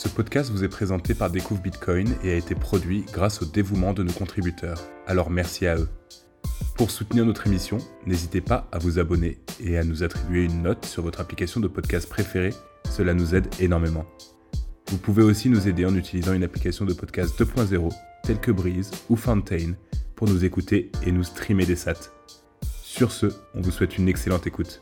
Ce podcast vous est présenté par Découvre Bitcoin et a été produit grâce au dévouement de nos contributeurs. Alors merci à eux. Pour soutenir notre émission, n'hésitez pas à vous abonner et à nous attribuer une note sur votre application de podcast préférée. Cela nous aide énormément. Vous pouvez aussi nous aider en utilisant une application de podcast 2.0 telle que Breeze ou Fountain pour nous écouter et nous streamer des sats. Sur ce, on vous souhaite une excellente écoute.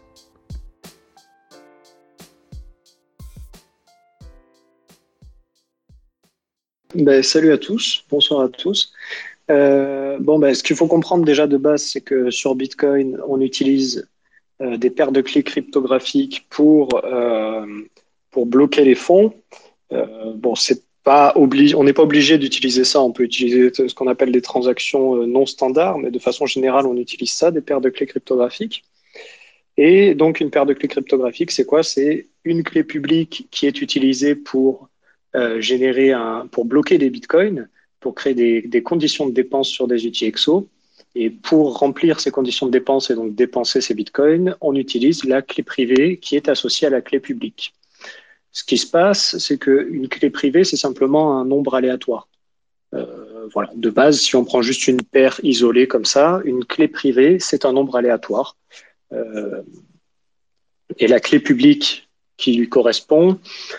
Salut à tous, bonsoir à tous. Ce qu'il faut comprendre déjà de base, c'est que sur Bitcoin, on utilise des paires de clés cryptographiques pour bloquer les fonds. C'est pas on n'est pas obligé d'utiliser ça. On peut utiliser ce qu'on appelle des transactions non standards, mais de façon générale, on utilise ça, des paires de clés cryptographiques. Et donc, une paire de clés cryptographiques, c'est quoi? C'est une clé publique qui est utilisée pour pour bloquer des bitcoins, pour créer des conditions de dépense sur des UTXO. Et pour remplir ces conditions de dépense et donc dépenser ces bitcoins, on utilise la clé privée qui est associée à la clé publique. Ce qui se passe, c'est qu'une clé privée, c'est simplement un nombre aléatoire. Voilà. De base, si on prend juste une paire isolée comme ça, une clé privée, c'est un nombre aléatoire. Et la clé publique qui lui correspond,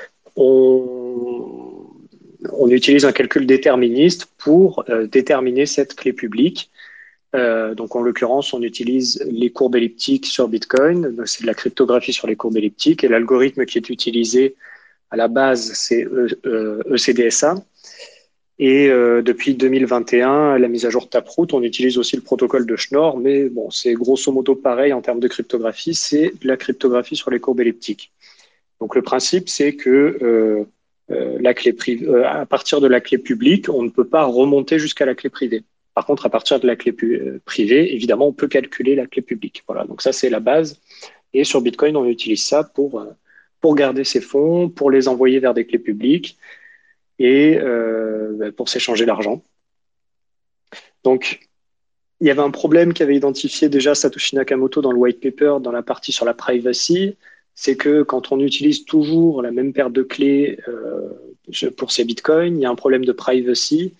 on utilise un calcul déterministe pour déterminer cette clé publique. Donc, en l'occurrence, on utilise les courbes elliptiques sur Bitcoin. C'est de la cryptographie sur les courbes elliptiques. Et l'algorithme qui est utilisé à la base, c'est ECDSA. Et depuis 2021, la mise à jour Taproot, on utilise aussi le protocole de Schnorr. Mais bon, c'est grosso modo pareil en termes de cryptographie. C'est de la cryptographie sur les courbes elliptiques. Donc, le principe, c'est que à partir de la clé publique, on ne peut pas remonter jusqu'à la clé privée. Par contre, à partir de la clé privée, évidemment, on peut calculer la clé publique. Voilà, donc ça, c'est la base. Et sur Bitcoin, on utilise ça pour garder ses fonds, pour les envoyer vers des clés publiques et pour s'échanger l'argent. Donc, il y avait un problème qu'avait identifié déjà Satoshi Nakamoto dans le white paper, dans la partie sur la privacy, c'est que quand on utilise toujours la même paire de clés pour ces bitcoins, il y a un problème de privacy.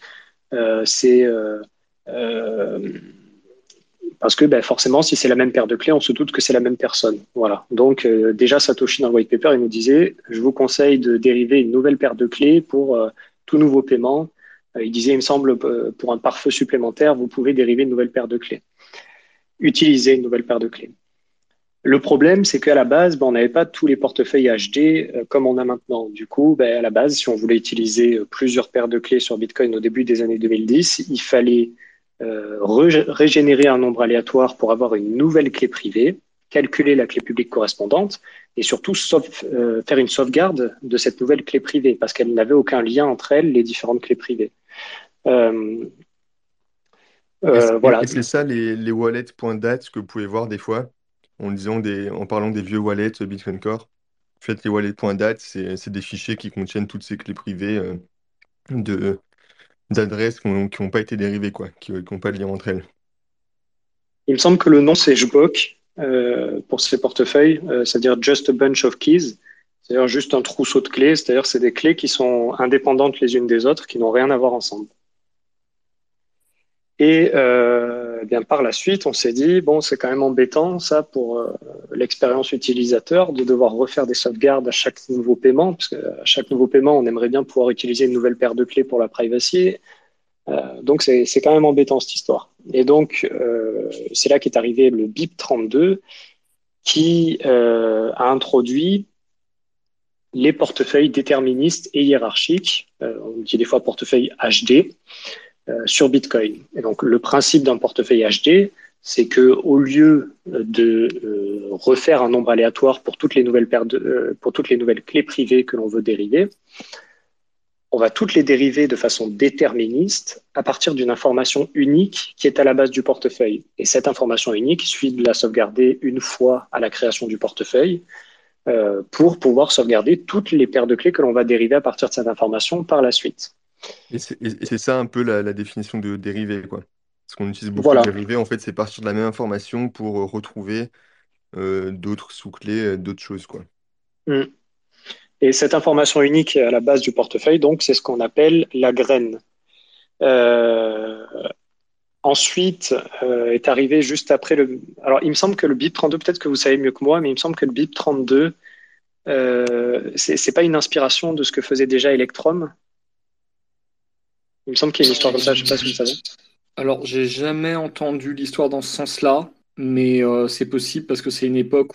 Parce que forcément, si c'est la même paire de clés, on se doute que c'est la même personne. Voilà. Donc déjà, Satoshi dans le white paper, il nous disait, je vous conseille de dériver une nouvelle paire de clés pour tout nouveau paiement. Il disait, il me semble, pour un pare-feu supplémentaire, vous pouvez dériver une nouvelle paire de clés. Utiliser une nouvelle paire de clés. Le problème, c'est qu'à la base, on n'avait pas tous les portefeuilles HD comme on a maintenant. Du coup, à la base, si on voulait utiliser plusieurs paires de clés sur Bitcoin au début des années 2010, il fallait régénérer un nombre aléatoire pour avoir une nouvelle clé privée, calculer la clé publique correspondante et surtout faire une sauvegarde de cette nouvelle clé privée parce qu'elle n'avait aucun lien entre elles, les différentes clés privées. Voilà. Et c'est ça les wallets.dat que vous pouvez voir des fois en parlant des vieux wallets Bitcoin Core. En fait, les wallets.dat, c'est des fichiers qui contiennent toutes ces clés privées de, d'adresses qui n'ont pas été dérivées, quoi, qui n'ont pas de lien entre elles. Il me semble que le nom, c'est JBOK pour ces portefeuilles, c'est-à-dire Just a Bunch of Keys, c'est-à-dire juste un trousseau de clés, c'est-à-dire c'est des clés qui sont indépendantes les unes des autres, qui n'ont rien à voir ensemble. Et par la suite, on s'est dit, bon, c'est quand même embêtant, ça, pour l'expérience utilisateur, de devoir refaire des sauvegardes à chaque nouveau paiement, parce qu'à chaque nouveau paiement, on aimerait bien pouvoir utiliser une nouvelle paire de clés pour la privacy. Donc, c'est quand même embêtant, cette histoire. Et donc, c'est là qu'est arrivé le BIP32, qui a introduit les portefeuilles déterministes et hiérarchiques, on dit des fois portefeuille HD, sur Bitcoin. Et donc, le principe d'un portefeuille HD, c'est que au lieu de refaire un nombre aléatoire pour toutes les nouvelles pour toutes les nouvelles clés privées que l'on veut dériver, on va toutes les dériver de façon déterministe à partir d'une information unique qui est à la base du portefeuille. Et cette information unique, il suffit de la sauvegarder une fois à la création du portefeuille pour pouvoir sauvegarder toutes les paires de clés que l'on va dériver à partir de cette information par la suite. Et c'est ça un peu la définition de dérivé, quoi. Parce qu'on utilise beaucoup Voilà. dérivé, en fait, c'est partir de la même information pour retrouver d'autres sous-clés, d'autres choses, quoi. Mm. Et cette information unique à la base du portefeuille, donc, c'est ce qu'on appelle la graine. Euh, Ensuite, est arrivé juste après le. Alors, il me semble que le BIP 32, peut-être que vous savez mieux que moi, mais il me semble que le BIP 32, c'est pas une inspiration de ce que faisait déjà Electrum. Il me semble qu'il y a une histoire comme ça, je sais pas si vous savez. Alors, j'ai jamais entendu l'histoire dans ce sens-là, mais c'est possible parce que c'est une époque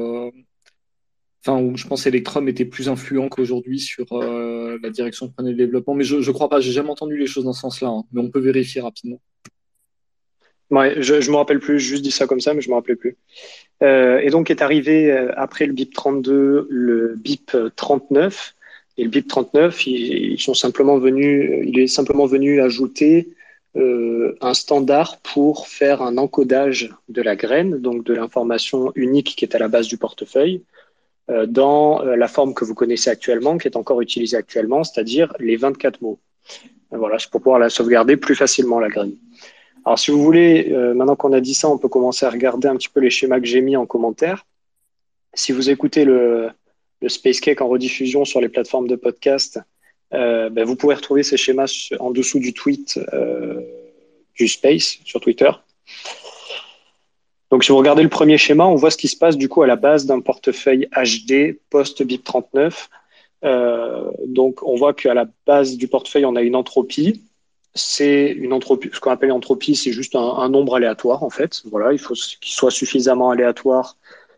où je pense Electrum était plus influent qu'aujourd'hui sur la direction que prenait le développement. Mais je crois pas, j'ai jamais entendu les choses dans ce sens-là, hein, mais on peut vérifier rapidement. Ouais, je me rappelle plus, j'ai juste dit ça comme ça, mais je me rappelais plus. Et donc est arrivé après le BIP 32, le BIP 39. Et le BIP 39, il est simplement venu ajouter un standard pour faire un encodage de la graine, donc de l'information unique qui est à la base du portefeuille, dans la forme que vous connaissez actuellement, qui est encore utilisée actuellement, c'est-à-dire les 24 mots. Voilà, c'est pour pouvoir la sauvegarder plus facilement, la graine. Alors, si vous voulez, maintenant qu'on a dit ça, on peut commencer à regarder un petit peu les schémas que j'ai mis en commentaire. Si vous écoutez le Space Cake en rediffusion sur les plateformes de podcast, vous pourrez retrouver ces schémas en dessous du tweet du Space sur Twitter. Donc, si vous regardez le premier schéma, on voit ce qui se passe du coup à la base d'un portefeuille HD post-BIP 39. Donc, on voit qu'à la base du portefeuille, on a une entropie. C'est une entropie, ce qu'on appelle entropie, c'est juste un nombre aléatoire en fait. Voilà, il faut qu'il soit suffisamment aléatoire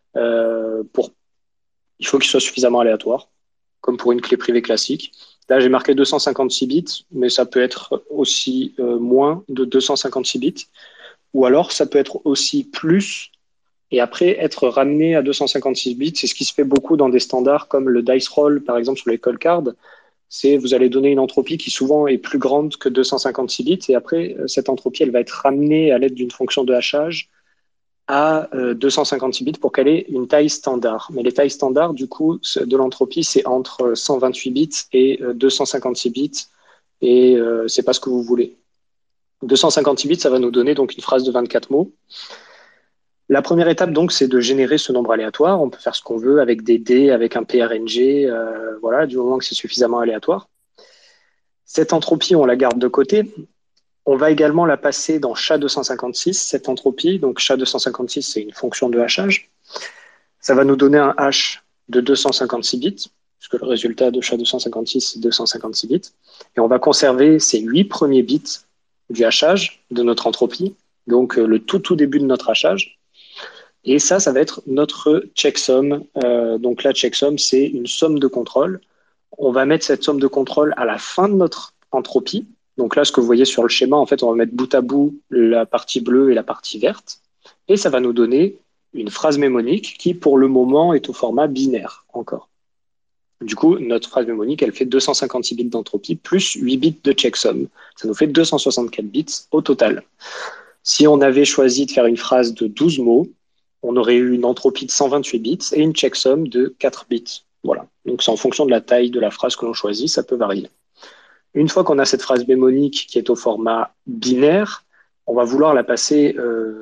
il faut qu'il soit suffisamment aléatoire, comme pour une clé privée classique. Là, j'ai marqué 256 bits, mais ça peut être aussi moins de 256 bits, ou alors ça peut être aussi plus et après être ramené à 256 bits. C'est ce qui se fait beaucoup dans des standards comme le dice roll, par exemple sur les call cards. C'est vous allez donner une entropie qui souvent est plus grande que 256 bits et après cette entropie elle va être ramenée à l'aide d'une fonction de hachage à 256 bits pour qu'elle ait une taille standard. Mais les tailles standards du coup de l'entropie c'est entre 128 bits et 256 bits et c'est pas ce que vous voulez. 256 bits ça va nous donner donc une phrase de 24 mots. La première étape, donc, c'est de générer ce nombre aléatoire. On peut faire ce qu'on veut avec des dés, avec un PRNG, voilà, du moment que c'est suffisamment aléatoire. Cette entropie, on la garde de côté. On va également la passer dans SHA-256, cette entropie. Donc, SHA-256, c'est une fonction de hachage. Ça va nous donner un hash de 256 bits, puisque le résultat de SHA-256, c'est 256 bits. Et on va conserver ces 8 premiers bits du hachage de notre entropie, donc le tout début de notre hachage. Et ça va être notre checksum. Donc la checksum, c'est une somme de contrôle. On va mettre cette somme de contrôle à la fin de notre entropie. Donc là, ce que vous voyez sur le schéma, en fait, on va mettre bout à bout la partie bleue et la partie verte. Et ça va nous donner une phrase mémonique qui, pour le moment, est au format binaire encore. Du coup, notre phrase mémonique, elle fait 256 bits d'entropie plus 8 bits de checksum. Ça nous fait 264 bits au total. Si on avait choisi de faire une phrase de 12 mots, on aurait eu une entropie de 128 bits et une checksum de 4 bits. Voilà. Donc, c'est en fonction de la taille de la phrase que l'on choisit, ça peut varier. Une fois qu'on a cette phrase mémonique qui est au format binaire, on va vouloir la passer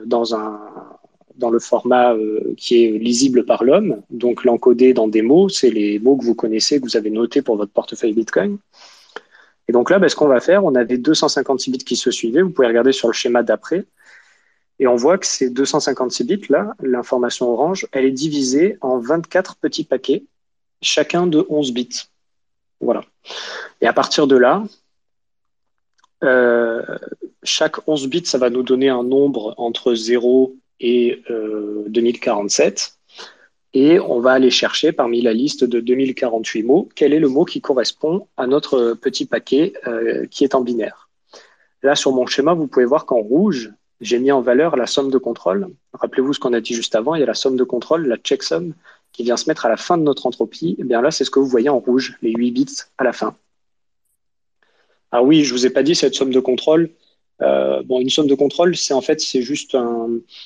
dans le format qui est lisible par l'homme, donc l'encoder dans des mots, c'est les mots que vous connaissez, que vous avez notés pour votre portefeuille Bitcoin. Et donc là, ce qu'on va faire, on avait 256 bits qui se suivaient, vous pouvez regarder sur le schéma d'après, et on voit que ces 256 bits-là, l'information orange, elle est divisée en 24 petits paquets, chacun de 11 bits. Voilà. Et à partir de là, chaque 11 bits, ça va nous donner un nombre entre 0 et 2047. Et on va aller chercher parmi la liste de 2048 mots, quel est le mot qui correspond à notre petit paquet qui est en binaire. Là, sur mon schéma, vous pouvez voir qu'en rouge, j'ai mis en valeur la somme de contrôle. Rappelez-vous ce qu'on a dit juste avant, il y a la somme de contrôle, la checksum, qui vient se mettre à la fin de notre entropie. Et bien là, c'est ce que vous voyez en rouge, les 8 bits à la fin. Alors oui, je vous ai pas dit cette somme de contrôle. Une somme de contrôle, c'est juste un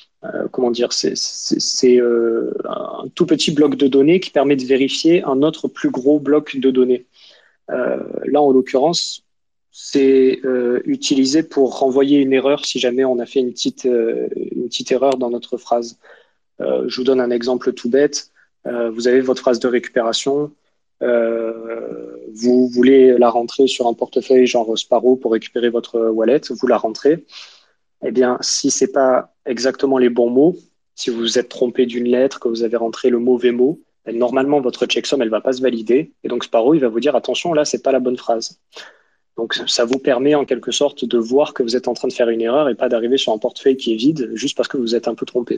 tout petit bloc de données qui permet de vérifier un autre plus gros bloc de données. Là, en l'occurrence, c'est utilisé pour renvoyer une erreur si jamais on a fait une petite erreur dans notre phrase. Je vous donne un exemple tout bête. Vous avez votre phrase de récupération. Vous voulez la rentrer sur un portefeuille genre Sparrow pour récupérer votre wallet, vous la rentrez. Eh bien, si c'est pas exactement les bons mots, si vous vous êtes trompé d'une lettre, que vous avez rentré le mauvais mot, normalement votre checksum elle va pas se valider et donc Sparrow il va vous dire attention là c'est pas la bonne phrase. Donc ça vous permet en quelque sorte de voir que vous êtes en train de faire une erreur et pas d'arriver sur un portefeuille qui est vide juste parce que vous êtes un peu trompé.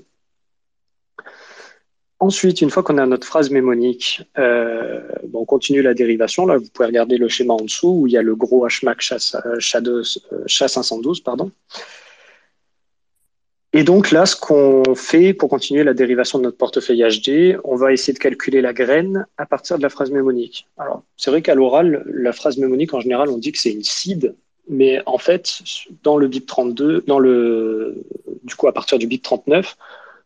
Ensuite, une fois qu'on a notre phrase mnémonique, on continue la dérivation. Là, vous pouvez regarder le schéma en dessous où il y a le gros HMAC SHA-512, pardon. Et donc là, ce qu'on fait pour continuer la dérivation de notre portefeuille HD, on va essayer de calculer la graine à partir de la phrase mnémonique. Alors, c'est vrai qu'à l'oral, la phrase mnémonique, en général, on dit que c'est une seed, mais en fait, dans le bit 32, du coup, à partir du bit 39,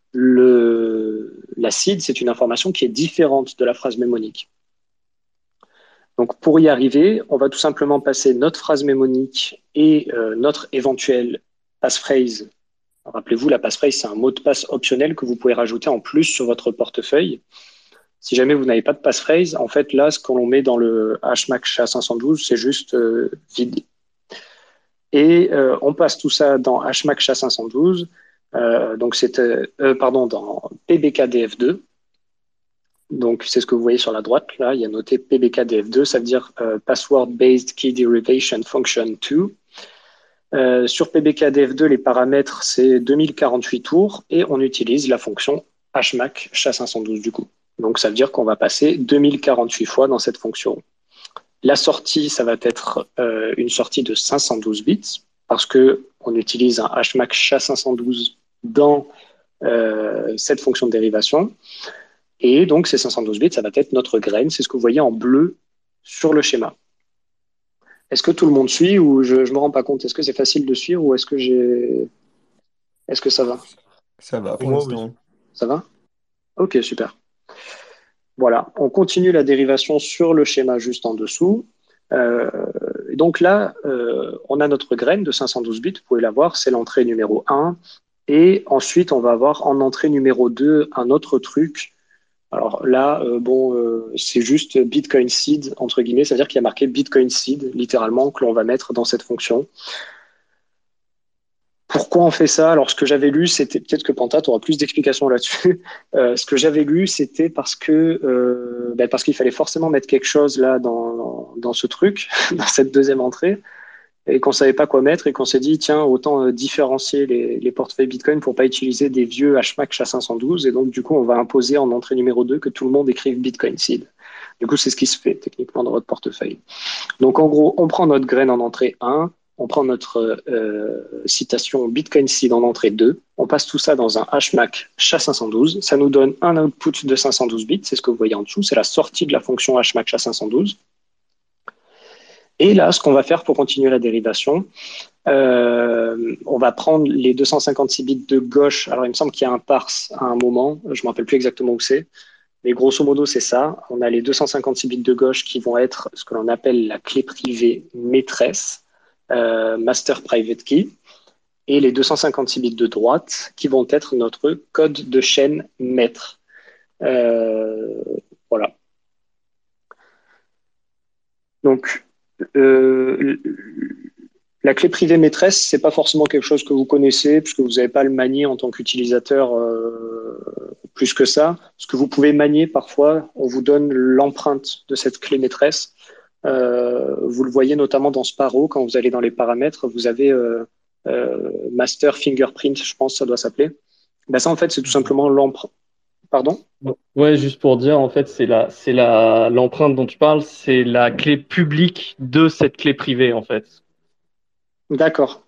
la seed, c'est une information qui est différente de la phrase mnémonique. Donc, pour y arriver, on va tout simplement passer notre phrase mnémonique et notre éventuelle passphrase. Rappelez-vous, la passphrase, c'est un mot de passe optionnel que vous pouvez rajouter en plus sur votre portefeuille. Si jamais vous n'avez pas de passphrase, en fait, là, ce qu'on met dans le HMAC SHA-512, c'est juste vide. Et on passe tout ça dans HMAC SHA-512, donc dans PBKDF2. Donc, c'est ce que vous voyez sur la droite. Là, il y a noté PBKDF2, ça veut dire Password Based Key Derivation Function 2. Sur PBKDF2, les paramètres, c'est 2048 tours et on utilise la fonction HMAC SHA-512 du coup. Donc, ça veut dire qu'on va passer 2048 fois dans cette fonction. La sortie, ça va être une sortie de 512 bits parce qu'on utilise un HMAC SHA-512 dans cette fonction de dérivation. Et donc, ces 512 bits, ça va être notre graine. C'est ce que vous voyez en bleu sur le schéma. Est-ce que tout le monde suit ou je me rends pas compte? Est-ce que c'est facile de suivre ou est-ce que ça va? Ça va pour Moi, l'instant. Ça va? Ok, super. Voilà, on continue la dérivation sur le schéma juste en dessous. Donc là, on a notre graine de 512 bits, vous pouvez la voir, c'est l'entrée numéro 1. Et ensuite, on va avoir en entrée numéro 2 un autre truc. Alors là, c'est juste Bitcoin Seed, entre guillemets, c'est-à-dire qu'il y a marqué Bitcoin Seed, littéralement, que l'on va mettre dans cette fonction. Pourquoi on fait ça? Alors, ce que j'avais lu, c'était peut-être que Panta, tu auras plus d'explications là-dessus. Ce que j'avais lu, c'était parce qu'il fallait forcément mettre quelque chose là dans ce truc, dans cette deuxième entrée, et qu'on savait pas quoi mettre et qu'on s'est dit, tiens, autant différencier les portefeuilles Bitcoin pour pas utiliser des vieux HMAC SHA-512. Et donc, du coup, on va imposer en entrée numéro 2 que tout le monde écrive Bitcoin Seed. Du coup, c'est ce qui se fait techniquement dans votre portefeuille. Donc, en gros, on prend notre graine en entrée 1, on prend notre citation Bitcoin Seed en entrée 2, on passe tout ça dans un HMAC SHA-512, ça nous donne un output de 512 bits, c'est ce que vous voyez en dessous, c'est la sortie de la fonction HMAC SHA-512. Et là, ce qu'on va faire pour continuer la dérivation, on va prendre les 256 bits de gauche. Alors, il me semble qu'il y a un parse à un moment, je ne me rappelle plus exactement où c'est, mais grosso modo, c'est ça. On a les 256 bits de gauche qui vont être ce que l'on appelle la clé privée maîtresse, Master Private Key, et les 256 bits de droite qui vont être notre code de chaîne maître. Voilà. Donc, la clé privée maîtresse, c'est pas forcément quelque chose que vous connaissez puisque vous n'avez pas le manier en tant qu'utilisateur plus que ça. Ce que vous pouvez manier parfois, on vous donne l'empreinte de cette clé maîtresse. Vous le voyez notamment dans Sparrow, quand vous allez dans les paramètres, vous avez Master Fingerprint, je pense que ça doit s'appeler. Ben ça, en fait, c'est tout simplement l'empreinte. Pardon? Ouais, juste pour dire, en fait, l'empreinte dont tu parles, c'est la clé publique de cette clé privée, en fait. D'accord.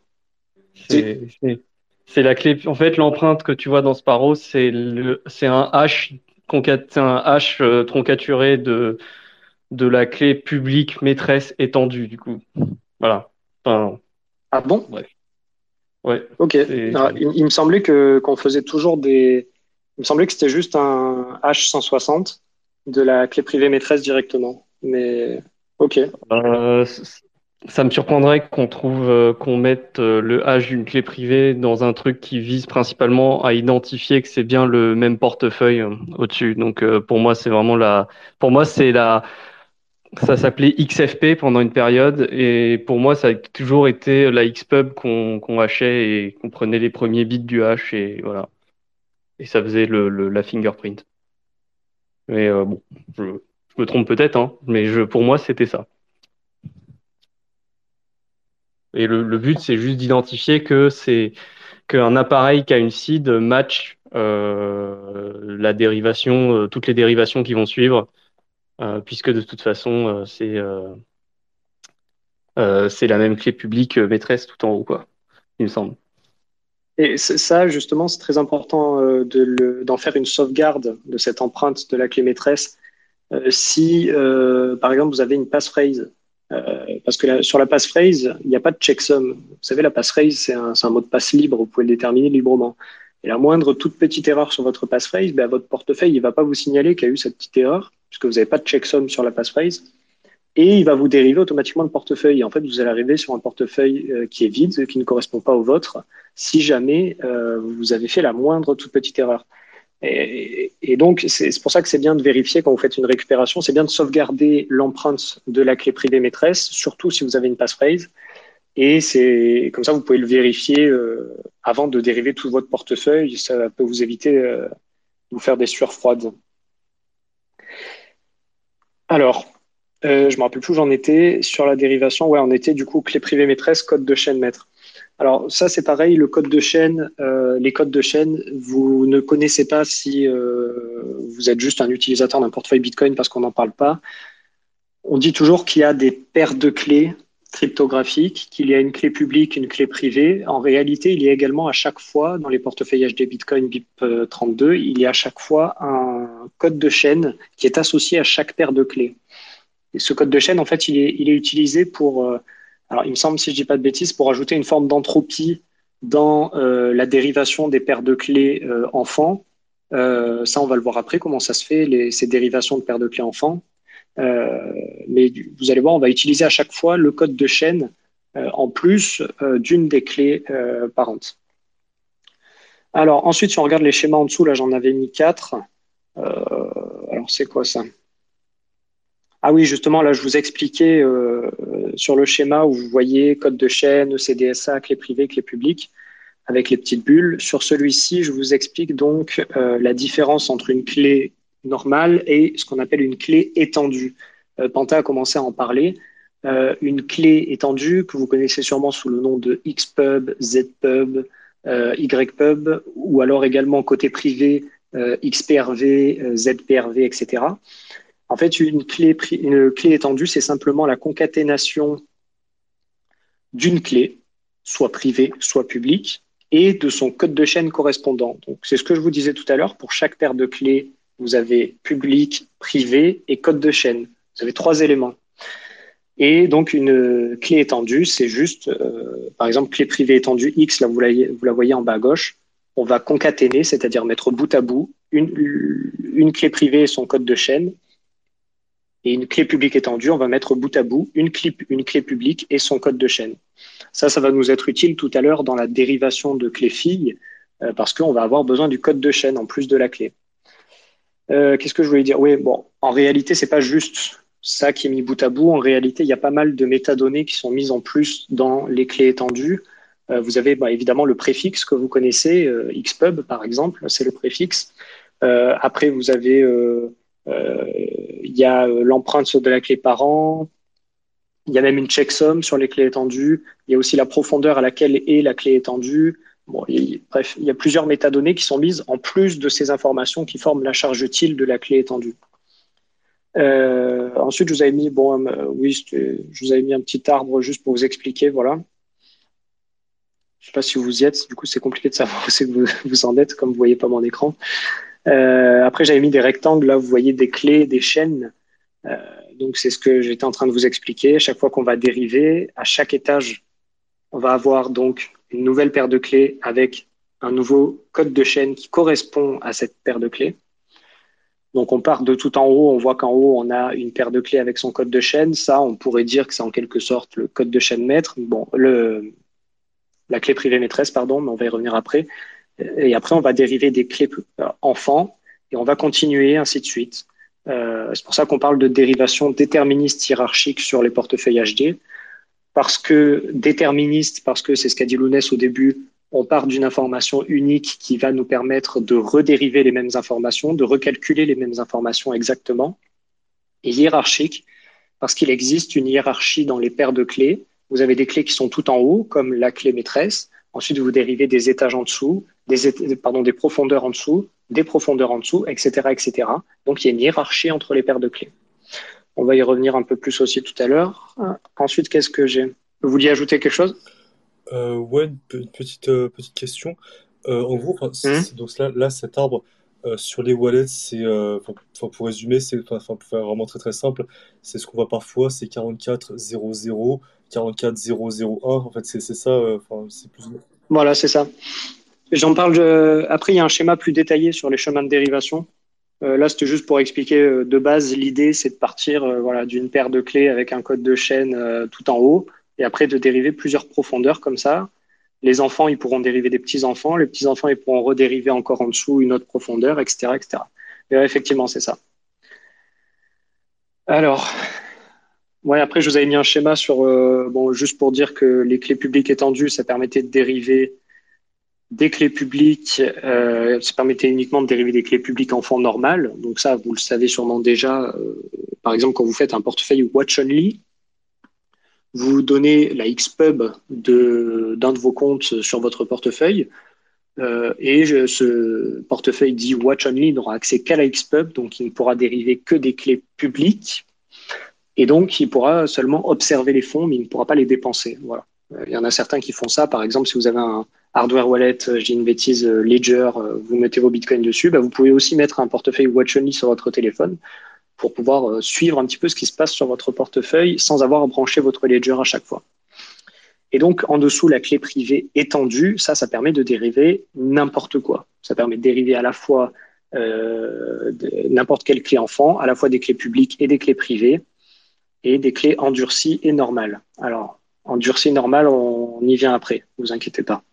C'est la clé. En fait, l'empreinte que tu vois dans Sparrow, c'est un hash troncaturé de la clé publique maîtresse étendue, du coup. Voilà. Enfin, Ah bon? bref. Ouais. Ok. Alors, il me semblait qu'on faisait toujours des. Il me semblait que c'était juste un H160 de la clé privée maîtresse directement. Mais ok. Ça me surprendrait qu'on mette le hash d'une clé privée dans un truc qui vise principalement à identifier que c'est bien le même portefeuille au-dessus. Donc pour moi, c'est vraiment Ça s'appelait XFP pendant une période et pour moi, ça a toujours été la Xpub qu'on hachait et qu'on prenait les premiers bits du hash et voilà. Et ça faisait la fingerprint. Mais bon, je me trompe peut-être, hein, mais pour moi, c'était ça. Et le but, c'est juste d'identifier que c'est qu'un appareil qui a une seed match la dérivation, toutes les dérivations qui vont suivre, puisque de toute façon, c'est la même clé publique maîtresse tout en haut, quoi, il me semble. Et ça, justement, c'est très important d'en faire une sauvegarde de cette empreinte de la clé maîtresse. Si, par exemple, vous avez une passphrase, parce que sur la passphrase, il n'y a pas de checksum. Vous savez, la passphrase, c'est un mot de passe libre, vous pouvez le déterminer librement. Et la moindre toute petite erreur sur votre passphrase, ben, votre portefeuille, il ne va pas vous signaler qu'il y a eu cette petite erreur, puisque vous n'avez pas de checksum sur la passphrase. Et il va vous dériver automatiquement le portefeuille. Et en fait, vous allez arriver sur un portefeuille qui est vide, qui ne correspond pas au vôtre, si jamais vous avez fait la moindre toute petite erreur. Et donc, c'est pour ça que c'est bien de vérifier quand vous faites une récupération, c'est bien de sauvegarder l'empreinte de la clé privée maîtresse, surtout si vous avez une passphrase. Et c'est comme ça, vous pouvez le vérifier avant de dériver tout votre portefeuille. Ça peut vous éviter de vous faire des sueurs froides. Alors, je me rappelle plus où j'en étais. Sur la dérivation, ouais, on était du coup clé privée maîtresse, code de chaîne maître. Alors ça, c'est pareil, le code de chaîne, les codes de chaîne, vous ne connaissez pas si vous êtes juste un utilisateur d'un portefeuille Bitcoin parce qu'on n'en parle pas. On dit toujours qu'il y a des paires de clés cryptographiques, qu'il y a une clé publique, une clé privée. En réalité, il y a également à chaque fois, dans les portefeuilles HD Bitcoin BIP32, il y a à chaque fois un code de chaîne qui est associé à chaque paire de clés. Et ce code de chaîne, en fait, il est utilisé pour, alors il me semble, si je dis pas de bêtises, pour ajouter une forme d'entropie dans la dérivation des paires de clés enfants. Ça, on va le voir après, comment ça se fait, ces dérivations de paires de clés enfants. Mais vous allez voir, on va utiliser à chaque fois le code de chaîne en plus d'une des clés parentes. Alors ensuite, si on regarde les schémas en dessous, là j'en avais mis 4. Alors c'est quoi ça? Ah oui, justement, là je vous expliquais sur le schéma où vous voyez code de chaîne, ECDSA, clé privée, clé publique, avec les petites bulles. Sur celui-ci, je vous explique donc la différence entre une clé normale et ce qu'on appelle une clé étendue. Panta a commencé à en parler. Une clé étendue que vous connaissez sûrement sous le nom de Xpub, Zpub, Ypub, ou alors également côté privé XPRV, ZPRV, etc. En fait, une clé étendue, c'est simplement la concaténation d'une clé, soit privée, soit publique, et de son code de chaîne correspondant. Donc, c'est ce que je vous disais tout à l'heure. Pour chaque paire de clés, vous avez public, privé et code de chaîne. Vous avez 3 éléments. Et donc, une clé étendue, c'est juste, par exemple, clé privée étendue X, là, vous la voyez en bas à gauche. On va concaténer, c'est-à-dire mettre bout à bout une clé privée et son code de chaîne. Et une clé publique étendue, on va mettre bout à bout une clé publique et son code de chaîne. Ça va nous être utile tout à l'heure dans la dérivation de clé fille, parce qu'on va avoir besoin du code de chaîne en plus de la clé. Qu'est-ce que je voulais dire? Oui, bon, en réalité, c'est pas juste ça qui est mis bout à bout. En réalité, il y a pas mal de métadonnées qui sont mises en plus dans les clés étendues. Vous avez évidemment le préfixe que vous connaissez, Xpub par exemple, c'est le préfixe. Après, vous avez il y a l'empreinte de la clé parent, il y a même une checksum sur les clés étendues, il y a aussi la profondeur à laquelle est la clé étendue. Bon, bref, il y a plusieurs métadonnées qui sont mises en plus de ces informations qui forment la charge utile de la clé étendue. Ensuite, je vous avais mis, je vous avais mis un petit arbre juste pour vous expliquer, voilà. Je ne sais pas si vous y êtes, du coup c'est compliqué de savoir où c'est que vous en êtes, comme vous ne voyez pas mon écran. Après, j'avais mis des rectangles, là, vous voyez des clés, des chaînes. Donc, c'est ce que j'étais en train de vous expliquer. Chaque fois qu'on va dériver, à chaque étage, on va avoir donc une nouvelle paire de clés avec un nouveau code de chaîne qui correspond à cette paire de clés. Donc, on part de tout en haut. On voit qu'en haut, on a une paire de clés avec son code de chaîne. Ça, on pourrait dire que c'est en quelque sorte le code de chaîne maître. Bon, la clé privée maîtresse, pardon, mais on va y revenir après. Et après, on va dériver des clés enfants et on va continuer ainsi de suite. C'est pour ça qu'on parle de dérivation déterministe hiérarchique sur les portefeuilles HD. Parce que déterministe, parce que c'est ce qu'a dit Lounès au début, on part d'une information unique qui va nous permettre de redériver les mêmes informations, de recalculer les mêmes informations exactement. Et hiérarchique, parce qu'il existe une hiérarchie dans les paires de clés. Vous avez des clés qui sont tout en haut, comme la clé maîtresse. Ensuite, vous dérivez des étages en dessous, des profondeurs en dessous, des profondeurs en dessous, etc., etc. Donc, il y a une hiérarchie entre les paires de clés. On va y revenir un peu plus aussi tout à l'heure. Ensuite, qu'est-ce que j'ai? Vous vouliez ajouter quelque chose? Ouais, une petite question. En gros, enfin, donc là, cet arbre sur les wallets, pour résumer, pour faire vraiment très très simple, c'est ce qu'on voit parfois, c'est 4400, 44001. En fait, c'est ça. Enfin, c'est plus. Voilà, c'est ça. J'en parle. Après, il y a un schéma plus détaillé sur les chemins de dérivation. Là, c'était juste pour expliquer de base, l'idée, c'est de partir voilà, d'une paire de clés avec un code de chaîne tout en haut, et après de dériver plusieurs profondeurs comme ça. Les enfants, ils pourront dériver des petits-enfants, les petits-enfants, ils pourront redériver encore en dessous une autre profondeur, etc., etc. Et effectivement, c'est ça. Alors, ouais, après, je vous avais mis un schéma sur, bon, juste pour dire que les clés publiques étendues, ça permettait de dériver des clés publiques, ça permettait uniquement de dériver des clés publiques en fond normal. Donc ça, vous le savez sûrement déjà. Par exemple, quand vous faites un portefeuille watch only, vous donnez la XPub d'un de vos comptes sur votre portefeuille, et ce portefeuille dit watch only n'aura accès qu'à la XPub, donc il ne pourra dériver que des clés publiques, et donc il pourra seulement observer les fonds, mais il ne pourra pas les dépenser. Voilà. Il y en a certains qui font ça. Par exemple, si vous avez un hardware wallet, je dis une bêtise, Ledger, vous mettez vos bitcoins dessus, bah, vous pouvez aussi mettre un portefeuille watch only sur votre téléphone pour pouvoir suivre un petit peu ce qui se passe sur votre portefeuille sans avoir à brancher votre Ledger à chaque fois. Et donc, en dessous, la clé privée étendue, ça permet de dériver n'importe quoi. Ça permet de dériver à la fois n'importe quelle clé enfant, à la fois des clés publiques et des clés privées, et des clés endurcies et normales. Alors, endurcies et normales, on y vient après, ne vous inquiétez pas.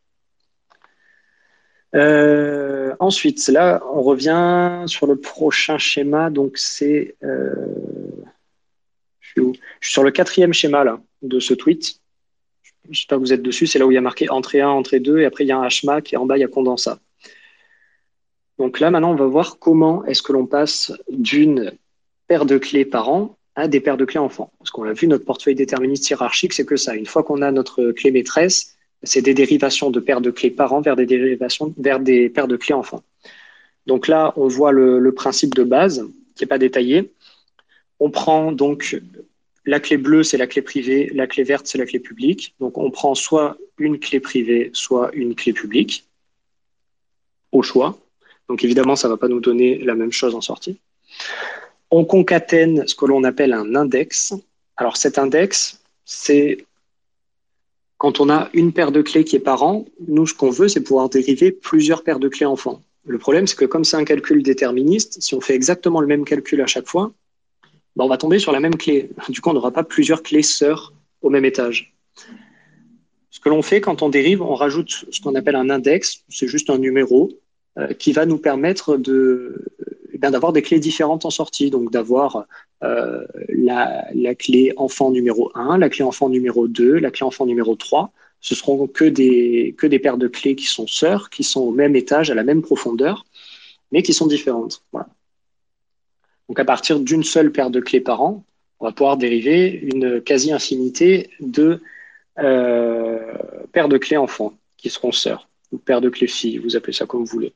Ensuite, là, on revient sur le prochain schéma. Donc, c'est... je suis où? Je suis sur le 4e schéma là, de ce tweet. Je ne sais pas, vous êtes dessus, c'est là où il y a marqué entrée 1, entrée 2, et après il y a un HMAC, et en bas il y a condensat. Donc là, maintenant, on va voir comment est-ce que l'on passe d'une paire de clés par an à des paires de clés enfants. Parce qu'on l'a vu, notre portefeuille déterministe hiérarchique, c'est que ça. Une fois qu'on a notre clé maîtresse, c'est des dérivations de paires de clés par an vers des dérivations vers des paires de clés enfants. Donc là, on voit le principe de base, qui n'est pas détaillé. On prend donc la clé bleue, c'est la clé privée, la clé verte, c'est la clé publique. Donc on prend soit une clé privée, soit une clé publique, au choix. Donc évidemment, ça ne va pas nous donner la même chose en sortie. On concatène ce que l'on appelle un index. Alors cet index, c'est quand on a une paire de clés qui est par an, nous, ce qu'on veut, c'est pouvoir dériver plusieurs paires de clés enfants. Le problème, c'est que comme c'est un calcul déterministe, si on fait exactement le même calcul à chaque fois, ben on va tomber sur la même clé. Du coup, on n'aura pas plusieurs clés sœurs au même étage. Ce que l'on fait quand on dérive, on rajoute ce qu'on appelle un index, c'est juste un numéro qui va nous permettre d'avoir des clés différentes en sortie, donc d'avoir la clé enfant numéro 1, la clé enfant numéro 2, la clé enfant numéro 3. Ce seront que des paires de clés qui sont sœurs, qui sont au même étage, à la même profondeur, mais qui sont différentes. Voilà. Donc à partir d'une seule paire de clés par an, on va pouvoir dériver une quasi-infinité de paires de clés enfants qui seront sœurs, ou paires de clés filles, vous appelez ça comme vous voulez.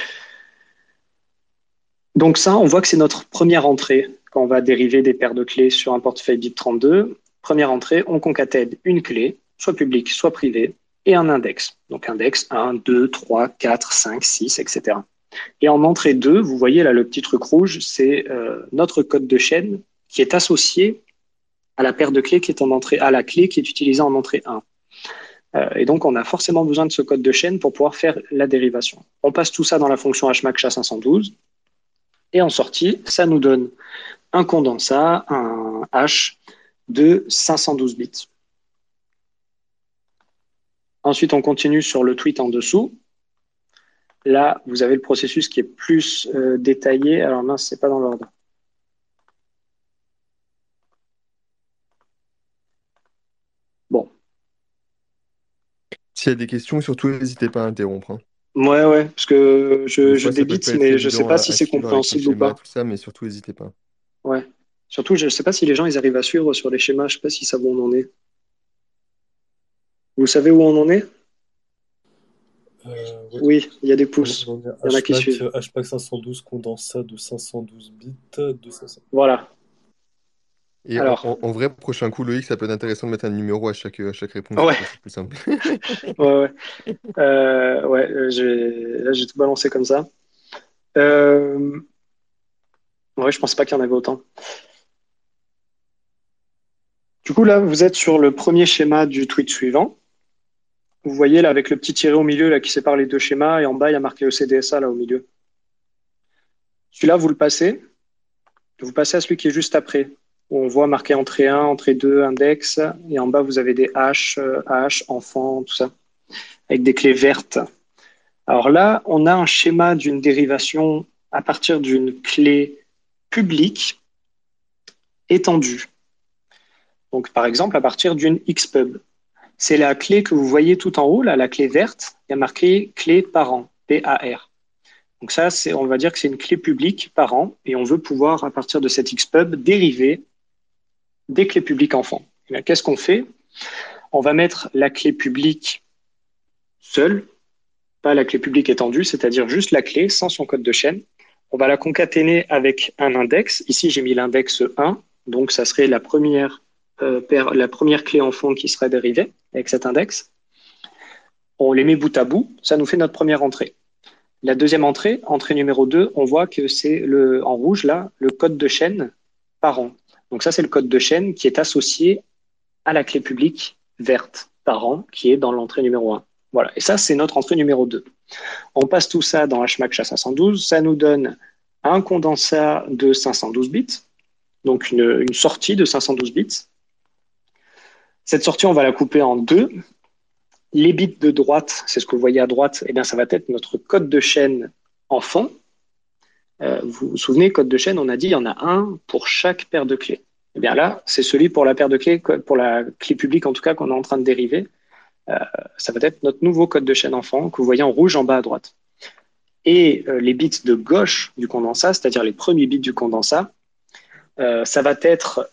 Donc ça, on voit que c'est notre première entrée quand on va dériver des paires de clés sur un portefeuille BIP32. Première entrée, on concatène une clé, soit publique, soit privée, et un index. Donc index 1, 2, 3, 4, 5, 6, etc. Et en entrée 2, vous voyez là le petit truc rouge, c'est notre code de chaîne qui est associé à la paire de clés qui est en entrée, à la clé qui est utilisée en entrée 1. Et donc, on a forcément besoin de ce code de chaîne pour pouvoir faire la dérivation. On passe tout ça dans la fonction HMAC SHA-512. Et en sortie, ça nous donne un condensat, un hash de 512 bits. Ensuite, on continue sur le tweet en dessous. Là, vous avez le processus qui est plus détaillé. Alors mince, c'est pas dans l'ordre. S'il y a des questions, surtout n'hésitez pas à interrompre, hein. Ouais, parce que Des je fois, ça peut débite, pas être mais je sais évident pas si à c'est suivre avec les compréhensible ou schémas, pas. tout ça, mais surtout n'hésitez pas. Ouais. Surtout, je sais pas si les gens ils arrivent à suivre sur les schémas. Je sais pas si ça où on en est. Vous savez où on en est? Oui. Oui, il y a des On pouces. on est à Il y en a qui suivent. HPAC 512 condensa de 512 bits de 500. Voilà. Et Alors, en vrai, prochain coup, Loïc, ça peut être intéressant de mettre un numéro à chaque réponse, ouais, comme ça c'est plus simple. ouais. Là, j'ai tout balancé comme ça. Euh, ouais, je pense pas qu'il y en avait autant. Du coup, là, vous êtes sur le premier schéma du tweet suivant. Vous voyez là avec le petit tiré au milieu là qui sépare les deux schémas et en bas il y a marqué ECDSA là au milieu. Celui-là, vous le passez. Vous passez à celui qui est juste après, où on voit marqué entrée 1, entrée 2, index, et en bas, vous avez des H, enfant, tout ça, avec des clés vertes. Alors là, on a un schéma d'une dérivation à partir d'une clé publique étendue. Donc, par exemple, à partir d'une Xpub. C'est la clé que vous voyez tout en haut, là, la clé verte, il y a marqué clé parent, PAR. Donc ça, on va dire que c'est une clé publique parent, et on veut pouvoir, à partir de cette Xpub, dériver des clés publiques enfants. Qu'est-ce qu'on fait? On va mettre la clé publique seule, pas la clé publique étendue, c'est-à-dire juste la clé sans son code de chaîne. On va la concaténer avec un index. Ici, j'ai mis l'index 1, donc ça serait la première clé enfant qui serait dérivée avec cet index. On les met bout à bout, ça nous fait notre première entrée. La deuxième entrée, entrée numéro 2, on voit que c'est en rouge là, le code de chaîne parent. Donc ça, c'est le code de chaîne qui est associé à la clé publique verte parent qui est dans l'entrée numéro 1. Voilà. Et ça, c'est notre entrée numéro 2. On passe tout ça dans HMAC SHA-512. Ça nous donne un condensat de 512 bits, donc une sortie de 512 bits. Cette sortie, on va la couper en deux. Les bits de droite, c'est ce que vous voyez à droite, eh bien, ça va être notre code de chaîne enfant. Vous vous souvenez, code de chaîne, on a dit il y en a un pour chaque paire de clés. Eh bien là, c'est celui pour la paire de clés, pour la clé publique en tout cas, qu'on est en train de dériver. Ça va être notre nouveau code de chaîne enfant que vous voyez en rouge en bas à droite. Et les bits de gauche du condensat, c'est-à-dire les premiers bits du condensat, ça va être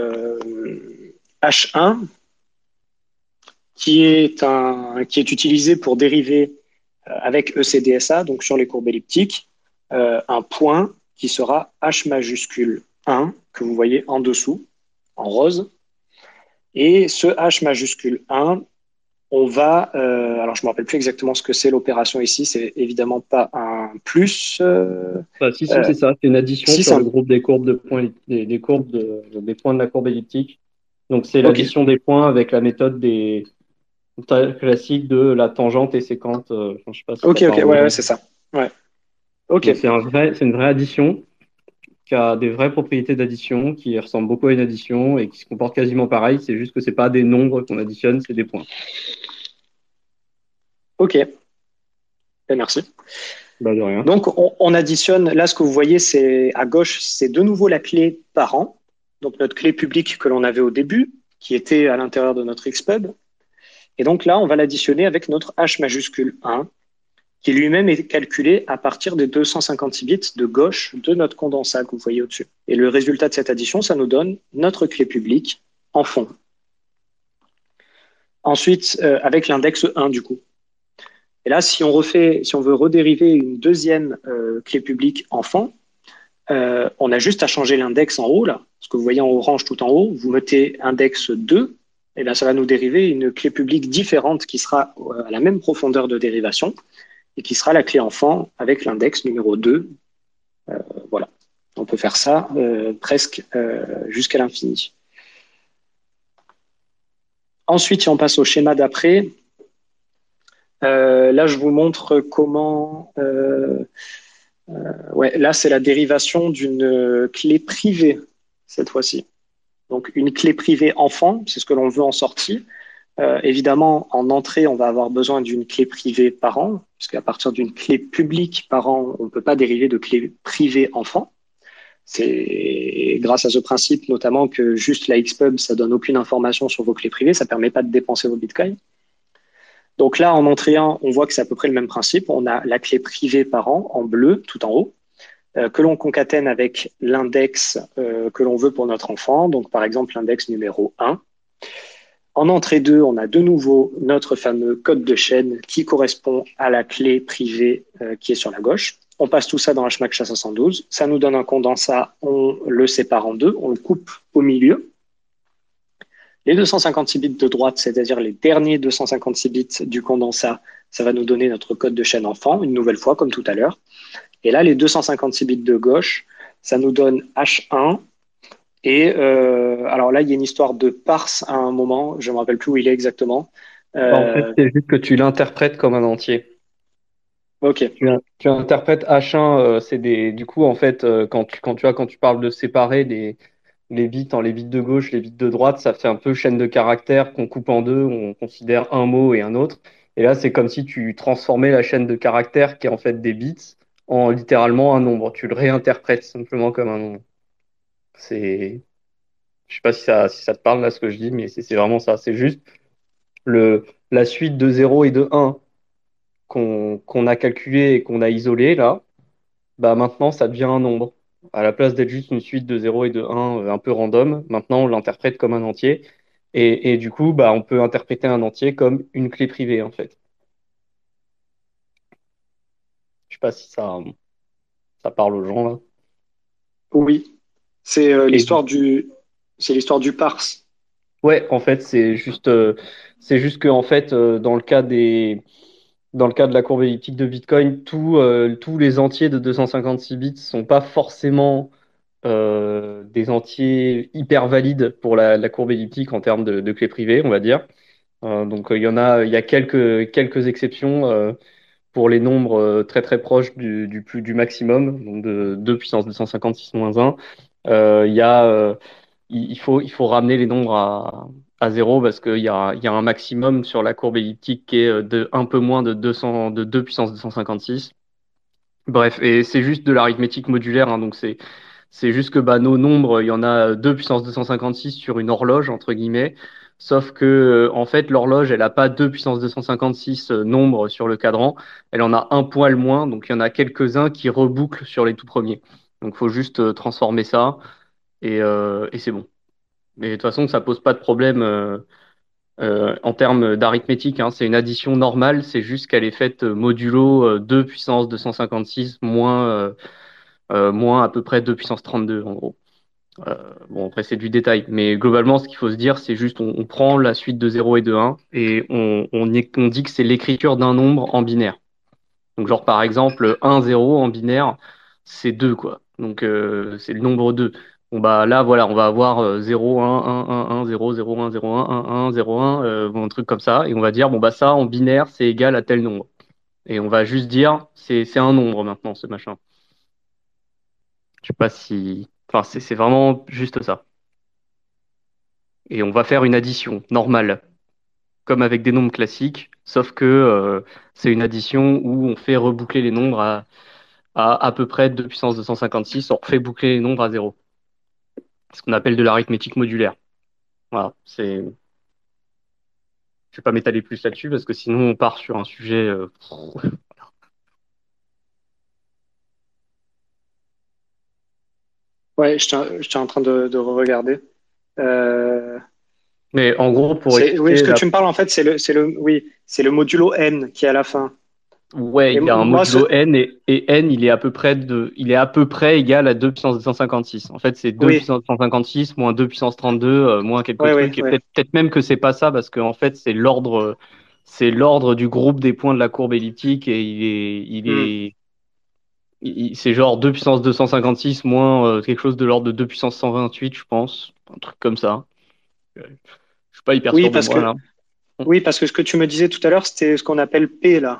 H1 qui est utilisé pour dériver avec ECDSA, donc sur les courbes elliptiques, un point qui sera H majuscule 1, que vous voyez en dessous, en rose. Et ce H majuscule 1, on va, alors je ne me rappelle plus exactement ce que c'est l'opération ici, c'est évidemment pas un plus. Si, c'est ça, c'est une addition si, sur le groupe des courbes de points, des courbes des points de la courbe elliptique. Donc c'est l'addition des points avec la méthode classique de la tangente et séquente. Je sais pas si ok, ouais, c'est ça. Ouais. Ok. C'est une vraie addition qui a des vraies propriétés d'addition, qui ressemble beaucoup à une addition et qui se comporte quasiment pareil. C'est juste que c'est pas des nombres qu'on additionne, c'est des points. Ok. Merci. Bah, de rien. Donc, on additionne, là, ce que vous voyez, c'est à gauche, c'est de nouveau la clé parent, donc notre clé publique que l'on avait au début, qui était à l'intérieur de notre Xpub. Et donc là, on va l'additionner avec notre H majuscule 1, qui lui-même est calculé à partir des 256 bits de gauche de notre condensat que vous voyez au-dessus. Et le résultat de cette addition, ça nous donne notre clé publique en fond. Ensuite, avec l'index 1 du coup. Et là, si on veut redériver une deuxième clé publique enfant, on a juste à changer l'index en haut, là, ce que vous voyez en orange tout en haut, vous mettez index 2, et là, ça va nous dériver une clé publique différente qui sera à la même profondeur de dérivation, et qui sera la clé enfant avec l'index numéro 2. Voilà. On peut faire ça presque jusqu'à l'infini. Ensuite, si on passe au schéma d'après, là, je vous montre comment... ouais, là, c'est la dérivation d'une clé privée, cette fois-ci. Donc, une clé privée enfant, c'est ce que l'on veut en sortie. Évidemment, en entrée, on va avoir besoin d'une clé privée parent, puisqu'à partir d'une clé publique parent, on ne peut pas dériver de clé privée enfant. C'est grâce à ce principe, notamment, que juste la Xpub, ça donne aucune information sur vos clés privées, ça ne permet pas de dépenser vos bitcoins. Donc là, en entrée 1, on voit que c'est à peu près le même principe. On a la clé privée parent en bleu tout en haut, que l'on concatène avec l'index que l'on veut pour notre enfant. Donc par exemple, l'index numéro 1. En entrée 2, on a de nouveau notre fameux code de chaîne qui correspond à la clé privée qui est sur la gauche. On passe tout ça dans HMAC SHA-512. Ça nous donne un condensat, on le sépare en deux, on le coupe au milieu. Les 256 bits de droite, c'est-à-dire les derniers 256 bits du condensat, ça va nous donner notre code de chaîne enfant, une nouvelle fois, comme tout à l'heure. Et là, les 256 bits de gauche, ça nous donne H1. Et alors là, il y a une histoire de parse à un moment, je ne me rappelle plus où il est exactement. En fait, c'est juste que tu l'interprètes comme un entier. Ok. Tu interprètes H1, du coup, en fait, quand tu parles de séparer les bits en les bits de gauche, les bits de droite, ça fait un peu chaîne de caractères qu'on coupe en deux, on considère un mot et un autre. Et là, c'est comme si tu transformais la chaîne de caractères, qui est en fait des bits, en littéralement un nombre. Tu le réinterprètes simplement comme un nombre. Je sais pas si ça te parle là ce que je dis, mais c'est vraiment ça. C'est juste la suite de 0 et de 1 qu'on a calculé et qu'on a isolé là. Bah maintenant, ça devient un nombre. À la place d'être juste une suite de 0 et de 1 un peu random, maintenant on l'interprète comme un entier. Et du coup, bah, on peut interpréter un entier comme une clé privée, en fait. Je sais pas si ça parle aux gens, là. Oui, c'est Et l'histoire du parse. ouais, en fait, c'est juste que, en fait, dans le cas de la courbe elliptique de Bitcoin, tous les entiers de 256 bits sont pas forcément des entiers hyper valides pour la courbe elliptique en termes de clés privées, on va dire. Donc il y a quelques exceptions pour les nombres très très proches du maximum, donc de 2 puissance 256 moins 1. Il y a, il faut ramener les nombres à 0 parce il y a un maximum sur la courbe elliptique qui est de un peu moins de 2 puissance 256. Bref, et c'est juste de l'arithmétique modulaire, hein, donc c'est juste que bah, nos nombres, il y en a 2 puissance 256 sur une horloge, entre guillemets. Sauf que, en fait, l'horloge, elle n'a pas 2 puissance 256 nombres sur le cadran. Elle en a un poil moins. Donc, il y en a quelques-uns qui rebouclent sur les tout premiers. Donc, il faut juste transformer ça et c'est bon. Mais de toute façon, ça pose pas de problème en termes d'arithmétique, hein. C'est une addition normale. C'est juste qu'elle est faite modulo 2 puissance 256 moins à peu près 2 puissance 32, en gros. Bon, après, c'est du détail. Mais globalement, ce qu'il faut se dire, c'est juste on prend la suite de 0 et de 1 et on dit que c'est l'écriture d'un nombre en binaire. Donc, genre, par exemple, 1, 0 en binaire, c'est 2, quoi. Donc, c'est le nombre 2. Bon, bah là, voilà, on va avoir 0, 1, 1, 1, 1, 0, 0, 1, 0, 1, 1, 1, 0, 1, un truc comme ça. Et on va dire, bon, bah ça, en binaire, c'est égal à tel nombre. Et on va juste dire, c'est un nombre maintenant, ce machin. Je sais pas si. Enfin, c'est vraiment juste ça. Et on va faire une addition normale, comme avec des nombres classiques, sauf que c'est une addition où on fait reboucler les nombres à peu près 2 puissance 256, on refait boucler les nombres à zéro. Ce qu'on appelle de l'arithmétique modulaire. Voilà, je vais pas m'étaler plus là-dessus parce que sinon on part sur un sujet. Ouais, j'étais en train de regarder. Mais en gros, pour Oui, ce expliquer que tu me parles en fait, oui, c'est le modulo n qui est à la fin. ouais, Et il y a un moi, modulo n et n, il est à peu près égal à 2 puissance 256. En fait, c'est 2 oui, puissance 256 moins 2 puissance 32 moins quelques ouais, ouais, trucs. Et ouais. peut-être même que c'est pas ça parce qu'en fait, c'est l'ordre du groupe des points de la courbe elliptique et Hmm. c'est genre 2 puissance 256 moins quelque chose de l'ordre de 2 puissance 128, je pense. Un truc comme ça. Je suis pas hyper Oui, sûr de moi là. parce que ce que tu me disais tout à l'heure, c'était ce qu'on appelle P là.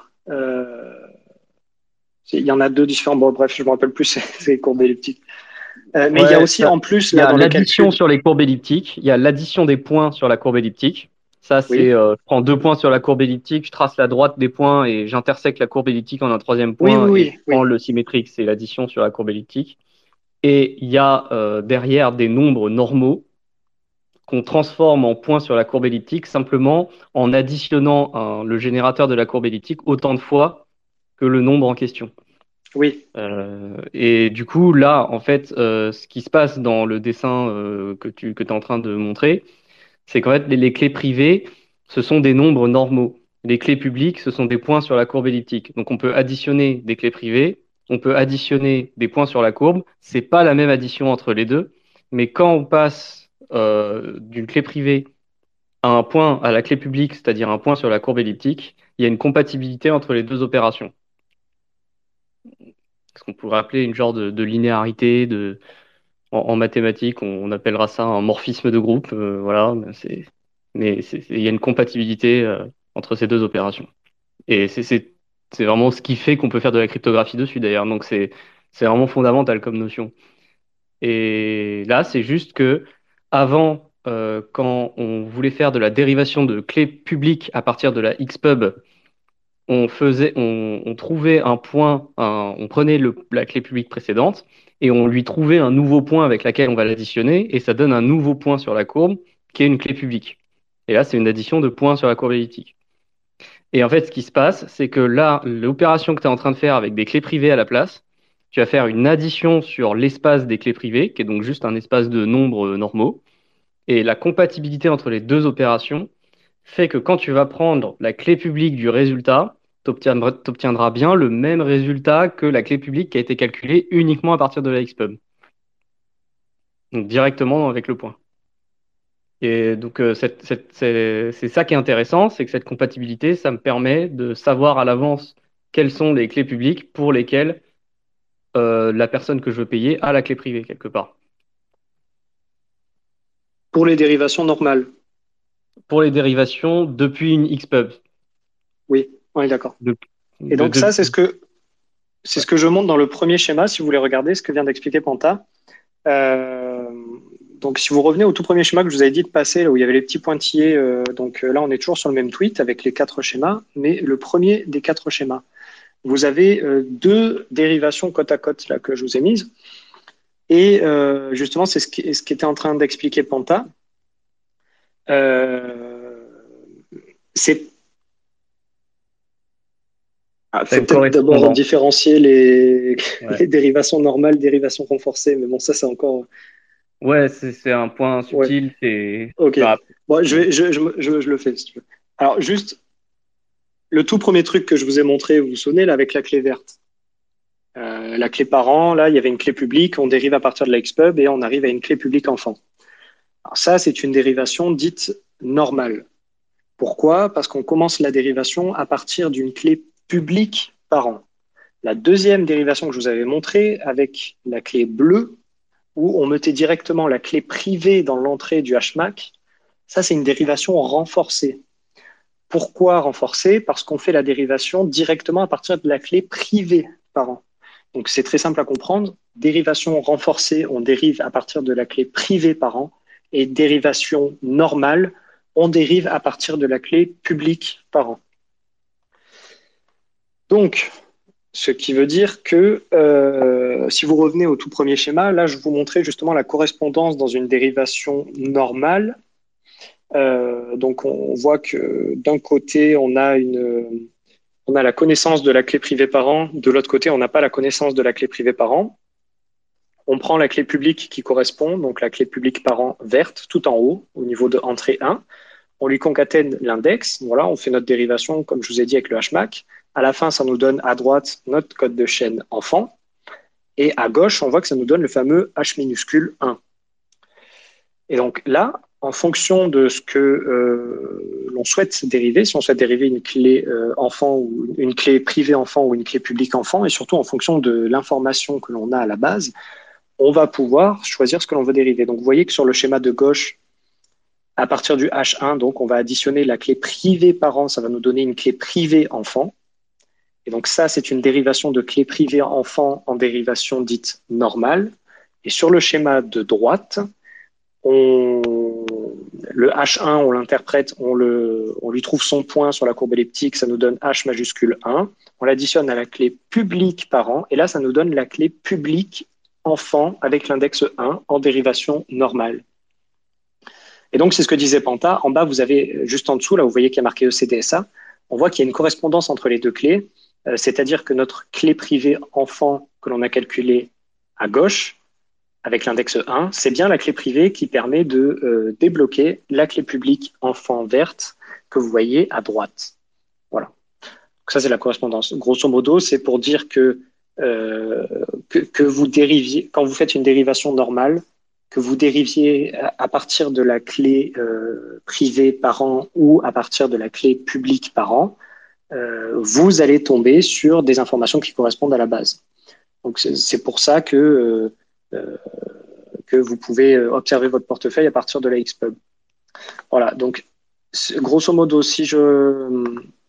Il y en a deux différents. Bon, bref, je me rappelle plus, c'est courbes elliptiques. Mais il y a Ouais, aussi en plus il y là a dans les l'addition calculs. sur les courbes elliptiques, il y a l'addition des points sur la courbe elliptique. Ça, c'est, Oui, je prends deux points sur la courbe elliptique, je trace la droite des points et j'intersecte la courbe elliptique en un troisième oui, oui, point et je oui, prends oui. le symétrique, c'est l'addition sur la courbe elliptique. Et il y a derrière des nombres normaux qu'on transforme en point sur la courbe elliptique simplement en additionnant le générateur de la courbe elliptique autant de fois que le nombre en question. Oui. Et du coup, là, en fait, ce qui se passe dans le dessin que tu es en train de montrer, c'est qu'en fait, les clés privées, ce sont des nombres normaux. Les clés publiques, ce sont des points sur la courbe elliptique. Donc, on peut additionner des clés privées, on peut additionner des points sur la courbe. C'est pas la même addition entre les deux, mais quand on passe d'une clé privée à un point à la clé publique, c'est-à-dire un point sur la courbe elliptique, il y a une compatibilité entre les deux opérations. Ce qu'on pourrait appeler une genre de linéarité en mathématiques, on appellera ça un morphisme de groupe. Voilà, mais il y a une compatibilité entre ces deux opérations. Et c'est vraiment ce qui fait qu'on peut faire de la cryptographie dessus d'ailleurs. Donc c'est vraiment fondamental comme notion. Et là, c'est juste que avant, quand on voulait faire de la dérivation de clés publiques à partir de la Xpub, on trouvait un point, on prenait la clé publique précédente et on lui trouvait un nouveau point avec laquelle on va l'additionner et ça donne un nouveau point sur la courbe qui est une clé publique. Et là, c'est une addition de points sur la courbe elliptique. Et en fait, ce qui se passe, c'est que là, l'opération que tu es en train de faire avec des clés privées à la place, tu vas faire une addition sur l'espace des clés privées, qui est donc juste un espace de nombres normaux. Et la compatibilité entre les deux opérations fait que quand tu vas prendre la clé publique du résultat, tu obtiendras bien le même résultat que la clé publique qui a été calculée uniquement à partir de la Xpub. Donc directement avec le point. Et donc c'est ça qui est intéressant, c'est que cette compatibilité, ça me permet de savoir à l'avance quelles sont les clés publiques pour lesquelles la personne que je veux payer a la clé privée quelque part. Pour les dérivations normales. Pour les dérivations depuis une Xpub. Oui, on est d'accord. Et donc ça, c'est ce que je montre dans le premier schéma, si vous voulez regarder ce que vient d'expliquer Panta. Donc si vous revenez au tout premier schéma que je vous avais dit de passer, là où il y avait les petits pointillés, donc là on est toujours sur le même tweet avec les 4 schémas, mais le premier des 4 schémas. Vous avez 2 dérivations côte à côte là, que je vous ai mises. Et justement, c'est ce qui était en train d'expliquer Panta. C'est faut peut-être d'abord différencier les dérivations normales, dérivations renforcées, mais bon, ça c'est encore. Ouais, c'est un point subtil. Ouais. Ok. Bon, je le fais si tu veux. Alors juste, le tout premier truc que je vous ai montré, vous vous souvenez là avec la clé verte. La clé parent, là, il y avait une clé publique, on dérive à partir de la Xpub et on arrive à une clé publique enfant. Alors ça, c'est une dérivation dite normale. Pourquoi? Parce qu'on commence la dérivation à partir d'une clé publique parent. La deuxième dérivation que je vous avais montrée avec la clé bleue, où on mettait directement la clé privée dans l'entrée du HMAC, ça, c'est une dérivation renforcée. Pourquoi renforcée? Parce qu'on fait la dérivation directement à partir de la clé privée parent. Donc, c'est très simple à comprendre. Dérivation renforcée, on dérive à partir de la clé privée parent. Et dérivation normale, on dérive à partir de la clé publique parent. Donc, ce qui veut dire que si vous revenez au tout premier schéma, là, je vous montrais justement la correspondance dans une dérivation normale. Donc, on voit que d'un côté, on a la connaissance de la clé privée parent. De l'autre côté, on n'a pas la connaissance de la clé privée parent. On prend la clé publique qui correspond, donc la clé publique parent verte, tout en haut, au niveau de entrée 1. On lui concatène l'index. Voilà, on fait notre dérivation, comme je vous ai dit, avec le HMAC. À la fin, ça nous donne à droite notre code de chaîne enfant. Et à gauche, on voit que ça nous donne le fameux H minuscule 1. Et donc là, en fonction de ce que l'on souhaite dériver, si on souhaite dériver une clé enfant ou une clé privée enfant ou une clé publique enfant, et surtout en fonction de l'information que l'on a à la base, on va pouvoir choisir ce que l'on veut dériver. Donc vous voyez que sur le schéma de gauche, à partir du H1, donc on va additionner la clé privée parent, ça va nous donner une clé privée enfant. Et donc ça, c'est une dérivation de clé privée enfant en dérivation dite normale. Et sur le schéma de droite, le H1, on l'interprète, on lui trouve son point sur la courbe elliptique, ça nous donne H majuscule 1. On l'additionne à la clé publique parent, et là, ça nous donne la clé publique enfant avec l'index 1 en dérivation normale. Et donc, c'est ce que disait Panta. En bas, vous avez, juste en dessous, là, vous voyez qu'il y a marqué ECDSA. On voit qu'il y a une correspondance entre les deux clés, c'est-à-dire que notre clé privée enfant que l'on a calculée à gauche, avec l'index 1, c'est bien la clé privée qui permet de débloquer la clé publique enfant verte que vous voyez à droite. Voilà. Donc ça, c'est la correspondance. Grosso modo, c'est pour dire que vous dériviez, quand vous faites une dérivation normale, que vous dériviez à partir de la clé privée parent ou à partir de la clé publique parent, vous allez tomber sur des informations qui correspondent à la base. Donc c'est pour ça que vous pouvez observer votre portefeuille à partir de la Xpub. Voilà, donc grosso modo, si je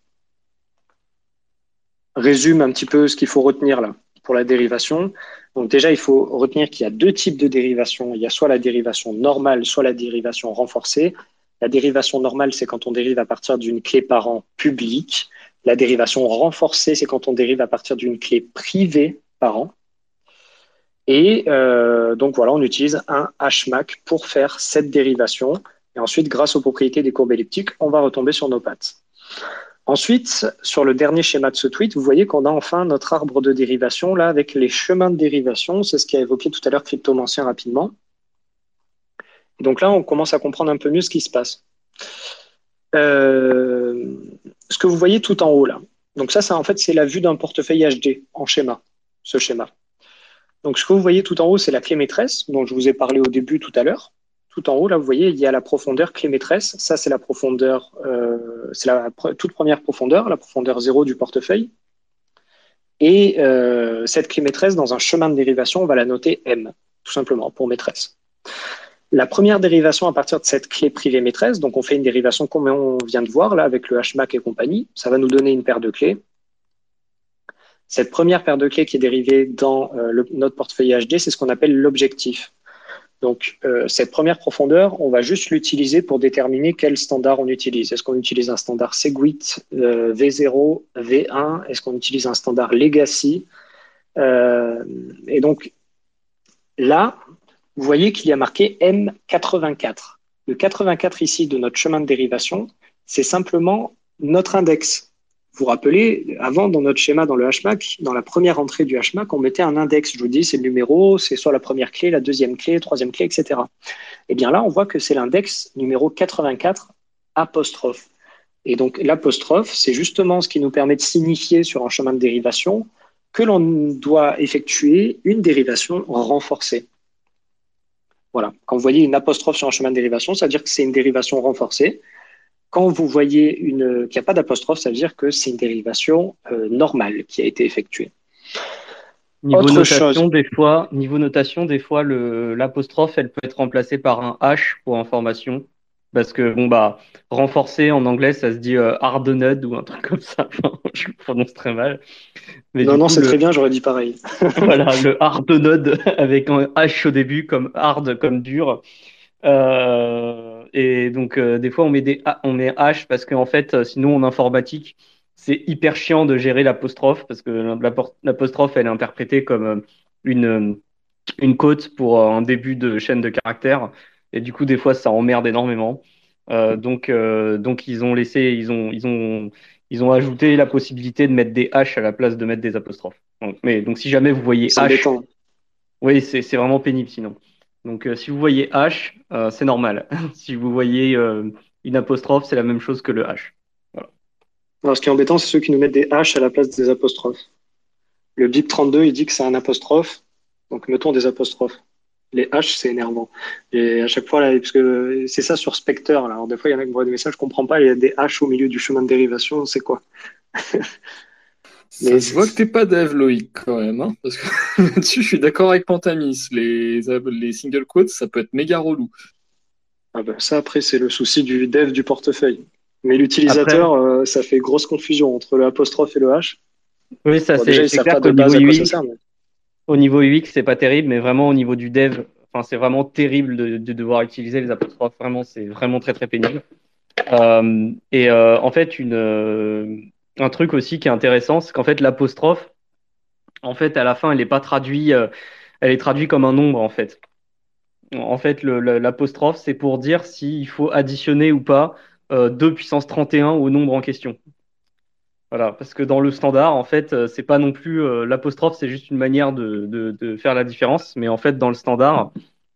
résume un petit peu ce qu'il faut retenir là pour la dérivation. Donc déjà, il faut retenir qu'il y a deux types de dérivation. Il y a soit la dérivation normale, soit la dérivation renforcée. La dérivation normale, c'est quand on dérive à partir d'une clé parent publique. La dérivation renforcée, c'est quand on dérive à partir d'une clé privée parent. Et donc voilà, on utilise un HMAC pour faire cette dérivation. Et ensuite, grâce aux propriétés des courbes elliptiques, on va retomber sur nos pattes. Ensuite, sur le dernier schéma de ce tweet, vous voyez qu'on a enfin notre arbre de dérivation là avec les chemins de dérivation. C'est ce qu'a évoqué tout à l'heure Cryptomancien rapidement. Et donc là, on commence à comprendre un peu mieux ce qui se passe. Ce que vous voyez tout en haut là. Donc ça en fait, c'est la vue d'un portefeuille HD en schéma, ce schéma. Donc ce que vous voyez tout en haut, c'est la clé maîtresse dont je vous ai parlé au début tout à l'heure. Tout en haut, là, vous voyez, il y a la profondeur clé maîtresse. Ça, c'est la profondeur, c'est la toute première profondeur, la profondeur 0 du portefeuille. Et cette clé maîtresse, dans un chemin de dérivation, on va la noter M, tout simplement, pour maîtresse. La première dérivation à partir de cette clé privée maîtresse, donc on fait une dérivation comme on vient de voir, là, avec le HMAC et compagnie, ça va nous donner une paire de clés. Cette première paire de clés qui est dérivée dans notre portefeuille HD, c'est ce qu'on appelle l'objectif. Donc, cette première profondeur, on va juste l'utiliser pour déterminer quel standard on utilise. Est-ce qu'on utilise un standard Segwit, V0, V1? Est-ce qu'on utilise un standard Legacy? Et donc, là, vous voyez qu'il y a marqué M84. Le 84 ici de notre chemin de dérivation, c'est simplement notre index. Vous vous rappelez, avant, dans notre schéma, dans le HMAC, dans la première entrée du HMAC, on mettait un index. Je vous dis, c'est le numéro, c'est soit la première clé, la deuxième clé, troisième clé, etc. Et bien là, on voit que c'est l'index numéro 84 apostrophe. Et donc, l'apostrophe, c'est justement ce qui nous permet de signifier sur un chemin de dérivation que l'on doit effectuer une dérivation renforcée. Voilà. Quand vous voyez une apostrophe sur un chemin de dérivation, ça veut dire que c'est une dérivation renforcée. Quand vous voyez qu'il n'y a pas d'apostrophe, ça veut dire que c'est une dérivation normale qui a été effectuée. Niveau notation, des fois, l'apostrophe, elle peut être remplacée par un H pour information. Parce que, renforcé en anglais, ça se dit hardened ou un truc comme ça. Je le prononce très mal. Mais non, c'est très bien, j'aurais dit pareil. Voilà, le hardened avec un H au début, comme hard, comme dur. Et donc, des fois, on met H parce qu'en fait, sinon, en informatique, c'est hyper chiant de gérer l'apostrophe parce que l'apostrophe, elle est interprétée comme une quote pour un début de chaîne de caractères. Et du coup, des fois, ça emmerde énormément. Donc, ils ont ajouté la possibilité de mettre des H à la place de mettre des apostrophes. Donc si jamais vous voyez H, embêtant. Oui, c'est vraiment pénible sinon. Donc, si vous voyez H, c'est normal. Si vous voyez une apostrophe, c'est la même chose que le H. Voilà. Alors, ce qui est embêtant, c'est ceux qui nous mettent des H à la place des apostrophes. Le BIP 32, il dit que c'est un apostrophe, donc mettons des apostrophes. Les H, c'est énervant. Et à chaque fois, là, parce que c'est ça sur Spectre, là. Alors, des fois, il y en a qui m'envoient des messages, je comprends pas, il y a des H au milieu du chemin de dérivation, c'est quoi? Ça se voit que t'es pas dev, Loïc, quand même, hein, parce que là-dessus, je suis d'accord avec Pantamis. Les single quotes, ça peut être méga relou. Ah ben, ça, après, c'est le souci du dev du portefeuille. Mais l'utilisateur, ça fait grosse confusion entre l'apostrophe et le H. Oui, ça, c'est clair qu'au niveau UX, au niveau UX, c'est pas terrible, mais vraiment au niveau du dev, c'est vraiment terrible de devoir utiliser les apostrophes. Vraiment, c'est vraiment très, très pénible. En fait, un truc aussi qui est intéressant, c'est qu'en fait, l'apostrophe, en fait, à la fin, elle n'est pas traduite, elle est traduite comme un nombre, en fait. En fait, l'apostrophe, c'est pour dire s'il faut additionner ou pas 2 puissance 31 au nombre en question. Voilà, parce que dans le standard, en fait, c'est pas non plus l'apostrophe, c'est juste une manière de faire la différence. Mais en fait, dans le standard,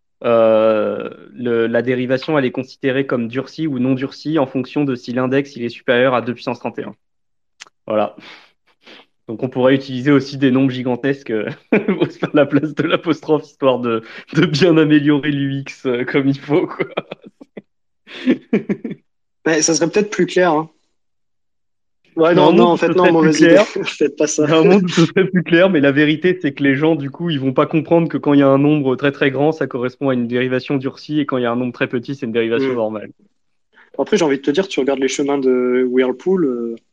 la dérivation, elle est considérée comme durcie ou non durcie en fonction de si l'index il est supérieur à 2 puissance 31. Voilà. Donc on pourrait utiliser aussi des nombres gigantesques à la place de l'apostrophe, histoire de bien améliorer l'UX comme il faut, quoi. Ouais, ça serait peut-être plus clair, hein. Ouais, Dans non, un non, monde en où ce fait, non, serait plus mauvaise idée. clair, Faites pas ça. dans un monde où ce serait plus clair, mais la vérité, c'est que les gens, du coup, ils vont pas comprendre que quand il y a un nombre très très grand, ça correspond à une dérivation durcie, et quand il y a un nombre très petit, c'est une dérivation Hmm. normale. Après, j'ai envie de te dire, tu regardes les chemins de Whirlpool,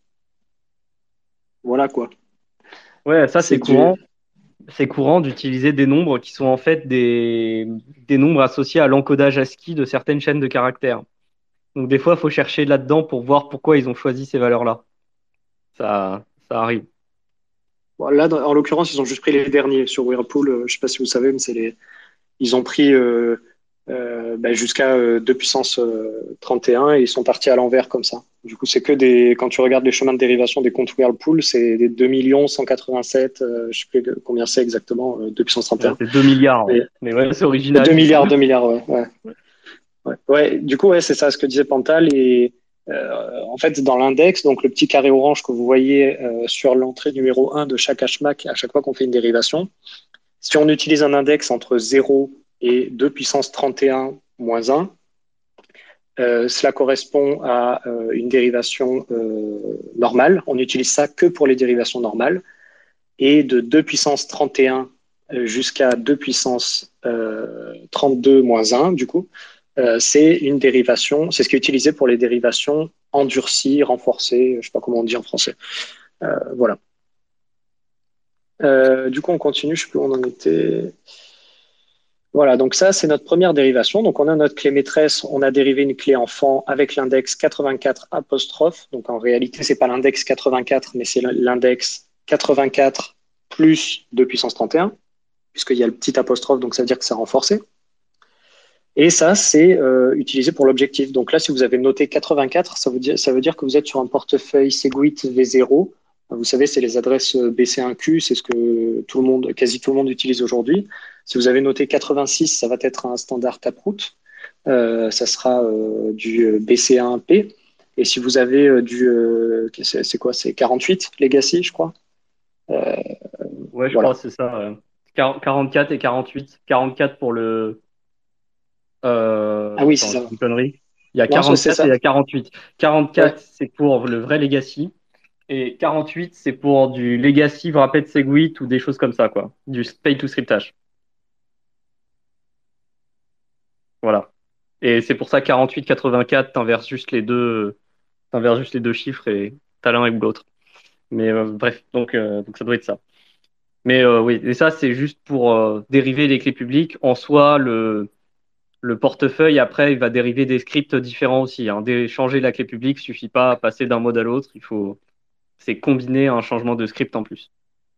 voilà quoi. Ouais, ça C'est c'est du. courant. C'est courant d'utiliser des nombres qui sont en fait des nombres associés à l'encodage ASCII de certaines chaînes de caractères. Donc des fois, il faut chercher là-dedans pour voir pourquoi ils ont choisi ces valeurs-là. Ça arrive. Bon, là, en l'occurrence, ils ont juste pris les derniers sur Whirlpool. Je sais pas si vous savez, mais ils ont pris jusqu'à 2 puissance 31 et ils sont partis à l'envers comme ça. Du coup, c'est que quand tu regardes les chemins de dérivation des comptes Whirlpool, c'est des 2 187 je sais plus combien c'est exactement, 2 puissance Ouais, 31. c'est 2 milliards, hein. Mais Mais ouais, c'est 2 original du coup. milliards, 2 milliards, ouais. Ouais. Ouais. Ouais, du coup, ouais, c'est ça ce que disait Pantal. Et en fait, dans l'index, donc le petit carré orange que vous voyez sur l'entrée numéro 1 de chaque HMAC, à chaque fois qu'on fait une dérivation, si on utilise un index entre 0 et 2 puissance 31 moins 1, cela correspond à une dérivation normale. On n'utilise ça que pour les dérivations normales. Et de 2 puissance 31 jusqu'à 2 puissance 32 moins 1, du coup, c'est une dérivation, c'est ce qui est utilisé pour les dérivations endurcies, renforcées, je ne sais pas comment on dit en français. Voilà. Du coup, on continue, je ne sais plus où on en était. Voilà, donc ça, c'est notre première dérivation. Donc, on a notre clé maîtresse, on a dérivé une clé enfant avec l'index 84 apostrophe. Donc, en réalité, c'est pas l'index 84, mais c'est l'index 84 plus 2 puissance 31, puisqu'il y a le petit apostrophe, donc ça veut dire que c'est renforcé. Et ça, c'est utilisé pour l'objectif. Donc là, si vous avez noté 84, ça veut dire que vous êt sur un portefeuille Segwit V0. Vous savez, c'est les adresses BC1Q, c'est ce que quasi tout le monde utilise aujourd'hui. Si vous avez noté 86, ça va être un standard Taproot. Ça sera du BC1P. Et si vous avez c'est quoi? C'est 48 Legacy, je crois. Euh, Ouais, je crois voilà. que c'est ça. 44 et 48. 44 pour le. Ah oui, c'est Attends, je ça. dis une connerie. Il y a Non, c'est 44 et il ça. y a 48. Ouais. 44, c'est pour le vrai Legacy. Et 48, c'est pour du Legacy, Wrapped Segwit ou des choses comme ça, quoi. Du Pay to Scriptage. Voilà. Et c'est pour ça 48, 84, t'inverses juste les deux chiffres et t'as l'un ou l'autre. Mais bref, donc ça doit être ça. Mais oui, et ça, c'est juste pour dériver les clés publiques. En soi, le portefeuille, après, il va dériver des scripts différents aussi, hein. Changer la clé publique suffit pas à passer d'un mode à l'autre. C'est combiner un changement de script en plus.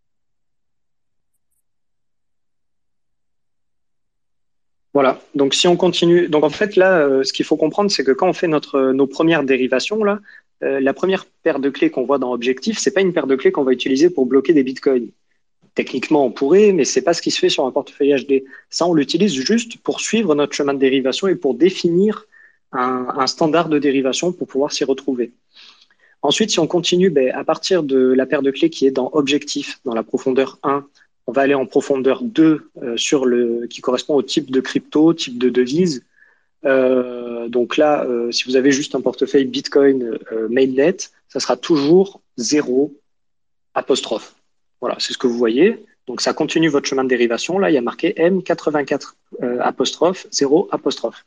Voilà. Donc, si on continue, donc en fait là, ce qu'il faut comprendre, c'est que quand on fait nos premières dérivations là, la première paire de clés qu'on voit dans Objectif, c'est pas une paire de clés qu'on va utiliser pour bloquer des bitcoins. Techniquement, on pourrait, mais c'est pas ce qui se fait sur un portefeuille HD. Ça, on l'utilise juste pour suivre notre chemin de dérivation et pour définir un standard de dérivation pour pouvoir s'y retrouver. Ensuite, si on continue, à partir de la paire de clés qui est dans Objectif, dans la profondeur 1, on va aller en profondeur 2 qui correspond au type de crypto, type de devise. Donc là, si vous avez juste un portefeuille Bitcoin mainnet, ça sera toujours 0 apostrophe. Voilà, c'est ce que vous voyez. Donc ça continue votre chemin de dérivation. Là, il y a marqué M84 apostrophe 0 apostrophe.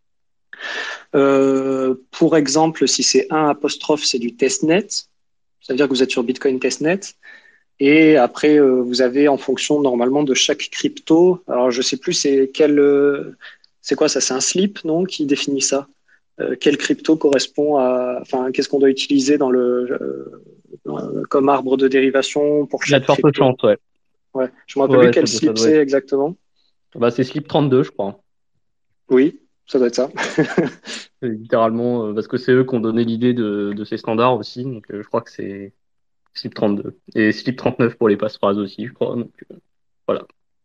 Pour exemple, si c'est 1 apostrophe, c'est du testnet. Ça veut dire que vous êtes sur Bitcoin testnet. Et après, vous avez en fonction normalement de chaque crypto. Alors, je sais plus c'est quoi ça? C'est un slip, non, qui définit ça? Quel crypto correspond à, enfin, qu'est-ce qu'on doit utiliser comme arbre de dérivation pour Il y a de chaque fortes crypto? chances, ouais. Ouais, je me rappelle plus Ouais, quel ça slip doit c'est être. exactement. Bah, c'est Slip 32, je crois. Oui, ça doit être ça. C'est littéralement, parce que c'est eux qui ont donné l'idée de ces standards aussi. Donc, je crois que c'est Slip 32. Et Slip 39 pour les passphrases aussi, je crois. Donc, voilà.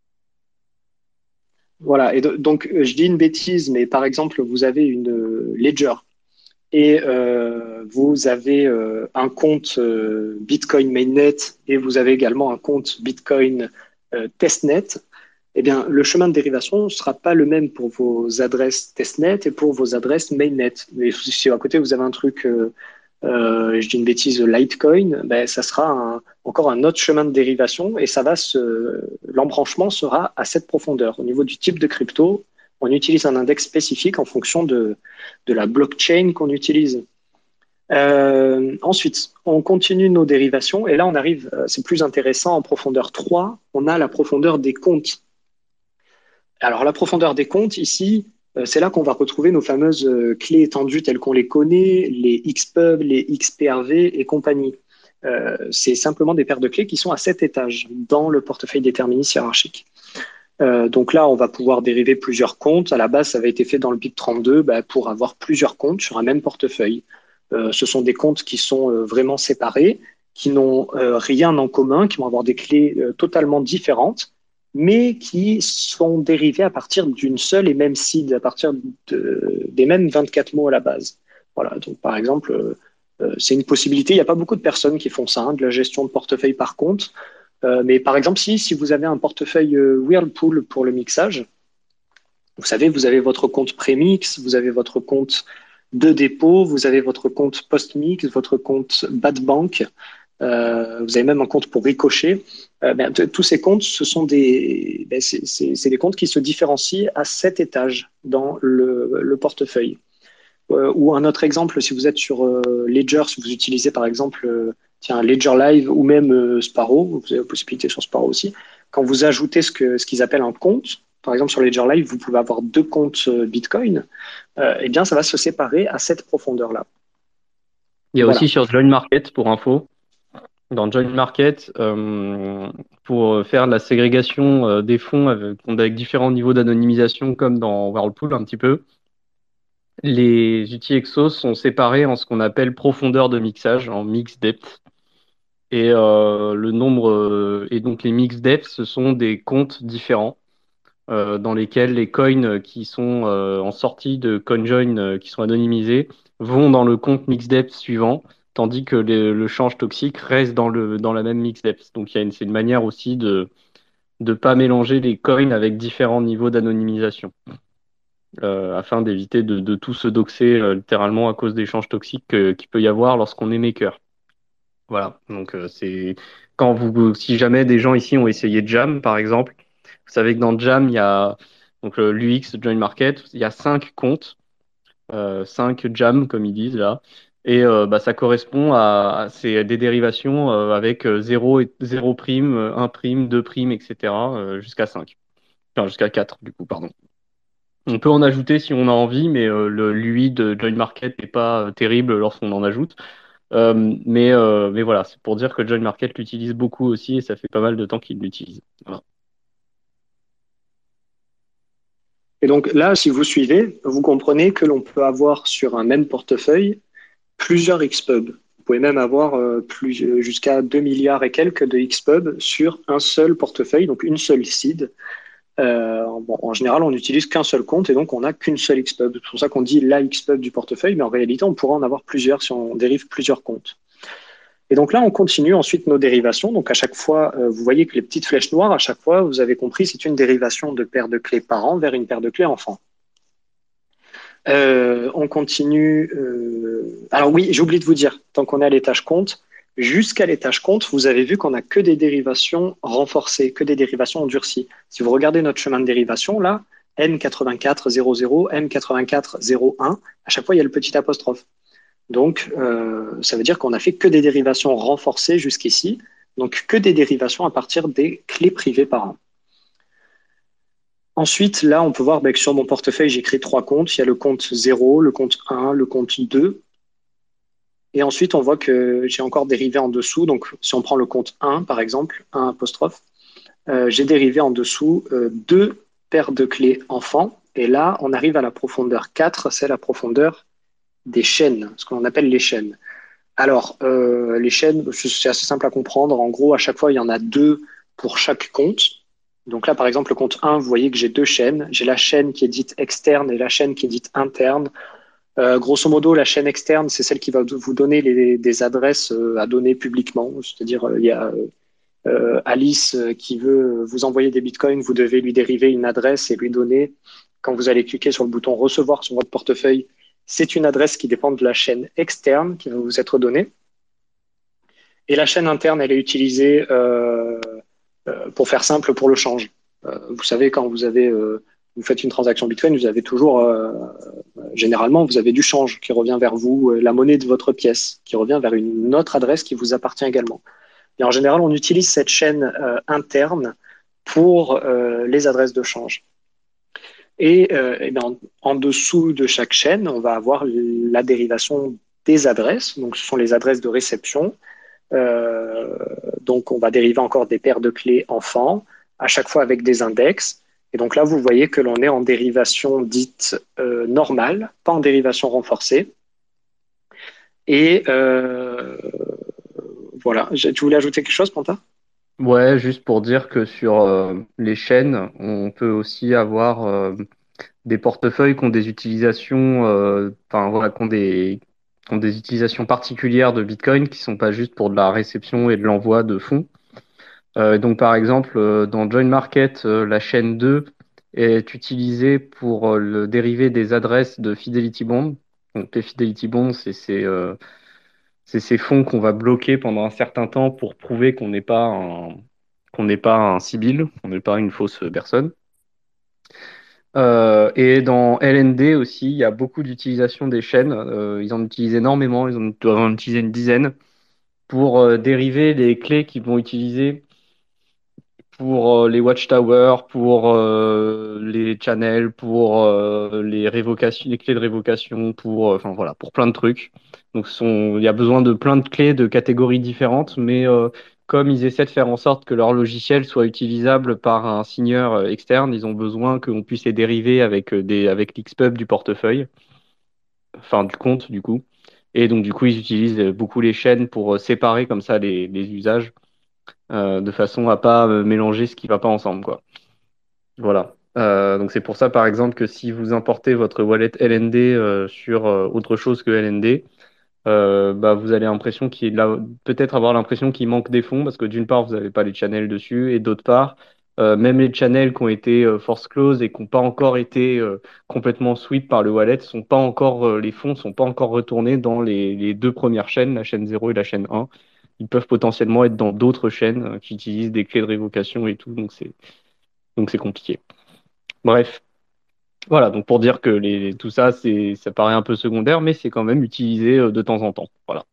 Voilà. Et donc, je dis une bêtise, mais par exemple, vous avez une ledger et vous avez un compte Bitcoin Mainnet et vous avez également un compte Bitcoin Testnet. Eh bien, le chemin de dérivation ne sera pas le même pour vos adresses testnet et pour vos adresses mainnet. Mais si à côté vous avez un truc, je dis une bêtise, Litecoin, ben, ça sera encore un autre chemin de dérivation et l'embranchement sera à cette profondeur. Au niveau du type de crypto, on utilise un index spécifique en fonction de la blockchain qu'on utilise. Ensuite, on continue nos dérivations et là on arrive, c'est plus intéressant, en profondeur 3, on a la profondeur des comptes. Alors, la profondeur des comptes, ici, c'est là qu'on va retrouver nos fameuses clés étendues telles qu'on les connaît, les XPub, les XPRV et compagnie. C'est simplement des paires de clés qui sont à 7 étages dans le portefeuille déterministe hiérarchique. Donc là, on va pouvoir dériver plusieurs comptes. À la base, ça avait été fait dans le BIP32 pour avoir plusieurs comptes sur un même portefeuille. Ce sont des comptes qui sont vraiment séparés, qui n'ont rien en commun, qui vont avoir des clés totalement différentes, mais qui sont dérivés à partir d'une seule et même seed, à partir des mêmes 24 mots à la base. Voilà, donc par exemple, c'est une possibilité. Il n'y a pas beaucoup de personnes qui font ça, hein, de la gestion de portefeuille par compte. Mais par exemple, si vous avez un portefeuille Whirlpool pour le mixage, vous savez, vous avez votre compte prémix, vous avez votre compte de dépôt, vous avez votre compte post-mix, votre compte bad bank, vous avez même un compte pour ricochet. Tous ces comptes, c'est des comptes qui se différencient à 7 étages dans le portefeuille. Ou un autre exemple, si vous êtes sur Ledger, si vous utilisez par exemple Ledger Live ou même Sparrow, vous avez la possibilité sur Sparrow aussi, quand vous ajoutez ce qu'ils appellent un compte, par exemple sur Ledger Live, vous pouvez avoir 2 comptes Bitcoin, eh bien ça va se séparer à cette profondeur-là. Il y a Voilà. aussi sur Join Market, pour info, dans Join Market, pour faire la ségrégation des fonds avec différents niveaux d'anonymisation, comme dans Whirlpool un petit peu, les UTXO sont séparés en ce qu'on appelle profondeur de mixage, en mix depth. Et et donc les mix depth, ce sont des comptes différents dans lesquels les coins qui sont en sortie de CoinJoin, qui sont anonymisés, vont dans le compte mix depth suivant, tandis que le change toxique reste dans la même mix depth. Donc c'est une manière aussi de ne pas mélanger les coins avec différents niveaux d'anonymisation. Afin d'éviter de tout se doxer littéralement à cause des changes toxiques qu'il peut y avoir lorsqu'on est maker. Voilà, donc c'est si jamais des gens ici ont essayé Jam, par exemple, vous savez que dans Jam, il y a donc l'UX Join Market, il y a 5 comptes, 5 Jam comme ils disent là, et ça correspond c'est des dérivations avec 0 et 0 prime, 1 prime, 2 prime, etc. Jusqu'à 5. Enfin, jusqu'à 4 du coup, pardon. On peut en ajouter si on a envie, mais l'UI de Join Market n'est pas terrible lorsqu'on en ajoute. Mais voilà, c'est pour dire que Join Market l'utilise beaucoup aussi et ça fait pas mal de temps qu'il l'utilise. Voilà. Et donc là, si vous suivez, vous comprenez que l'on peut avoir sur un même portefeuille plusieurs XPub. Vous pouvez même avoir jusqu'à 2 milliards et quelques de XPub sur un seul portefeuille, donc une seule seed. En général, on n'utilise qu'un seul compte et donc on n'a qu'une seule XPub. C'est pour ça qu'on dit la XPub du portefeuille, mais en réalité, on pourra en avoir plusieurs si on dérive plusieurs comptes. Et donc là, on continue ensuite nos dérivations. Donc à chaque fois, vous voyez que les petites flèches noires, à chaque fois, vous avez compris, c'est une dérivation de paire de clés parent vers une paire de clés enfant. On continue. Alors oui, j'ai oublié de vous dire, tant qu'on est à l'étage compte, jusqu'à l'étage compte, vous avez vu qu'on n'a que des dérivations renforcées, que des dérivations endurcies. Si vous regardez notre chemin de dérivation, là, M8400, M8401, à chaque fois, il y a le petit apostrophe. Donc, ça veut dire qu'on n'a fait que des dérivations renforcées jusqu'ici, donc que des dérivations à partir des clés privées par an. Ensuite, là, on peut voir que sur mon portefeuille, j'ai créé 3 comptes. Il y a le compte 0, le compte 1, le compte 2. Et ensuite, on voit que j'ai encore dérivé en dessous. Donc, si on prend le compte 1, par exemple, 1 apostrophe, j'ai dérivé en dessous 2 paires de clés enfants Et là, on arrive à la profondeur 4, c'est la profondeur des chaînes, ce qu'on appelle les chaînes. Alors, les chaînes, c'est assez simple à comprendre. En gros, à chaque fois, il y en a deux pour chaque compte. Donc là, par exemple, le compte 1, vous voyez que j'ai deux chaînes. J'ai la chaîne qui est dite externe et la chaîne qui est dite interne. Grosso modo, la chaîne externe, c'est celle qui va vous donner des adresses à donner publiquement. C'est-à-dire, il y a Alice qui veut vous envoyer des bitcoins, vous devez lui dériver une adresse et lui donner. Quand vous allez cliquer sur le bouton recevoir sur votre portefeuille, c'est une adresse qui dépend de la chaîne externe qui va vous être donnée. Et la chaîne interne, elle est utilisée pour faire simple pour le change. Vous savez, quand vous faites une transaction Bitcoin, vous avez toujours, généralement, vous avez du change qui revient vers vous, la monnaie de votre pièce, qui revient vers une autre adresse qui vous appartient également. Et en général, on utilise cette chaîne interne pour les adresses de change. Et bien, en dessous de chaque chaîne, on va avoir la dérivation des adresses. Donc, ce sont les adresses de réception. Donc, on va dériver encore des paires de clés enfants, à chaque fois avec des index. Et donc là, vous voyez que l'on est en dérivation dite normale, pas en dérivation renforcée. Et voilà. Tu voulais ajouter quelque chose, Panta? Ouais, juste pour dire que sur les chaînes, on peut aussi avoir des portefeuilles qui ont des utilisations, enfin voilà, qui ont des utilisations particulières de Bitcoin qui sont pas juste pour de la réception et de l'envoi de fonds. Donc par exemple, dans Join Market, la chaîne 2 est utilisée pour le dérivé des adresses de Fidelity Bond. Donc les Fidelity Bonds, c'est ces fonds qu'on va bloquer pendant un certain temps pour prouver qu'on n'est pas un Sibyl, qu'on n'est pas une fausse personne. Et dans LND aussi, il y a beaucoup d'utilisation des chaînes. Ils en utilisent énormément, ils en doivent en utiliser une dizaine pour dériver les clés qu'ils vont utiliser pour les watchtowers, pour les channels, pour les révocations, les clés de révocation, pour enfin voilà, pour plein de trucs. Donc il y a besoin de plein de clés de catégories différentes, mais comme ils essaient de faire en sorte que leur logiciel soit utilisable par un signeur externe, ils ont besoin qu'on puisse les dériver avec l'XPub du portefeuille, enfin du compte du coup. Et donc du coup, ils utilisent beaucoup les chaînes pour séparer comme ça les usages de façon à pas mélanger ce qui va pas ensemble, quoi. Voilà. Donc c'est pour ça, par exemple, que si vous importez votre wallet LND sur autre chose que LND, bah, vous allez l'impression peut-être avoir l'impression qu'il manque des fonds parce que d'une part, vous n'avez pas les channels dessus et d'autre part, même les channels qui ont été force close et qui n'ont pas encore été complètement sweep par le wallet, les fonds sont pas encore retournés dans les deux premières chaînes, la chaîne 0 et la chaîne 1. Ils peuvent potentiellement être dans d'autres chaînes qui utilisent des clés de révocation et tout, donc c'est compliqué. Bref, voilà, donc pour dire que tout ça, ça paraît un peu secondaire, mais c'est quand même utilisé de temps en temps. Voilà.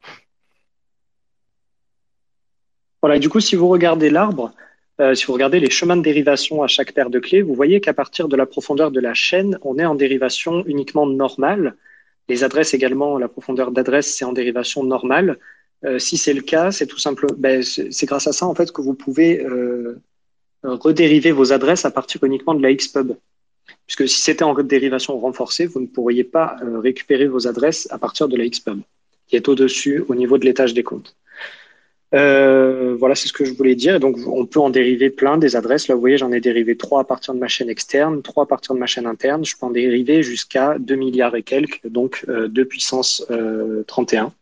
Voilà, et du coup, si vous regardez l'arbre, si vous regardez les chemins de dérivation à chaque paire de clés, vous voyez qu'à partir de la profondeur de la chaîne, on est en dérivation uniquement normale. Les adresses également, la profondeur d'adresse, c'est en dérivation normale. Si c'est le cas, c'est tout simple. C'est grâce à ça en fait que vous pouvez redériver vos adresses à partir uniquement de la XPub. Puisque si c'était en dérivation renforcée, vous ne pourriez pas récupérer vos adresses à partir de la XPub, qui est au-dessus, au niveau de l'étage des comptes. Voilà, c'est ce que je voulais dire. Et donc, on peut en dériver plein des adresses. Là, vous voyez, j'en ai dérivé 3 à partir de ma chaîne externe, 3 à partir de ma chaîne interne. Je peux en dériver jusqu'à 2 milliards et quelques, donc 2 puissance 31.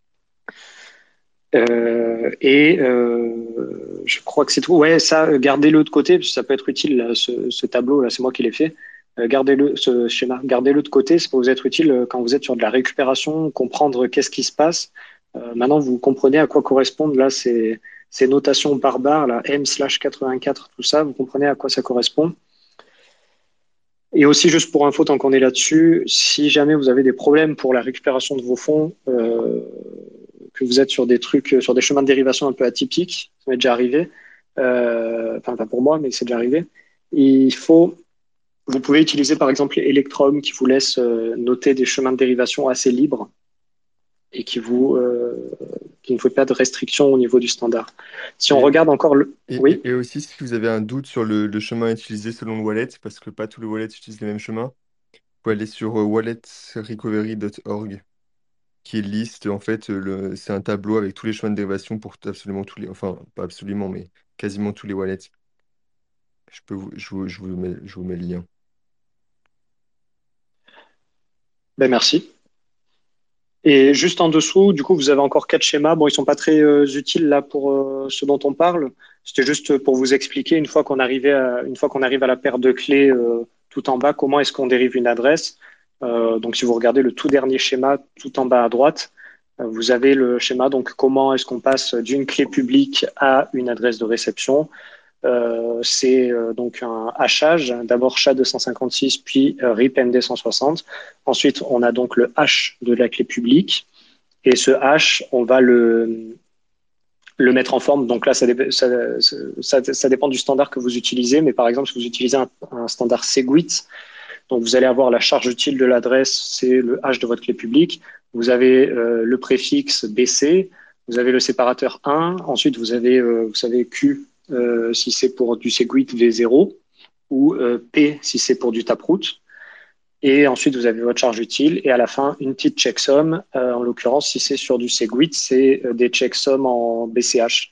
Je crois que c'est tout. Ouais, ça, gardez-le de côté, parce que ça peut être utile, là, ce tableau, là, c'est moi qui l'ai fait. Gardez-le, ce schéma, gardez-le de côté, ça peut vous être utile quand vous êtes sur de la récupération, comprendre qu'est-ce qui se passe. Maintenant, vous comprenez à quoi correspondent là ces notations barbares, là, M/84, tout ça, vous comprenez à quoi ça correspond. Et aussi, juste pour info, tant qu'on est là-dessus, si jamais vous avez des problèmes pour la récupération de vos fonds, que vous êtes sur des trucs, sur des chemins de dérivation un peu atypiques, ça m'est déjà arrivé, enfin pas pour moi, mais c'est déjà arrivé, vous pouvez utiliser par exemple Electrum qui vous laisse noter des chemins de dérivation assez libres et qui vous qu'il ne faut pas de restriction au niveau du standard. Si on Et, regarde encore le... Oui, et aussi, si vous avez un doute sur le chemin utilisé selon le wallet, parce que pas tous les wallets utilisent les mêmes chemins, vous pouvez aller sur walletrecovery.org, qui est liste, en fait, c'est un tableau avec tous les chemins de dérivation pour absolument tous les, enfin, pas absolument, mais quasiment tous les wallets. Je vous mets le lien. ben merci. Et juste en dessous, du coup, vous avez encore 4 schémas. Bon, ils sont pas très utiles là pour ce dont on parle. C'était juste pour vous expliquer une fois qu'on arrive à la paire de clés tout en bas, comment est-ce qu'on dérive une adresse. Donc, si vous regardez le tout dernier schéma tout en bas à droite, vous avez le schéma. Donc, comment est-ce qu'on passe d'une clé publique à une adresse de réception. C'est donc un hachage, d'abord SHA-256, puis RIP-MD-160. Ensuite, on a donc le hash de la clé publique. Et ce hash, on va le mettre en forme. Donc là, ça dépend du standard que vous utilisez. Mais par exemple, si vous utilisez un standard SegWit, donc vous allez avoir la charge utile de l'adresse, c'est le hash de votre clé publique. Vous avez le préfixe BC, vous avez le séparateur 1. Ensuite, vous savez Q si c'est pour du SegWit V0 ou P si c'est pour du Taproot. Et ensuite, vous avez votre charge utile. Et à la fin, une petite checksum. En l'occurrence, si c'est sur du SegWit, c'est des checksums en BCH.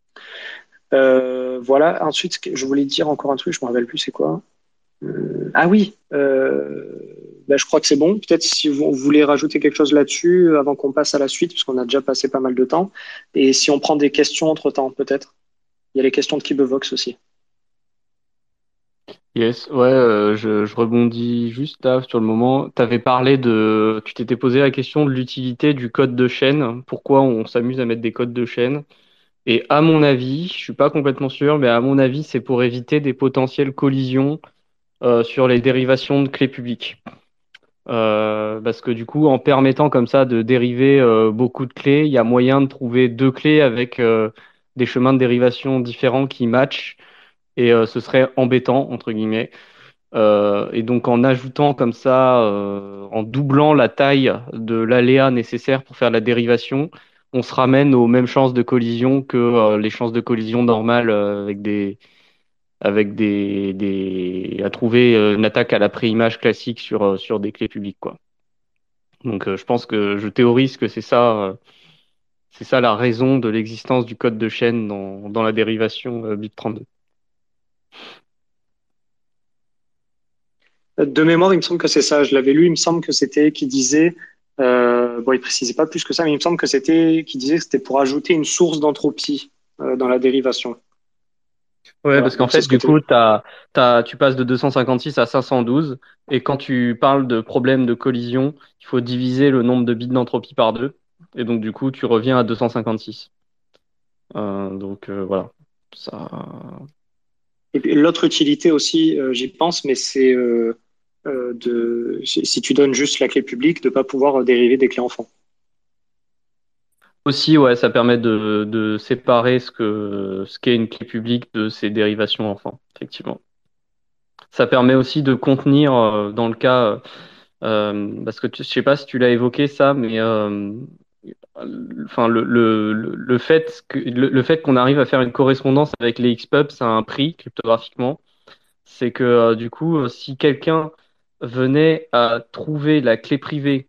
Voilà. Ensuite, je voulais dire encore un truc, je ne me rappelle plus c'est quoi. Ah oui, je crois que c'est bon. Peut-être si vous voulez rajouter quelque chose là-dessus avant qu'on passe à la suite, parce qu'on a déjà passé pas mal de temps. Et si on prend des questions entre-temps, peut-être. Il y a les questions de Kibevox aussi. Yes, ouais, je rebondis juste là sur le moment. Tu t'étais posé la question de l'utilité du code de chaîne. Pourquoi on s'amuse à mettre des codes de chaîne? Et à mon avis, je suis pas complètement sûr, mais à mon avis, c'est pour éviter des potentielles collisions sur les dérivations de clés publiques. Parce que du coup, en permettant comme ça de dériver beaucoup de clés, il y a moyen de trouver deux clés avec des chemins de dérivation différents qui matchent et ce serait embêtant, entre guillemets. Et donc en ajoutant comme ça, en doublant la taille de l'aléa nécessaire pour faire la dérivation, on se ramène aux mêmes chances de collision que les chances de collision normales à trouver une attaque à la préimage classique sur des clés publiques, quoi. Donc je pense que je théorise que c'est ça la raison de l'existence du code de chaîne dans la dérivation bit32. De mémoire, il me semble que c'est ça. Je l'avais lu. Il me semble que c'était qui disait, bon, il précisait pas plus que ça, mais il me semble que c'était qui disait que c'était pour ajouter une source d'entropie dans la dérivation. Ouais, Voilà. parce qu'en Donc c'est fait, ce que du coup, tu passes de 256 à 512, et quand tu parles de problème de collision, il faut diviser le nombre de bits d'entropie par deux, et donc du coup, tu reviens à 256. Voilà. Ça... Et puis, l'autre utilité aussi, j'y pense, mais c'est si tu donnes juste la clé publique, de pas pouvoir dériver des clés enfants. Aussi, ouais, ça permet de séparer ce qu'est une clé publique de ses dérivations enfants, effectivement. Ça permet aussi de contenir, dans le cas, parce que je sais pas si tu l'as évoqué ça, mais enfin le fait qu'on arrive à faire une correspondance avec les XPub, ça a un prix cryptographiquement. C'est que du coup, si quelqu'un venait à trouver la clé privée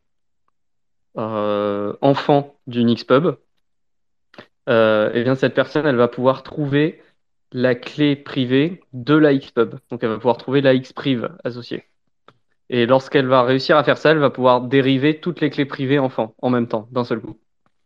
enfant d'une XPub, eh bien cette personne, elle va pouvoir trouver la clé privée de la XPub. Donc elle va pouvoir trouver la Xpriv associée. Et lorsqu'elle va réussir à faire ça, elle va pouvoir dériver toutes les clés privées enfants en même temps, d'un seul coup.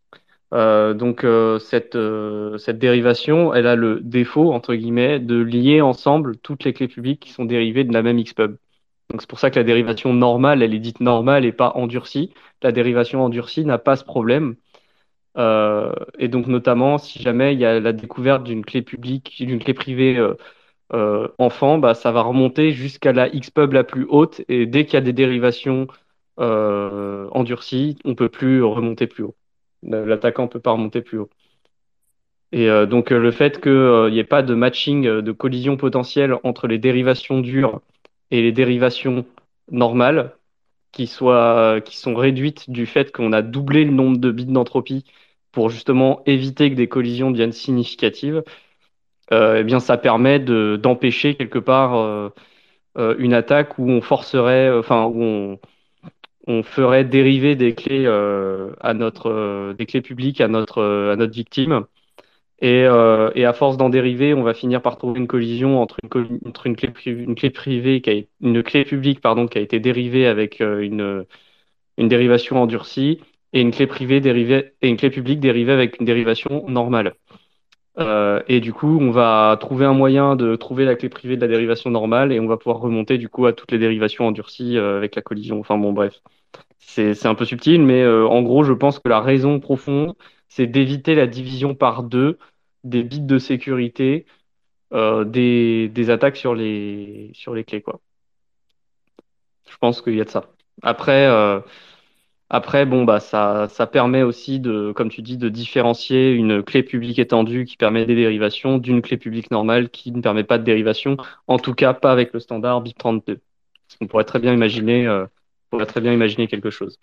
Cette dérivation, elle a le défaut, entre guillemets, de lier ensemble toutes les clés publiques qui sont dérivées de la même XPub. Donc c'est pour ça que la dérivation normale, elle est dite normale et pas endurcie. La dérivation endurcie n'a pas ce problème. Et donc notamment, si jamais il y a la découverte d'une clé publique, d'une clé privée enfant, bah, ça va remonter jusqu'à la Xpub la plus haute. Et dès qu'il y a des dérivations endurcies, on peut plus remonter plus haut. L'attaquant ne peut pas remonter plus haut. Et donc le fait qu'il n'y ait pas de matching, de collision potentielle entre les dérivations dures et les dérivations normales, qui sont réduites du fait qu'on a doublé le nombre de bits d'entropie pour justement éviter que des collisions deviennent significatives, eh bien, ça permet d'empêcher quelque part une attaque où on forcerait, enfin, on ferait dériver des clés des clés publiques à notre victime. Et à force d'en dériver, on va finir par trouver une collision entre une clé privée une clé publique pardon, qui a été dérivée avec une dérivation endurcie et une clé privée dérivée et une clé publique dérivée avec une dérivation normale. Et du coup, on va trouver un moyen de trouver la clé privée de la dérivation normale et on va pouvoir remonter du coup à toutes les dérivations endurcies avec la collision. Enfin bon, bref, c'est un peu subtil, mais en gros, je pense que la raison profonde, c'est d'éviter la division par deux des bits de sécurité des attaques sur les clés, quoi. Je pense qu'il y a de ça. Après, bon, bah, ça permet aussi comme tu dis, de différencier une clé publique étendue qui permet des dérivations d'une clé publique normale qui ne permet pas de dérivation. En tout cas, pas avec le standard BIP32. On pourrait très bien imaginer quelque chose.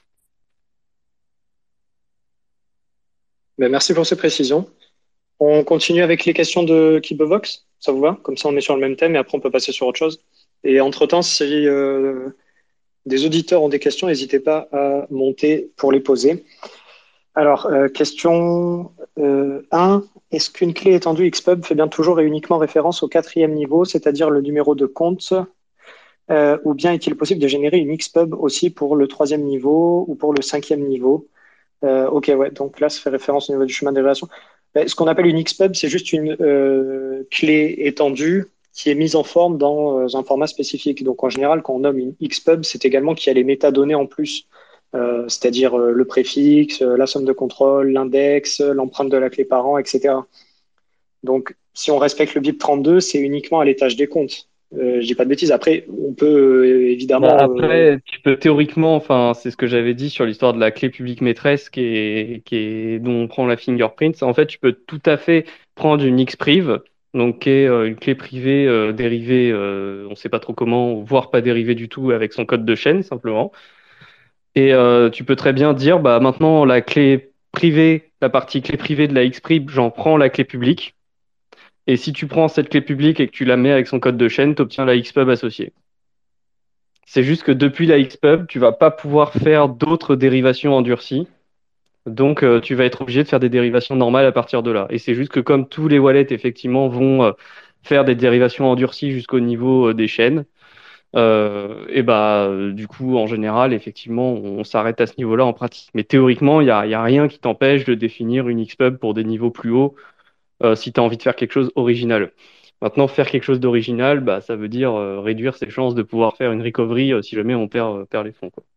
Ben, merci pour ces précisions. On continue avec les questions de Kibovox, ça vous va? Comme ça, on est sur le même thème et après, on peut passer sur autre chose. Et entre-temps, si des auditeurs ont des questions, n'hésitez pas à monter pour les poser. Alors, question 1. Est-ce qu'une clé étendue Xpub fait bien toujours et uniquement référence au 4e niveau, c'est-à-dire le numéro de compte, ou bien est-il possible de générer une Xpub aussi pour le 3e niveau ou pour le 5e niveau? Ok, ouais, donc là, ça fait référence au niveau du chemin de dérivation. Ce qu'on appelle une Xpub, c'est juste une clé étendue qui est mise en forme dans un format spécifique. Donc en général, quand on nomme une Xpub, c'est également qu'il y a les métadonnées en plus, c'est-à-dire le préfixe, la somme de contrôle, l'index, l'empreinte de la clé parent, etc. Donc si on respecte le BIP 32, c'est uniquement à l'étage des comptes. Je dis pas de bêtises. Après, on peut Bah, évidemment. après, tu peux théoriquement, enfin, c'est ce que j'avais dit sur l'histoire de la clé publique maîtresse dont on prend la fingerprint. En fait, tu peux tout à fait prendre une Xpriv, donc qui est une clé privée dérivée, on ne sait pas trop comment, voire pas dérivée du tout avec son code de chaîne simplement. Et tu peux très bien dire, bah maintenant la clé privée, la partie clé privée de la Xpriv, j'en prends la clé publique. Et si tu prends cette clé publique et que tu la mets avec son code de chaîne, tu obtiens la Xpub associée. C'est juste que depuis la Xpub, tu vas pas pouvoir faire d'autres dérivations endurcies. Donc, tu vas être obligé de faire des dérivations normales à partir de là. Et c'est juste que comme tous les wallets, effectivement, vont faire des dérivations endurcies jusqu'au niveau des chaînes, et bah, du coup, en général, effectivement, on s'arrête à ce niveau-là en pratique. Mais théoriquement, il y a rien qui t'empêche de définir une Xpub pour des niveaux plus hauts si tu as envie de faire quelque chose original. Maintenant, faire quelque chose d'original, bah, ça veut dire réduire ses chances de pouvoir faire une recovery si jamais on perd les fonds, quoi.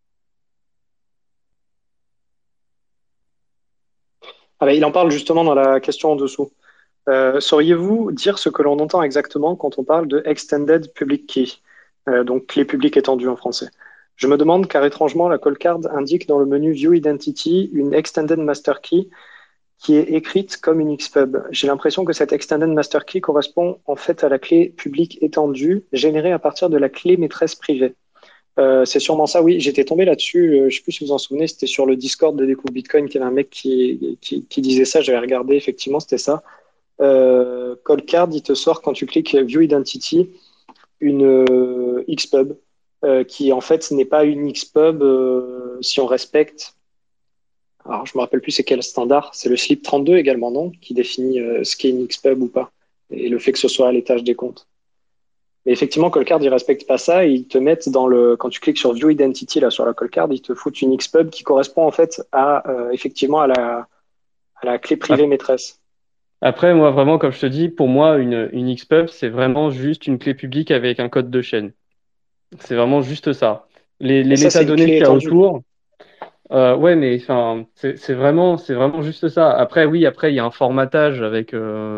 Ah ben, il en parle justement dans la question en dessous. Sauriez-vous dire ce que l'on entend exactement quand on parle de Extended Public Key, donc clé publique étendue en français? Je me demande car étrangement, la Coldcard indique dans le menu View Identity une Extended Master Key qui est écrite comme une Xpub. J'ai l'impression que cette Extended Master Key correspond en fait à la clé publique étendue générée à partir de la clé maîtresse privée. C'est sûrement ça, oui. J'étais tombé là-dessus. Je ne sais plus si vous en souvenez, c'était sur le Discord de Découvre Bitcoin qu'il y avait un mec qui disait ça. J'avais regardé, effectivement, c'était ça. Coldcard, il te sort quand tu cliques View Identity une Xpub qui en fait n'est pas une Xpub si on respecte. Alors je me rappelle plus c'est quel standard. C'est le slip 32 également, non? Qui définit ce qu'est une Xpub ou pas et le fait que ce soit à l'étage des comptes. Mais effectivement, Coldcard, ils respectent pas ça. Ils te mettent quand tu cliques sur View Identity là sur la Coldcard, ils te foutent une Xpub qui correspond en fait à effectivement à la clé privée maîtresse. Après, moi, vraiment, comme je te dis, pour moi, une Xpub, c'est vraiment juste une clé publique avec un code de chaîne. C'est vraiment juste ça. Les Et ça, c'est une métadonnées clé qu'il y a étendue. autour, ouais, mais enfin, c'est vraiment juste ça. Après, oui, après, il y a un formatage avec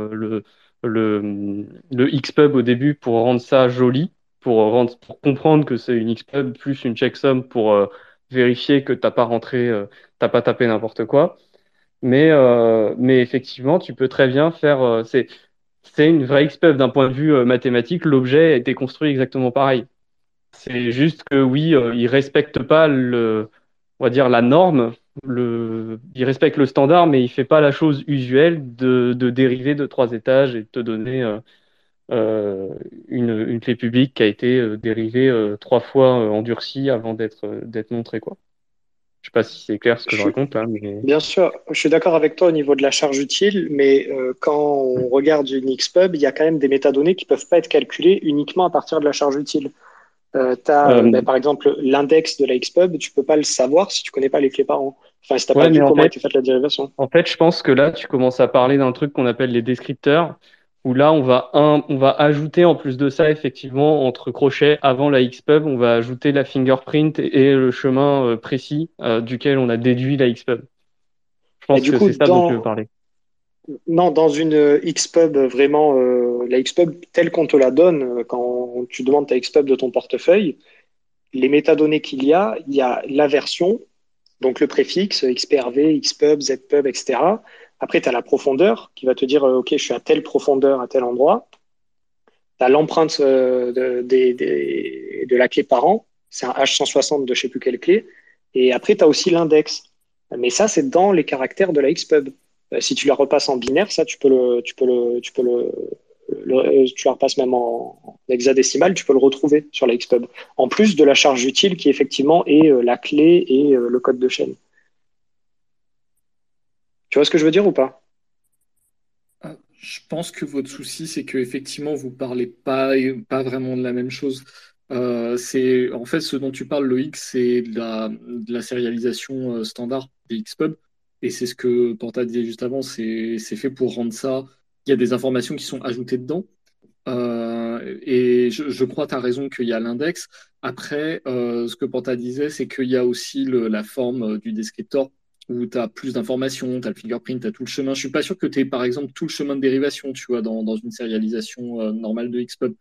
le Xpub au début pour rendre ça joli, pour comprendre que c'est une Xpub plus une checksum pour vérifier que t'as pas tapé n'importe quoi. Mais effectivement, tu peux très bien faire. C'est une vraie Xpub d'un point de vue mathématique. L'objet a été construit exactement pareil. C'est juste que oui, ils respectent pas on va dire la norme, il respecte le standard, mais il fait pas la chose usuelle de dériver de 3 étages et de te donner euh, une clé publique qui a été dérivée 3 fois endurcie avant d'être montrée, quoi. Je sais pas si c'est clair ce que Je je suis, raconte là, mais Bien sûr, je suis d'accord avec toi au niveau de la charge utile, mais quand on regarde une Xpub, il y a quand même des métadonnées qui peuvent pas être calculées uniquement à partir de la charge utile. euh, Par exemple, l'index de la Xpub, tu peux pas le savoir si tu connais pas les clés parents. Enfin, si t'as pas ouais, mais vu comment a été faite la dérivation. en fait, je pense que là, tu commences à parler d'un truc qu'on appelle les descripteurs, où là, on va ajouter en plus de ça, effectivement, entre crochets, avant la Xpub, on va ajouter la fingerprint et le chemin précis duquel on a déduit la Xpub. Je Et pense du que coup, c'est ça dont tu veux parler. non, dans une Xpub, vraiment, la Xpub telle qu'on te la donne, quand tu demandes ta Xpub de ton portefeuille, les métadonnées il y a la version, donc le préfixe, XPRV, XPub, ZPub, etc. Après, tu as la profondeur qui va te dire, OK, je suis à telle profondeur, à tel endroit. Tu as l'empreinte de la clé parent, c'est un H160 de je sais plus quelle clé. Et après, tu as aussi l'index. Mais ça, c'est dans les caractères de la XPub. Si tu la repasses en binaire, ça, tu la repasses même en hexadécimal, tu peux le retrouver sur la XPub. En plus de la charge utile qui effectivement est la clé et le code de chaîne. Tu vois ce que je veux dire ou pas? Je pense que votre souci, c'est que effectivement, vous parlez pas vraiment de la même chose. C'est en fait ce dont tu parles, Loïc, c'est de la sérialisation standard des Xpub, et c'est ce que Panta disait juste avant. C'est fait pour rendre ça. Il y a des informations qui sont ajoutées dedans. Et je crois, tu as raison qu'il y a l'index. Après, ce que Panta disait, c'est qu'il y a aussi la forme du descriptor où tu as plus d'informations, tu as le fingerprint, tu as tout le chemin. Je suis pas sûr que tu aies, par exemple, tout le chemin de dérivation, tu vois, dans une sérialisation normale de Xpub.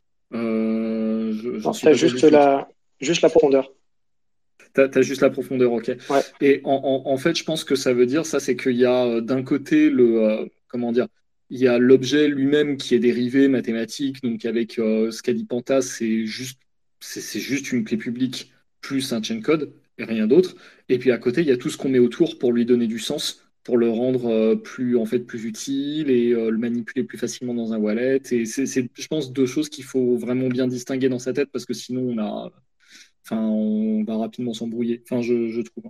J'en Non, suis tu as pas sûr du tout. juste la profondeur. T'as juste la profondeur, ok. Ouais. Et en fait, je pense que ça veut dire, ça, c'est qu'il y a d'un côté comment dire, il y a l'objet lui-même qui est dérivé mathématique, donc avec ce qu'a dit Panta, c'est juste une clé publique plus un chain code et rien d'autre. Et puis à côté, il y a tout ce qu'on met autour pour lui donner du sens, pour le rendre plus en fait plus utile et le manipuler plus facilement dans un wallet. Et je pense, deux choses qu'il faut vraiment bien distinguer dans sa tête parce que sinon on va rapidement s'embrouiller. Enfin, je trouve.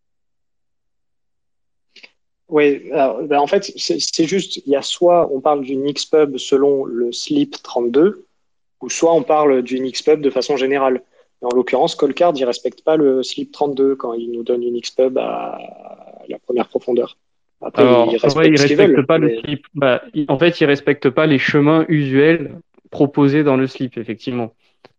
Oui, en fait, c'est juste, il y a soit on parle d'une Xpub selon le slip 32, ou soit on parle d'une Xpub de façon générale. Et en l'occurrence, Colcard, il respecte pas le slip 32 quand il nous donne une Xpub à la première profondeur. Après, ils Alors, ouais, respectent il ce qu'ils respecte veulent, pas le mais slip. En fait, il respecte pas les chemins usuels proposés dans le slip, effectivement.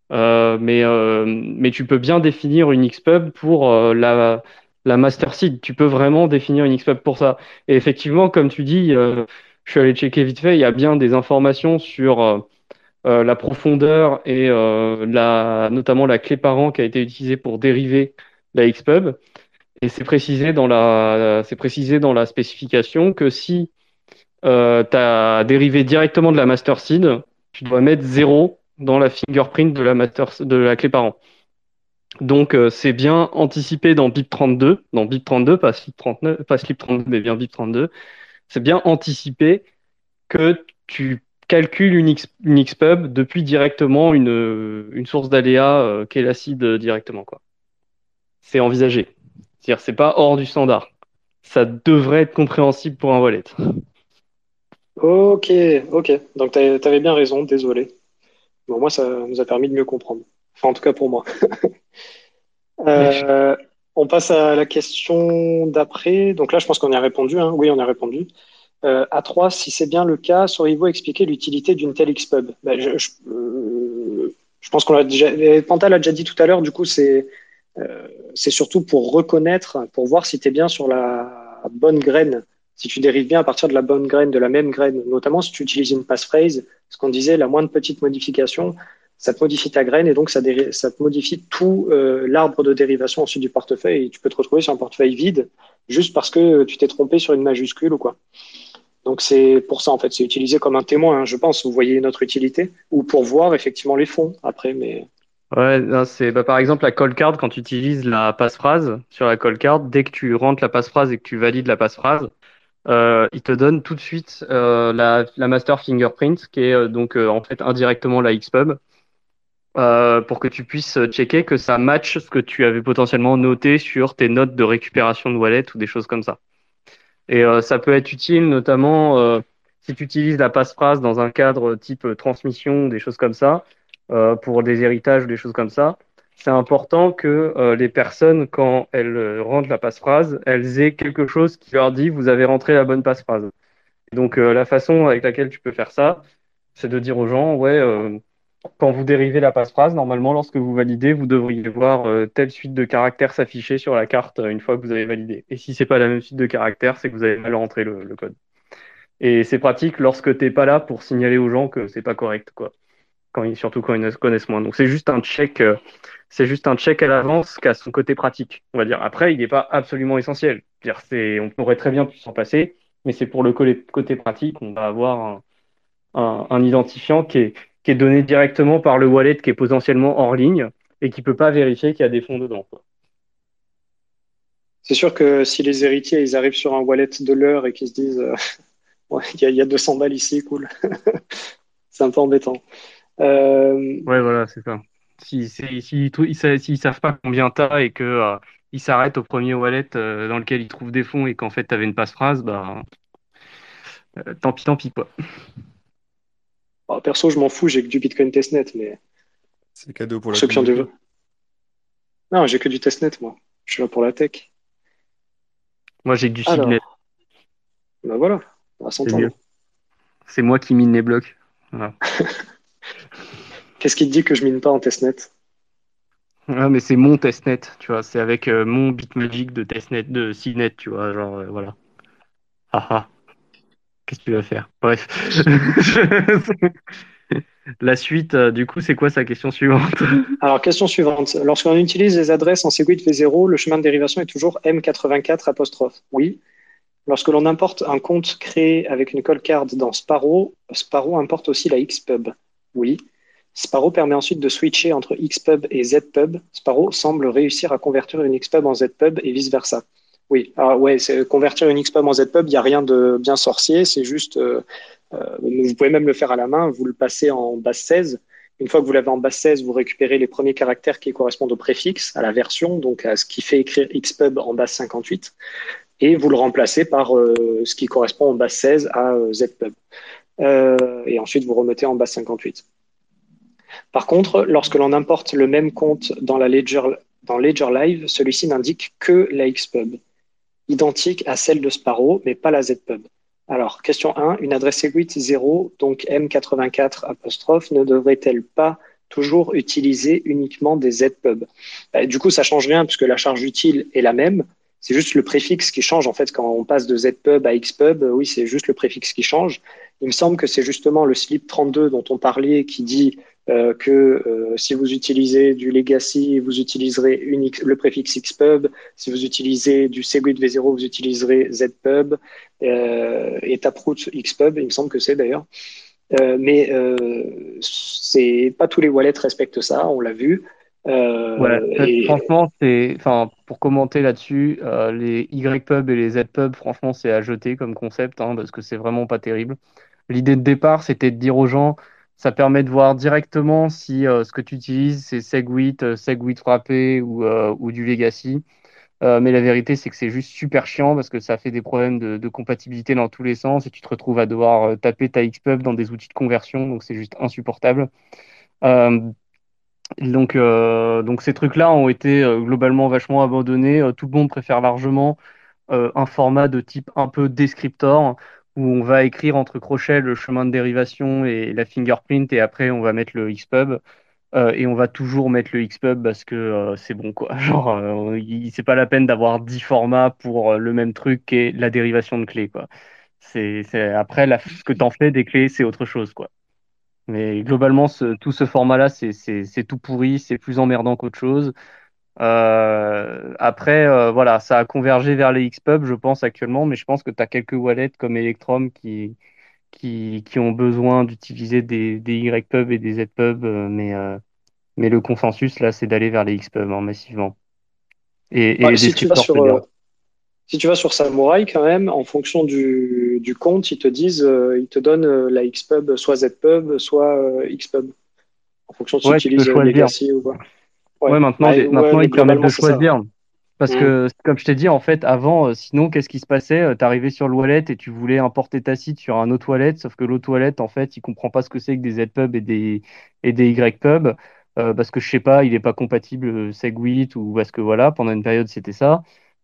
Mais tu peux bien définir une Xpub pour la master seed. Tu peux vraiment définir une Xpub pour ça. Et effectivement, comme tu dis, je suis allé checker vite fait, il y a bien des informations sur la profondeur et notamment la clé parent qui a été utilisée pour dériver la Xpub. Et c'est précisé dans la spécification que si tu as dérivé directement de la master seed, tu dois mettre 0 dans la fingerprint de la clé parent. Donc c'est bien anticipé dans BIP32, pas slip 39, pas slip 32, mais bien BIP32. C'est bien anticipé que tu calcules une Xpub depuis directement une source d'aléa qu'est l'acide directement, quoi. C'est envisagé. C'est-à-dire c'est pas hors du standard. Ça devrait être compréhensible pour un wallet. ok, ok. Donc, t'avais bien raison, désolé. Bon, moi, ça nous a permis de mieux comprendre. Enfin, en tout cas pour moi. Euh, on passe à la question d'après. Donc là, je pense qu'on y a répondu, hein. Oui, on a répondu. A3, si c'est bien le cas, sauriez-vous expliquer l'utilité d'une telle Xpub? Je pense qu'on l'a déjà. Panta l'a déjà dit tout à l'heure. Du coup, c'est surtout pour reconnaître, pour voir si tu es bien sur la bonne graine, si tu dérives bien à partir de la bonne graine, de la même graine, notamment si tu utilises une passphrase, ce qu'on disait, la moindre petite modification, ça te modifie ta graine et donc ça te modifie tout l'arbre de dérivation ensuite du portefeuille et tu peux te retrouver sur un portefeuille vide juste parce que tu t'es trompé sur une majuscule ou quoi. Donc c'est pour ça en fait, c'est utilisé comme un témoin, hein, je pense. Vous voyez notre utilité ou pour voir effectivement les fonds après, mais Ouais, non, par exemple la call card quand tu utilises la passphrase sur la call card, dès que tu rentres la passphrase et que tu valides la passphrase, il te donne tout de suite la master fingerprint qui est en fait indirectement la Xpub pour que tu puisses checker que ça match ce que tu avais potentiellement noté sur tes notes de récupération de wallet ou des choses comme ça. Et ça peut être utile notamment si tu utilises la passphrase dans un cadre type transmission, des choses comme ça, pour des héritages ou des choses comme ça. C'est important que les personnes, quand elles rentrent la passphrase, elles aient quelque chose qui leur dit vous avez rentré la bonne passphrase. Donc la façon avec laquelle tu peux faire ça, c'est de dire aux gens, ouais, quand vous dérivez la passphrase, normalement, lorsque vous validez, vous devriez voir telle suite de caractères s'afficher sur la carte une fois que vous avez validé. Et si c'est pas la même suite de caractères, c'est que vous avez mal rentré le code. Et c'est pratique lorsque t'es pas là pour signaler aux gens que c'est pas correct, quoi. Surtout quand ils ne se connaissent moins. Donc c'est juste un check à l'avance qui a son côté pratique, on va dire. Après, il n'est pas absolument essentiel. C'est-à-dire, on pourrait très bien pu s'en passer, mais c'est pour le côté pratique, on va avoir un identifiant qui est donné directement par le wallet qui est potentiellement hors ligne et qui peut pas vérifier qu'il y a des fonds dedans, quoi. C'est sûr que si les héritiers ils arrivent sur un wallet de leur et qu'ils se disent ouais, il y a 200 balles ici, cool, c'est un peu embêtant. Euh, Ouais, voilà, c'est ça. S'ils savent pas combien t'as et que ils s'arrêtent au premier wallet dans lequel ils trouvent des fonds et qu'en fait t'avais une passphrase, bah tant pis quoi. Perso, je m'en fous, j'ai que du Bitcoin testnet, mais C'est cadeau pour pour la ceux qui ont des... communauté. Non, j'ai que du testnet, moi. Je suis là pour la tech. Moi j'ai que du Signet, Alors, ben voilà, on va c'est mieux. s'entendre. C'est moi qui mine les blocs. Voilà. Qu'est-ce qui te dit que je mine pas en testnet? Ouais, mais c'est mon testnet, tu vois, c'est avec mon Bitmagic de testnet, de Signet, tu vois, genre voilà. Ah ah, qu'est-ce que tu vas faire? Bref. La suite, du coup, c'est quoi sa question suivante? Alors, question suivante. Lorsqu'on utilise les adresses en Segwit V0, le chemin de dérivation est toujours M84 apostrophe. Oui. Lorsque l'on importe un compte créé avec une call card dans Sparrow, Sparrow importe aussi la Xpub. Oui. Sparrow permet ensuite de switcher entre Xpub et Zpub. Sparrow semble réussir à convertir une Xpub en Zpub et vice-versa. Oui, alors ouais, convertir une Xpub en Zpub, il n'y a rien de bien sorcier, c'est juste, vous pouvez même le faire à la main, vous le passez en base 16. Une fois que vous l'avez en base 16, vous récupérez les premiers caractères qui correspondent au préfixe, à la version, donc à ce qui fait écrire Xpub en base 58 et vous le remplacez par ce qui correspond en base 16 à Zpub. Et ensuite, vous remettez en base 58. Par contre, lorsque l'on importe le même compte dans Ledger Live, celui-ci n'indique que la Xpub, identique à celle de Sparrow, mais pas la Zpub. Alors, question 1, une adresse Segwit 0, donc M84 apostrophe, ne devrait-elle pas toujours utiliser uniquement des Zpub? Du coup, ça change rien puisque la charge utile est la même. C'est juste le préfixe qui change. En fait, quand on passe de Zpub à Xpub, oui, c'est juste le préfixe qui change. Il me semble que c'est justement le slip 32 dont on parlait qui dit que si vous utilisez du legacy, vous utiliserez le préfixe Xpub. Si vous utilisez du Segwit V0, vous utiliserez Zpub et Taproot Xpub, il me semble que c'est d'ailleurs. Mais c'est pas tous les wallets respectent ça, on l'a vu. Ouais, Et franchement, pour commenter là-dessus, les YPub et les ZPub, franchement, c'est à jeter comme concept, hein, parce que c'est vraiment pas terrible. L'idée de départ, c'était de dire aux gens, ça permet de voir directement si ce que tu utilises, c'est Segwit, Segwit frappé ou du Legacy. Mais la vérité, c'est que c'est juste super chiant parce que ça fait des problèmes de compatibilité dans tous les sens et tu te retrouves à devoir taper ta Xpub dans des outils de conversion, donc c'est juste insupportable. Euh, donc ces trucs-là ont été globalement vachement abandonnés. Tout le monde préfère largement un format de type un peu descriptor où on va écrire entre crochets le chemin de dérivation et la fingerprint et après on va mettre le Xpub. Et on va toujours mettre le Xpub parce que c'est bon quoi. Genre, c'est pas la peine d'avoir 10 formats pour le même truc qu'est la dérivation de clés quoi. Après ce que t'en fais des clés, c'est autre chose quoi. Mais globalement, tout ce format-là, c'est tout pourri, c'est plus emmerdant qu'autre chose. Après, voilà, ça a convergé vers les Xpub, je pense, actuellement, mais je pense que tu as quelques wallets comme Electrum qui ont besoin d'utiliser des YPub et des ZPub, mais Mais le consensus, là, c'est d'aller vers les Xpub massivement. Et Bah, les descripteurs, c'est bien. si tu vas sur Samurai, quand même, en fonction du compte, ils te donnent la Xpub, soit Zpub, soit Xpub, en fonction de si tu Ouais, tu peux utilises choisir. Legacy ou pas. Ouais, Ouais, bah, ouais, maintenant, mais ils te permettent globalement, de c'est ça. choisir. Parce Hmm. que, comme je t'ai dit, en fait, avant, sinon, qu'est-ce qui se passait? T'arrivais sur le wallet et tu voulais importer ta site sur un autre wallet, sauf que l'autre wallet, en fait, il comprend pas ce que c'est que des Zpub et des YPub, parce que je sais pas, il est pas compatible Segwit ou parce que voilà, pendant une période, c'était ça.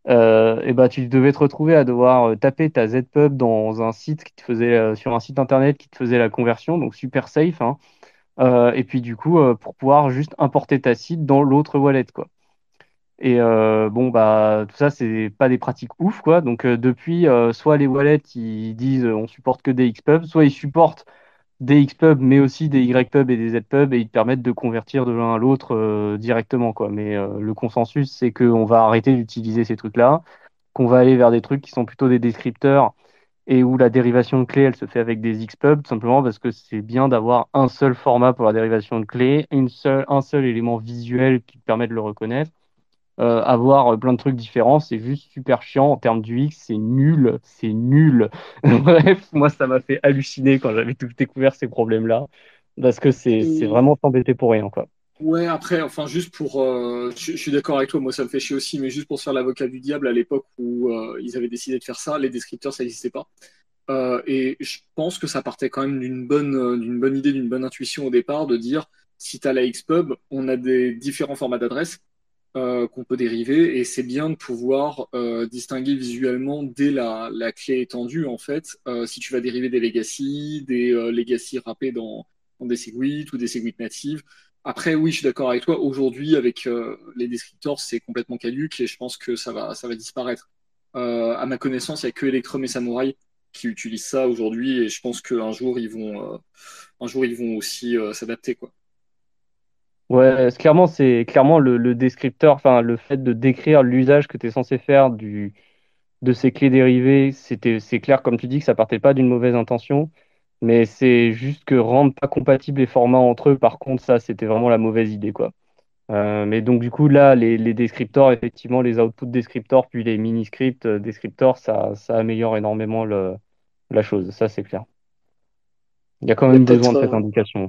Et bah, tu devais te retrouver à devoir taper ta Zpub dans un site qui te faisait, sur un site internet qui te faisait la conversion, donc super safe, hein. Et puis, du coup, pour pouvoir juste importer ta site dans l'autre wallet, quoi. Et bon, bah, tout ça, c'est pas des pratiques ouf, quoi. Donc, depuis, soit les wallets, ils disent on supporte que des Xpub, soit ils supportent des Xpub, mais aussi des YPub et des ZPub, et ils te permettent de convertir de l'un à l'autre directement, quoi. Mais le consensus, c'est qu'on va arrêter d'utiliser ces trucs-là, qu'on va aller vers des trucs qui sont plutôt des descripteurs et où la dérivation de clé, elle se fait avec des Xpub, tout simplement parce que c'est bien d'avoir un seul format pour la dérivation de clé, un seul élément visuel qui te permet de le reconnaître. Avoir plein de trucs différents, c'est juste super chiant en termes du X, c'est nul, c'est nul. Bref, moi ça m'a fait halluciner quand j'avais tout découvert ces problèmes-là, parce que c'est Et vraiment s'embêter pour rien, quoi. ouais, après, enfin, juste pour. Je suis d'accord avec toi, moi ça me fait chier aussi, mais juste pour se faire l'avocat du diable, à l'époque où ils avaient décidé de faire ça, les descripteurs ça n'existait pas. Et je pense que ça partait quand même d'une bonne idée, d'une bonne intuition au départ, de dire si tu as la Xpub, on a des différents formats d'adresses qu'on peut dériver, et c'est bien de pouvoir distinguer visuellement dès la clé étendue, en fait, si tu vas dériver des legacy wrappés dans des Segwit ou des Segwit natives. Après, oui, je suis d'accord avec toi. Aujourd'hui, avec les descriptors, c'est complètement caduque et je pense que ça va disparaître. À ma connaissance, il n'y a que Electrum et Samurai qui utilisent ça aujourd'hui et je pense un jour, ils vont aussi s'adapter, quoi. Ouais, c'est clairement le descripteur, enfin le fait de décrire l'usage que tu es censé faire de ces clés dérivées, c'est clair, comme tu dis, que ça partait pas d'une mauvaise intention, mais c'est juste que rendre pas compatibles les formats entre eux, par contre, ça, c'était vraiment la mauvaise idée, quoi. Mais donc, du coup, là, les descriptors, effectivement, les outputs descriptors, puis les mini-scripts descriptors, ça améliore énormément la chose, ça, c'est clair. Il y a quand Il y a même besoin peut-être de cette indication.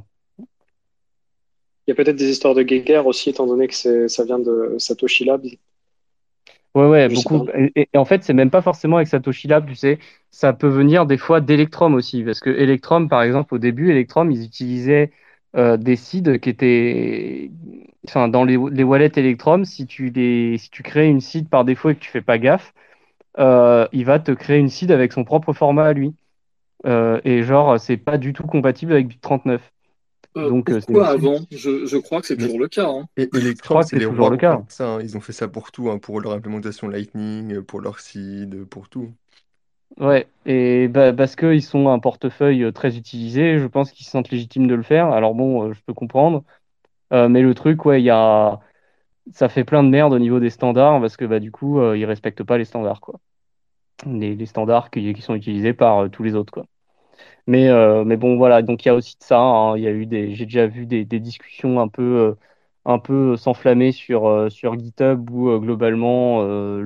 il y a peut-être des histoires de guéguerre aussi, étant donné que ça vient de Satoshi Labs. Ouais, ouais, Je sais beaucoup. pas. Et en fait, c'est même pas forcément avec Satoshi Lab, tu sais. Ça peut venir des fois d'Electrum aussi. Parce que Electrum, par exemple, au début, Electrum, ils utilisaient des seeds qui étaient. Enfin, dans les wallets Electrum, si tu crées une seed par défaut et que tu fais pas gaffe, il va te créer une seed avec son propre format à lui. Et genre, c'est pas du tout compatible avec Bit39. Donc, c'est Pourquoi aussi. avant? Je crois que c'est Mais toujours le cas, hein. Je Electrum, crois que c'est c'est les toujours rois le pour cas. faire ça, hein. Ils ont fait ça pour tout, hein, pour leur implémentation Lightning, pour leur seed, pour tout. Ouais, et bah, parce qu'ils sont un portefeuille très utilisé, je pense qu'ils se sentent légitimes de le faire. Alors bon, je peux comprendre. Mais le truc, ouais, ça fait plein de merde au niveau des standards parce que bah, du coup, ils respectent pas les standards, quoi. Les standards qui sont utilisés par tous les autres, quoi. Mais bon, voilà, donc il y a aussi de ça, hein. Il y a eu j'ai déjà vu des discussions un peu s'enflammer sur GitHub où globalement,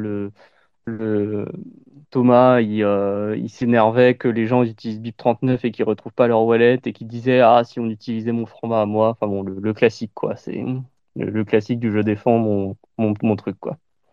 le Thomas, il s'énervait que les gens utilisent BIP39 et qu'ils retrouvent pas leur wallet et qu'il disait, ah, si on utilisait mon format à moi, enfin bon, le classique, quoi. C'est le classique du je défends mon truc, quoi.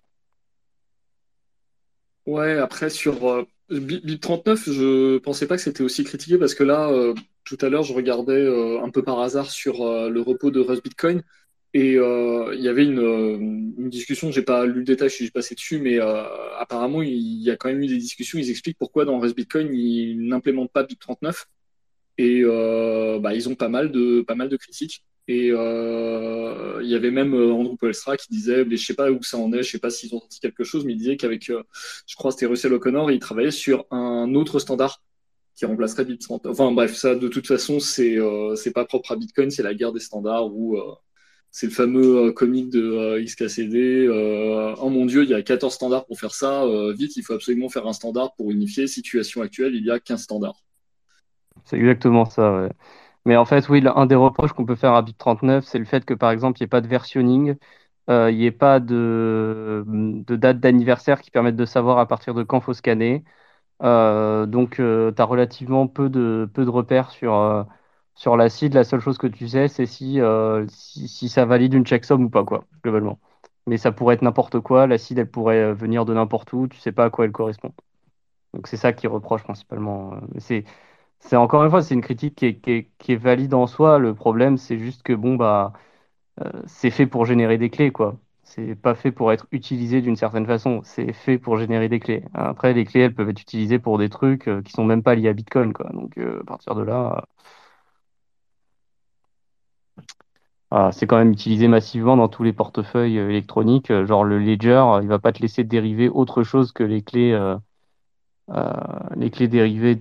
Ouais, après sur BIP39, je pensais pas que c'était aussi critiqué parce que là, tout à l'heure, je regardais un peu par hasard sur le repo de Rust Bitcoin et il y avait une discussion, j'ai pas lu le détail, je suis passé dessus, mais apparemment, il y a quand même eu des discussions, ils expliquent pourquoi dans Rust Bitcoin, ils n'implémentent pas BIP39 et bah, ils ont pas mal de critiques. Et il y avait même Andrew Poelstra qui disait, mais je sais pas où ça en est, je sais pas s'ils ont sorti quelque chose, mais il disait qu'avec, je crois que c'était Russell O'Connor, il travaillait sur un autre standard qui remplacerait Bitcoin. Enfin bref, ça de toute façon, c'est pas propre à Bitcoin, c'est la guerre des standards où c'est le fameux comic de XKCD. Oh mon Dieu, il y a 14 standards pour faire ça. Vite, il faut absolument faire un standard pour unifier. Situation actuelle, il y a 15 standards. C'est exactement ça, ouais. Mais en fait, oui, un des reproches qu'on peut faire à Bit39, c'est le fait que, par exemple, il n'y ait pas de versionning, il n'y ait pas de date d'anniversaire qui permettent de savoir à partir de quand faut scanner. Donc, tu as relativement peu de repères sur l'acide. La seule chose que tu sais, c'est si ça valide une checksum ou pas, quoi, globalement. Mais ça pourrait être n'importe quoi. L'acide, elle pourrait venir de n'importe où. Tu sais pas à quoi elle correspond. Donc, c'est ça qui reproche principalement. C'est encore une fois, c'est une critique qui est valide en soi. Le problème, c'est juste que bon, bah, c'est fait pour générer des clés, quoi. C'est pas fait pour être utilisé d'une certaine façon. C'est fait pour générer des clés. Après, les clés, elles peuvent être utilisées pour des trucs qui sont même pas liés à Bitcoin, quoi. Donc, à partir de là, c'est quand même utilisé massivement dans tous les portefeuilles électroniques. Genre le Ledger, il va pas te laisser dériver autre chose que euh, les clés dérivées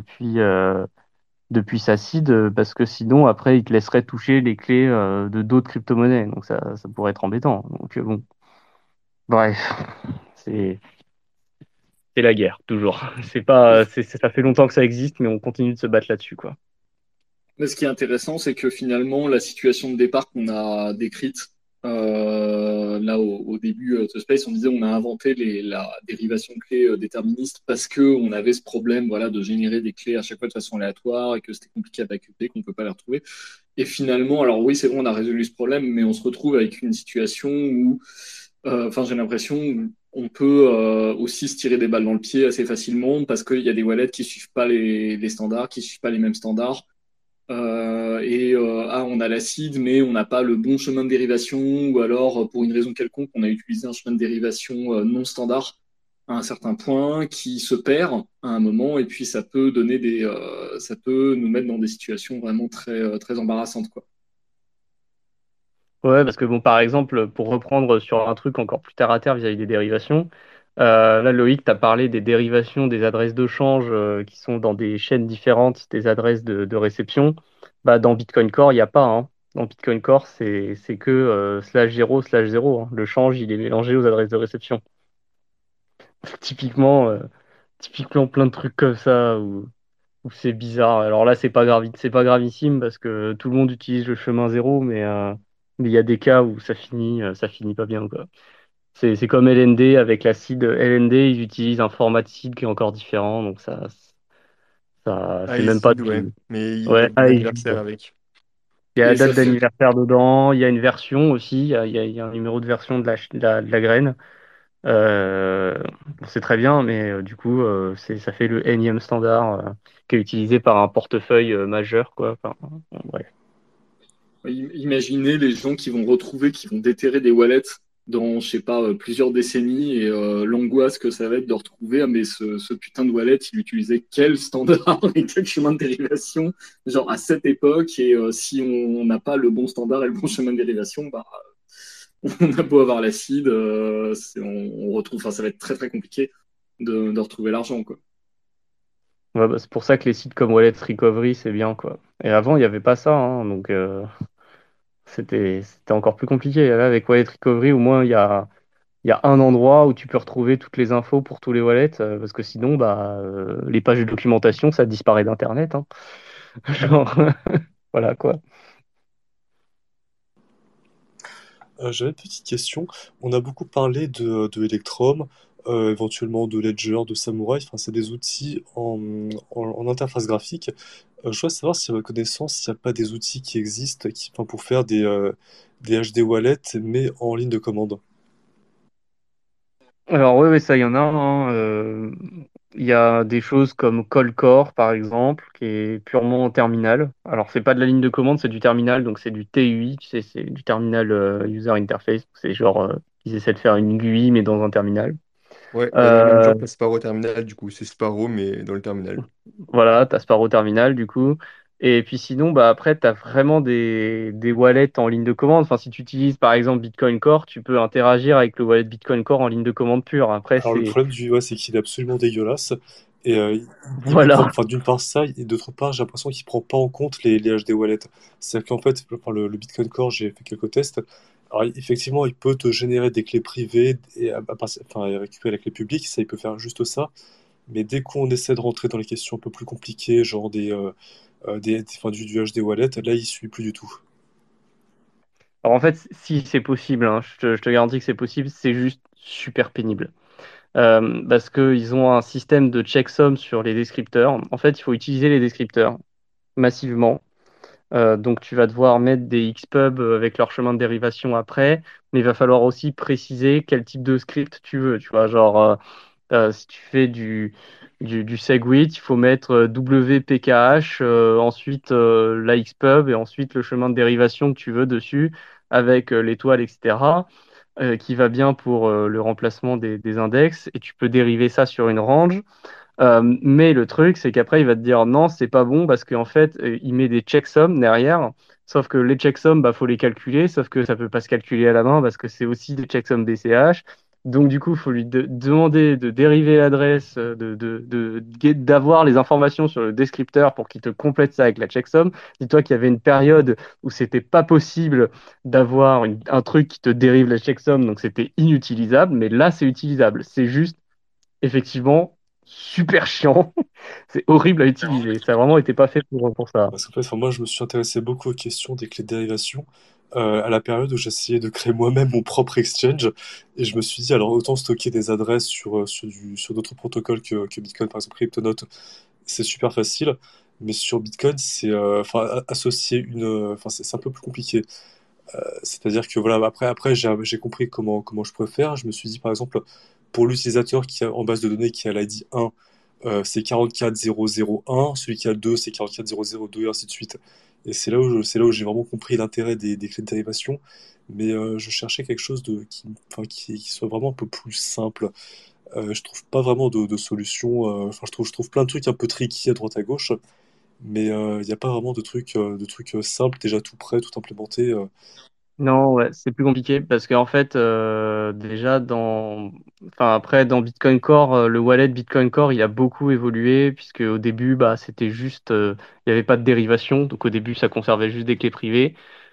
depuis sa seed, parce que sinon, après, il te laisserait toucher les clés de d'autres crypto-monnaies. Donc, ça pourrait être embêtant. Donc, bon, bref, c'est c'est la guerre, toujours. C'est pas, ça fait longtemps que ça existe, mais on continue de se battre là-dessus, quoi. Mais ce qui est intéressant, c'est que finalement, la situation de départ qu'on a décrite là au début de Space, on disait on a inventé la dérivation de clés déterministe parce que on avait ce problème, voilà, de générer des clés à chaque fois de façon aléatoire et que c'était compliqué à backuper, qu'on peut pas les retrouver. Et finalement, alors oui, c'est vrai, on a résolu ce problème, mais on se retrouve avec une situation où, enfin, j'ai l'impression on peut aussi se tirer des balles dans le pied assez facilement parce qu'il y a des wallets qui suivent pas les standards, qui suivent pas les mêmes standards. On a l'acide, mais on n'a pas le bon chemin de dérivation, ou alors pour une raison quelconque, on a utilisé un chemin de dérivation non standard à un certain point qui se perd à un moment, et puis ça peut nous mettre dans des situations vraiment très embarrassantes, quoi. Ouais, parce que bon, par exemple, pour reprendre sur un truc encore plus terre à terre vis-à-vis des dérivations, là, Loïc, tu as parlé des dérivations des adresses de change qui sont dans des chaînes différentes des adresses de réception. Bah, dans Bitcoin Core, il n'y a pas, hein. Dans Bitcoin Core, c'est que /0/0, hein. Le change, il est mélangé aux adresses de réception. Typiquement, typiquement plein de trucs comme ça où c'est bizarre. Alors là, c'est pas gravissime parce que tout le monde utilise le chemin zéro, mais il y a des cas où ça finit pas bien, quoi. C'est comme LND avec l'acide LND, ils utilisent un format de seed qui est encore différent, donc c'est même pas iSeed, ouais. du. Mais il y a une Ouais, date ISID. d'anniversaire avec. Il y a la Et ça date fait, d'anniversaire dedans, il y a une version aussi, il y a un numéro de version de la graine. Bon, c'est très bien, mais du coup, ça fait le énième standard qui est utilisé par un portefeuille majeur, quoi. Enfin, bon, bref. imaginez les gens qui vont retrouver, qui vont déterrer des wallets dans, je sais pas, plusieurs décennies et l'angoisse que ça va être de retrouver, ah, mais ce putain de wallet, il utilisait quel standard et quel chemin de dérivation, genre à cette époque, et si on n'a pas le bon standard et le bon chemin de dérivation, bah, on a beau avoir l'acide, on retrouve, enfin, ça va être très compliqué de retrouver l'argent, quoi. Ouais, bah, c'est pour ça que les sites comme Wallet Recovery, c'est bien, quoi. Et avant, il n'y avait pas ça, hein, donc c'était encore plus compliqué. Là, avec Wallet Recovery, au moins, il y a un endroit où tu peux retrouver toutes les infos pour tous les wallets, parce que sinon, bah, les pages de documentation, ça disparaît d'Internet, hein. Genre, voilà, quoi. J'avais une petite question. On a beaucoup parlé de Electrum, éventuellement de Ledger, de Samurai. Enfin, c'est des outils en interface graphique. Je voudrais savoir si à votre connaissance, il n'y a pas des outils qui existent enfin, pour faire des HD wallets, mais en ligne de commande. Alors, oui, oui, ça, il y en a, hein. Il y a des choses comme Callcore, par exemple, qui est purement en terminal. Alors, c'est pas de la ligne de commande, c'est du terminal, donc c'est du TUI, tu sais, c'est du terminal User Interface. C'est genre, ils essaient de faire une GUI, mais dans un terminal. Ouais, bah dans le même Euh, genre que Sparrow Terminal, du coup, c'est Sparrow, mais dans le terminal. voilà, tu as Sparrow Terminal, du coup. Et puis sinon, bah, après, tu as vraiment des wallets en ligne de commande. Enfin, si tu utilises, par exemple, Bitcoin Core, tu peux interagir avec le wallet Bitcoin Core en ligne de commande pure. Après, Alors le c'est... problème ouais, c'est qu'il est absolument dégueulasse. Et il prend, Voilà. enfin, d'une part ça, et d'autre part, j'ai l'impression qu'il prend pas en compte les HD wallets. C'est-à-dire qu'en fait, enfin, le Bitcoin Core, j'ai fait quelques tests. Alors effectivement, il peut te générer des clés privées et enfin, et récupérer la clé publique, ça, il peut faire juste ça. Mais dès qu'on essaie de rentrer dans les questions un peu plus compliquées, genre du HD Wallet, là, il suit plus du tout. Alors en fait, si c'est possible, hein, je te garantis que c'est possible, c'est juste super pénible. Parce qu'ils ont un système de checksum sur les descripteurs. En fait, il faut utiliser les descripteurs massivement. Donc tu vas devoir mettre des Xpub avec leur chemin de dérivation après, mais il va falloir aussi préciser quel type de script tu veux. Tu vois, genre si tu fais du SegWit, il faut mettre WPKH, ensuite la Xpub et ensuite le chemin de dérivation que tu veux dessus avec l'étoile, etc. Qui va bien pour le remplacement des index et tu peux dériver ça sur une range. Mais le truc, c'est qu'après, il va te dire non, c'est pas bon parce qu'en fait, il met des checksums derrière. Sauf que les checksums, bah, faut les calculer. Sauf que ça peut pas se calculer à la main parce que c'est aussi des checksums BCH. Donc, du coup, il faut lui demander de dériver l'adresse, d'avoir les informations sur le descripteur pour qu'il te complète ça avec la checksum. Dis-toi qu'il y avait une période où c'était pas possible d'avoir un truc qui te dérive la checksum, donc c'était inutilisable. Mais là, c'est utilisable. C'est juste effectivement super chiant. C'est horrible à utiliser. Ça a vraiment été pas fait pour ça. Parce qu'en fait, enfin, moi, je me suis intéressé beaucoup aux questions des clés de dérivation à la période où j'essayais de créer moi-même mon propre exchange. Et je me suis dit, alors autant stocker des adresses sur d'autres protocoles que Bitcoin, par exemple CryptoNote, c'est super facile. Mais sur Bitcoin, enfin, associer enfin, c'est un peu plus compliqué. C'est-à-dire que voilà, après j'ai compris comment je pourrais faire. Je me suis dit, par exemple, pour l'utilisateur qui a en base de données qui a l'ID 1, c'est 44001, celui qui a 2, c'est 44002, et ainsi de suite. Et c'est là où j'ai vraiment compris l'intérêt des clés de dérivation. Mais je cherchais quelque chose enfin, qui soit vraiment un peu plus simple. Je trouve pas vraiment de solution. Enfin, je trouve plein de trucs un peu tricky à droite à gauche, mais il n'y a pas vraiment de trucs simples, déjà tout prêt, tout implémenté. Non, ouais, c'est plus compliqué parce qu'en fait, déjà enfin après dans Bitcoin Core, le wallet Bitcoin Core, il a beaucoup évolué puisque au début, bah, c'était juste, il n'y avait pas de dérivation, donc au début, ça conservait juste des clés privées.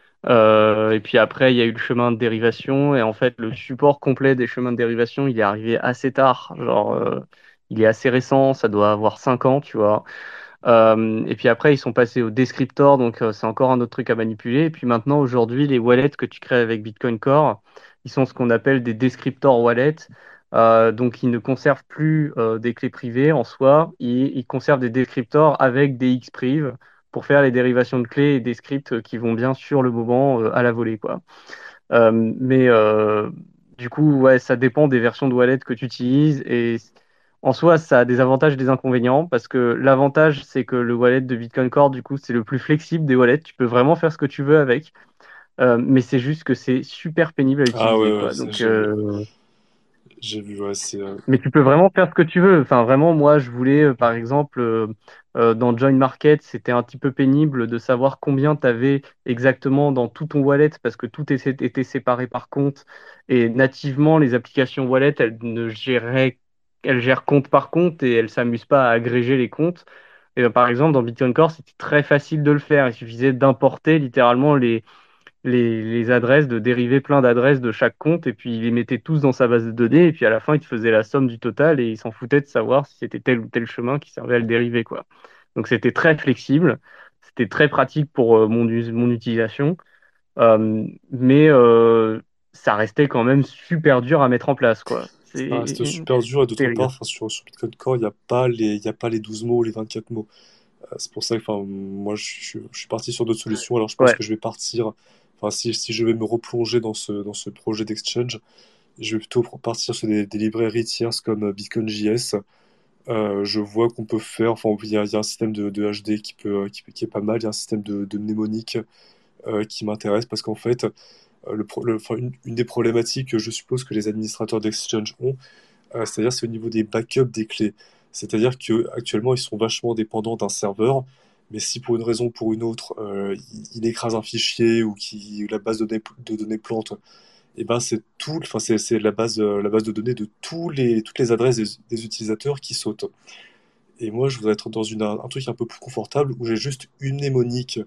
Et puis après, il y a eu le chemin de dérivation et en fait, le support complet des chemins de dérivation, il est arrivé assez tard, genre, il est assez récent, ça doit avoir 5 ans, tu vois. Et puis après, ils sont passés au descriptor, donc c'est encore un autre truc à manipuler. Et puis maintenant, aujourd'hui, les wallets que tu crées avec Bitcoin Core, ils sont ce qu'on appelle des descriptor wallets. Donc, ils ne conservent plus des clés privées en soi, ils conservent des descriptors avec des Xpriv pour faire les dérivations de clés et des scripts qui vont bien sur le moment à la volée, quoi. Mais du coup, ouais, ça dépend des versions de wallet que tu utilises. Et en soi, ça a des avantages et des inconvénients. Parce que l'avantage, c'est que le wallet de Bitcoin Core, du coup, c'est le plus flexible des wallets. Tu peux vraiment faire ce que tu veux avec. Mais c'est juste que c'est super pénible à Ah utiliser, ouais, ouais, quoi. ça, Donc, j'ai vu, ouais, mais tu peux vraiment faire ce que tu veux. Enfin, vraiment, moi, je voulais, par exemple, dans Join Market, c'était un petit peu pénible de savoir combien tu avais exactement dans tout ton wallet parce que tout était séparé par compte. Et nativement, les applications wallet, elles gèrent compte par compte et elles s'amusent pas à agréger les comptes. Et par exemple, dans Bitcoin Core, c'était très facile de le faire. Il suffisait d'importer littéralement les adresses, de dériver plein d'adresses de chaque compte, et puis il les mettait tous dans sa base de données, et puis à la fin, il te faisait la somme du total, et il s'en foutait de savoir si c'était tel ou tel chemin qui servait à le dériver, quoi. Donc c'était très flexible, c'était très pratique pour mon utilisation, mais ça restait quand même super dur à mettre en place, quoi. ça reste C'est super dur. Et d'autre part, terrible. enfin, sur Bitcoin Core, il y a pas les 12 mots ou les 24 mots. C'est pour ça que enfin, moi, je suis parti sur d'autres solutions. Alors, je pense Ouais. que je vais partir. Enfin, si je vais me replonger dans ce projet d'exchange, je vais plutôt partir sur des librairies tierces comme BitcoinJS. Je vois qu'on peut faire. Enfin, il y a un système de HD qui est pas mal. Il y a un système de mnémonique qui m'intéresse parce qu'en fait, enfin, une des problématiques que je suppose que les administrateurs d'exchange ont, c'est au niveau des backups des clés. C'est-à-dire qu'actuellement, ils sont vachement dépendants d'un serveur, mais si pour une raison ou pour une autre, il écrase un fichier ou la base de données plante, et ben c'est tout, enfin c'est la base de données de toutes les adresses des utilisateurs qui sautent. Et moi, je voudrais être dans un truc un peu plus confortable où j'ai juste une mnémonique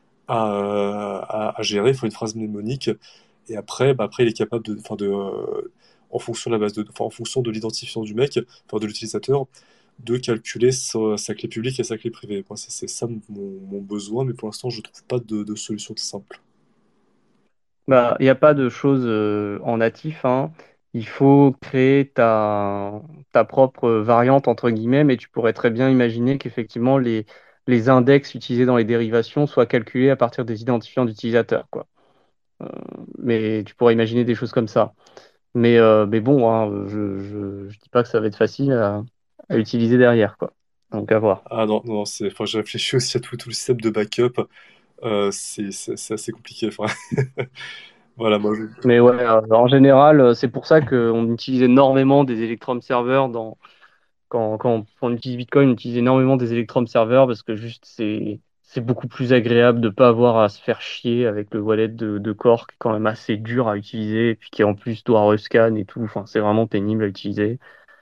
à gérer, il faut une phrase mnémonique. Et après, après, il est capable en fonction de la base enfin, en fonction de l'identifiant du mec, enfin de l'utilisateur, de calculer sa clé publique et sa clé privée. Moi, c'est ça mon besoin, mais pour l'instant, je trouve pas de solution simple. Bah, il n'y a pas de choses en natif, hein. Il faut créer ta propre variante, entre guillemets, mais tu pourrais très bien imaginer qu'effectivement, les index utilisés dans les dérivations soient calculés à partir des identifiants d'utilisateurs, quoi. Euh, mais tu pourrais imaginer des choses comme ça. Mais bon, hein, je dis pas que ça va être facile à utiliser derrière, quoi. Donc à voir. Ah non, non, enfin, j'ai réfléchi aussi à tout le système de backup. C'est assez compliqué. Enfin, voilà, moi, Mais ouais, en général, c'est pour ça qu'on utilise énormément des Electrum serveurs quand on utilise Bitcoin, on utilise énormément des Electrum serveurs parce que juste c'est beaucoup plus agréable de pas avoir à se faire chier avec le wallet de Core qui est quand même assez dur à utiliser et puis qui en plus doit rescan et tout. Enfin, c'est vraiment pénible à utiliser.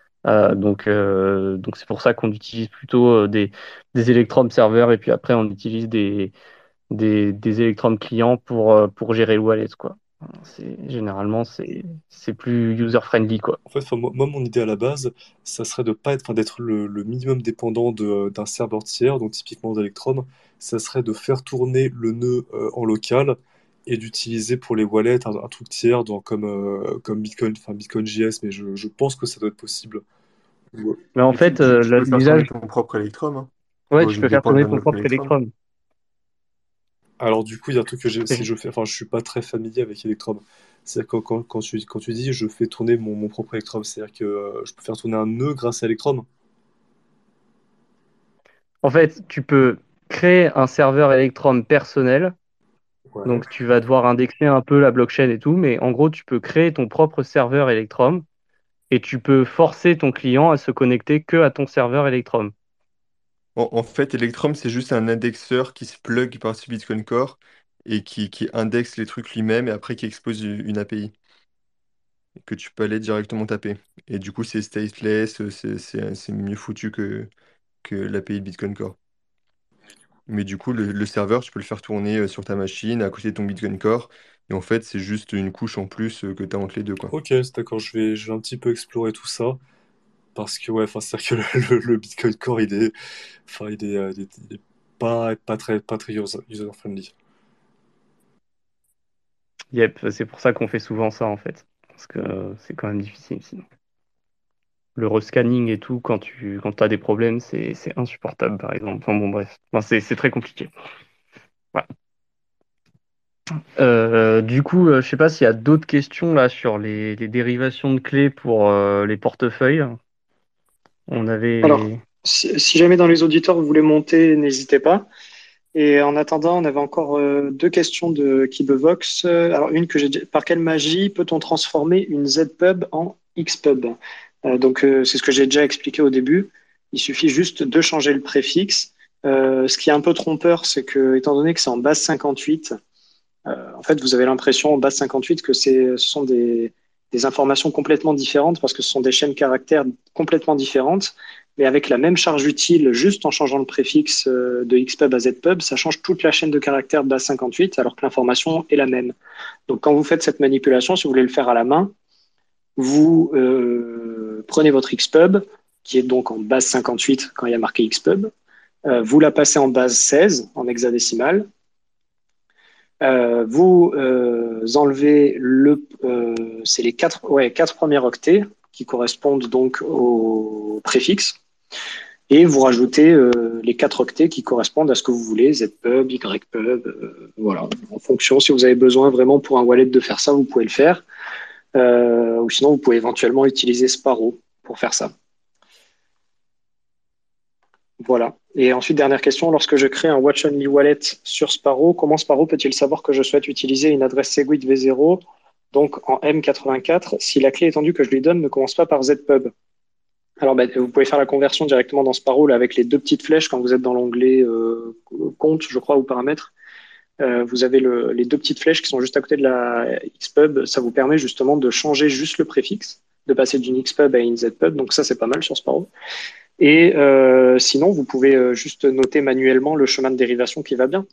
Donc c'est pour ça qu'on utilise plutôt des Electrum serveurs et puis après on utilise des Electrum clients pour gérer le wallet, quoi. Généralement, c'est plus user-friendly, quoi. en fait, enfin, moi, mon idée à la base, ça serait de pas être, enfin, d'être le minimum dépendant d'un serveur tiers, donc typiquement d'Electrum. Ça serait de faire tourner le nœud en local et d'utiliser pour les wallets un truc tiers, comme Bitcoin, enfin Bitcoin JS, mais je pense que ça doit être possible. Ouais. Mais en Mais fait, tu peux faire tourner l'usage, ton propre Electrum, hein. T'es pas ouais, tu obligé de peux faire dépendre tourner d'un ton autre propre Electrum. Electrum. Alors du coup, il y a un truc que si C'est- je fais, enfin, je suis pas très familier avec Electrum. C'est-à-dire que quand tu dis je fais tourner mon propre Electrum, c'est-à-dire que je peux faire tourner un nœud grâce à Electrum. En fait, tu peux créer un serveur Electrum personnel. Ouais. Donc, tu vas devoir indexer un peu la blockchain et tout, mais en gros, tu peux créer ton propre serveur Electrum et tu peux forcer ton client à se connecter que à ton serveur Electrum. En fait, Electrum, c'est juste un indexeur qui se plug par-dessus Bitcoin Core et qui indexe les trucs lui-même et après qui expose une API que tu peux aller directement taper. Et du coup, c'est stateless, c'est mieux foutu que l'API de Bitcoin Core. Mais du coup, le serveur, tu peux le faire tourner sur ta machine, à côté de ton Bitcoin Core. Et en fait, c'est juste une couche en plus que tu as entre les deux, quoi. Ok, c'est d'accord, je vais un petit peu explorer tout ça. Parce que ouais, enfin, c'est-à-dire que le Bitcoin Core, enfin, il est pas très user-friendly. Yep, c'est pour ça qu'on fait souvent ça en fait. Parce que c'est quand même difficile sinon. Le rescanning et tout, quand as des problèmes, c'est insupportable par exemple. Enfin bon, bref. Enfin, c'est très compliqué. Voilà. Du coup, je sais pas s'il y a d'autres questions là sur les dérivations de clés pour les portefeuilles. On Alors, avait. si jamais dans les auditeurs vous voulez monter, n'hésitez pas. Et en attendant, on avait encore deux questions de Kibevox. Alors, une que j'ai par quelle magie peut-on transformer une ZPub en XPub? C'est ce que j'ai déjà expliqué au début. Il suffit juste de changer le préfixe. Ce qui est un peu trompeur, c'est que, étant donné que c'est en base 58, en fait, vous avez l'impression en base 58 que ce sont des informations complètement différentes parce que ce sont des chaînes caractères complètement différentes. Mais avec la même charge utile, juste en changeant le préfixe de Xpub à Zpub, ça change toute la chaîne de caractères de base 58 alors que l'information est la même. Donc quand vous faites cette manipulation, si vous voulez le faire à la main, vous prenez votre Xpub, qui est donc en base 58 quand il y a marqué Xpub, vous la passez en base 16 en hexadécimal, vous enlevez c'est les quatre premiers octets qui correspondent donc au préfixe, et vous rajoutez les quatre octets qui correspondent à ce que vous voulez, Zpub, Ypub, voilà. En fonction, si vous avez besoin vraiment pour un wallet de faire ça, vous pouvez le faire, ou sinon vous pouvez éventuellement utiliser Sparrow pour faire ça. Voilà. Et ensuite, dernière question, lorsque je crée un Watch Only Wallet sur Sparrow, comment Sparrow peut-il savoir que je souhaite utiliser une adresse Segwit V0, donc en M84, si la clé étendue que je lui donne ne commence pas par Zpub? Alors, vous pouvez faire la conversion directement dans Sparrow là, avec les deux petites flèches quand vous êtes dans l'onglet compte, je crois, ou paramètres. Vous avez les deux petites flèches qui sont juste à côté de la Xpub. Ça vous permet justement de changer juste le préfixe, de passer d'une Xpub à une Zpub. Donc ça, c'est pas mal sur Sparrow. Et sinon, vous pouvez juste noter manuellement le chemin de dérivation qui va bien.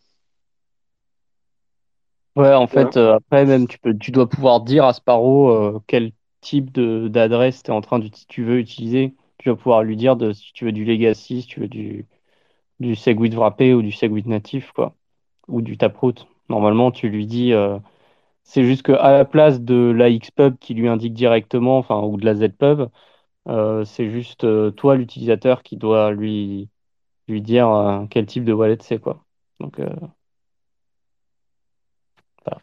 Ouais, en Voilà. fait, après même tu dois pouvoir dire à Sparrow quel type d'adresse tu veux utiliser. Tu vas pouvoir lui dire si tu veux du legacy, si tu veux du Segwit wrappé ou du Segwit natif, quoi, ou du Taproot. Normalement, tu lui dis, c'est juste qu'à la place de la Xpub qui lui indique directement, enfin, ou de la Zpub, c'est juste toi, l'utilisateur, qui doit lui dire quel type de wallet c'est, quoi. Donc, voilà.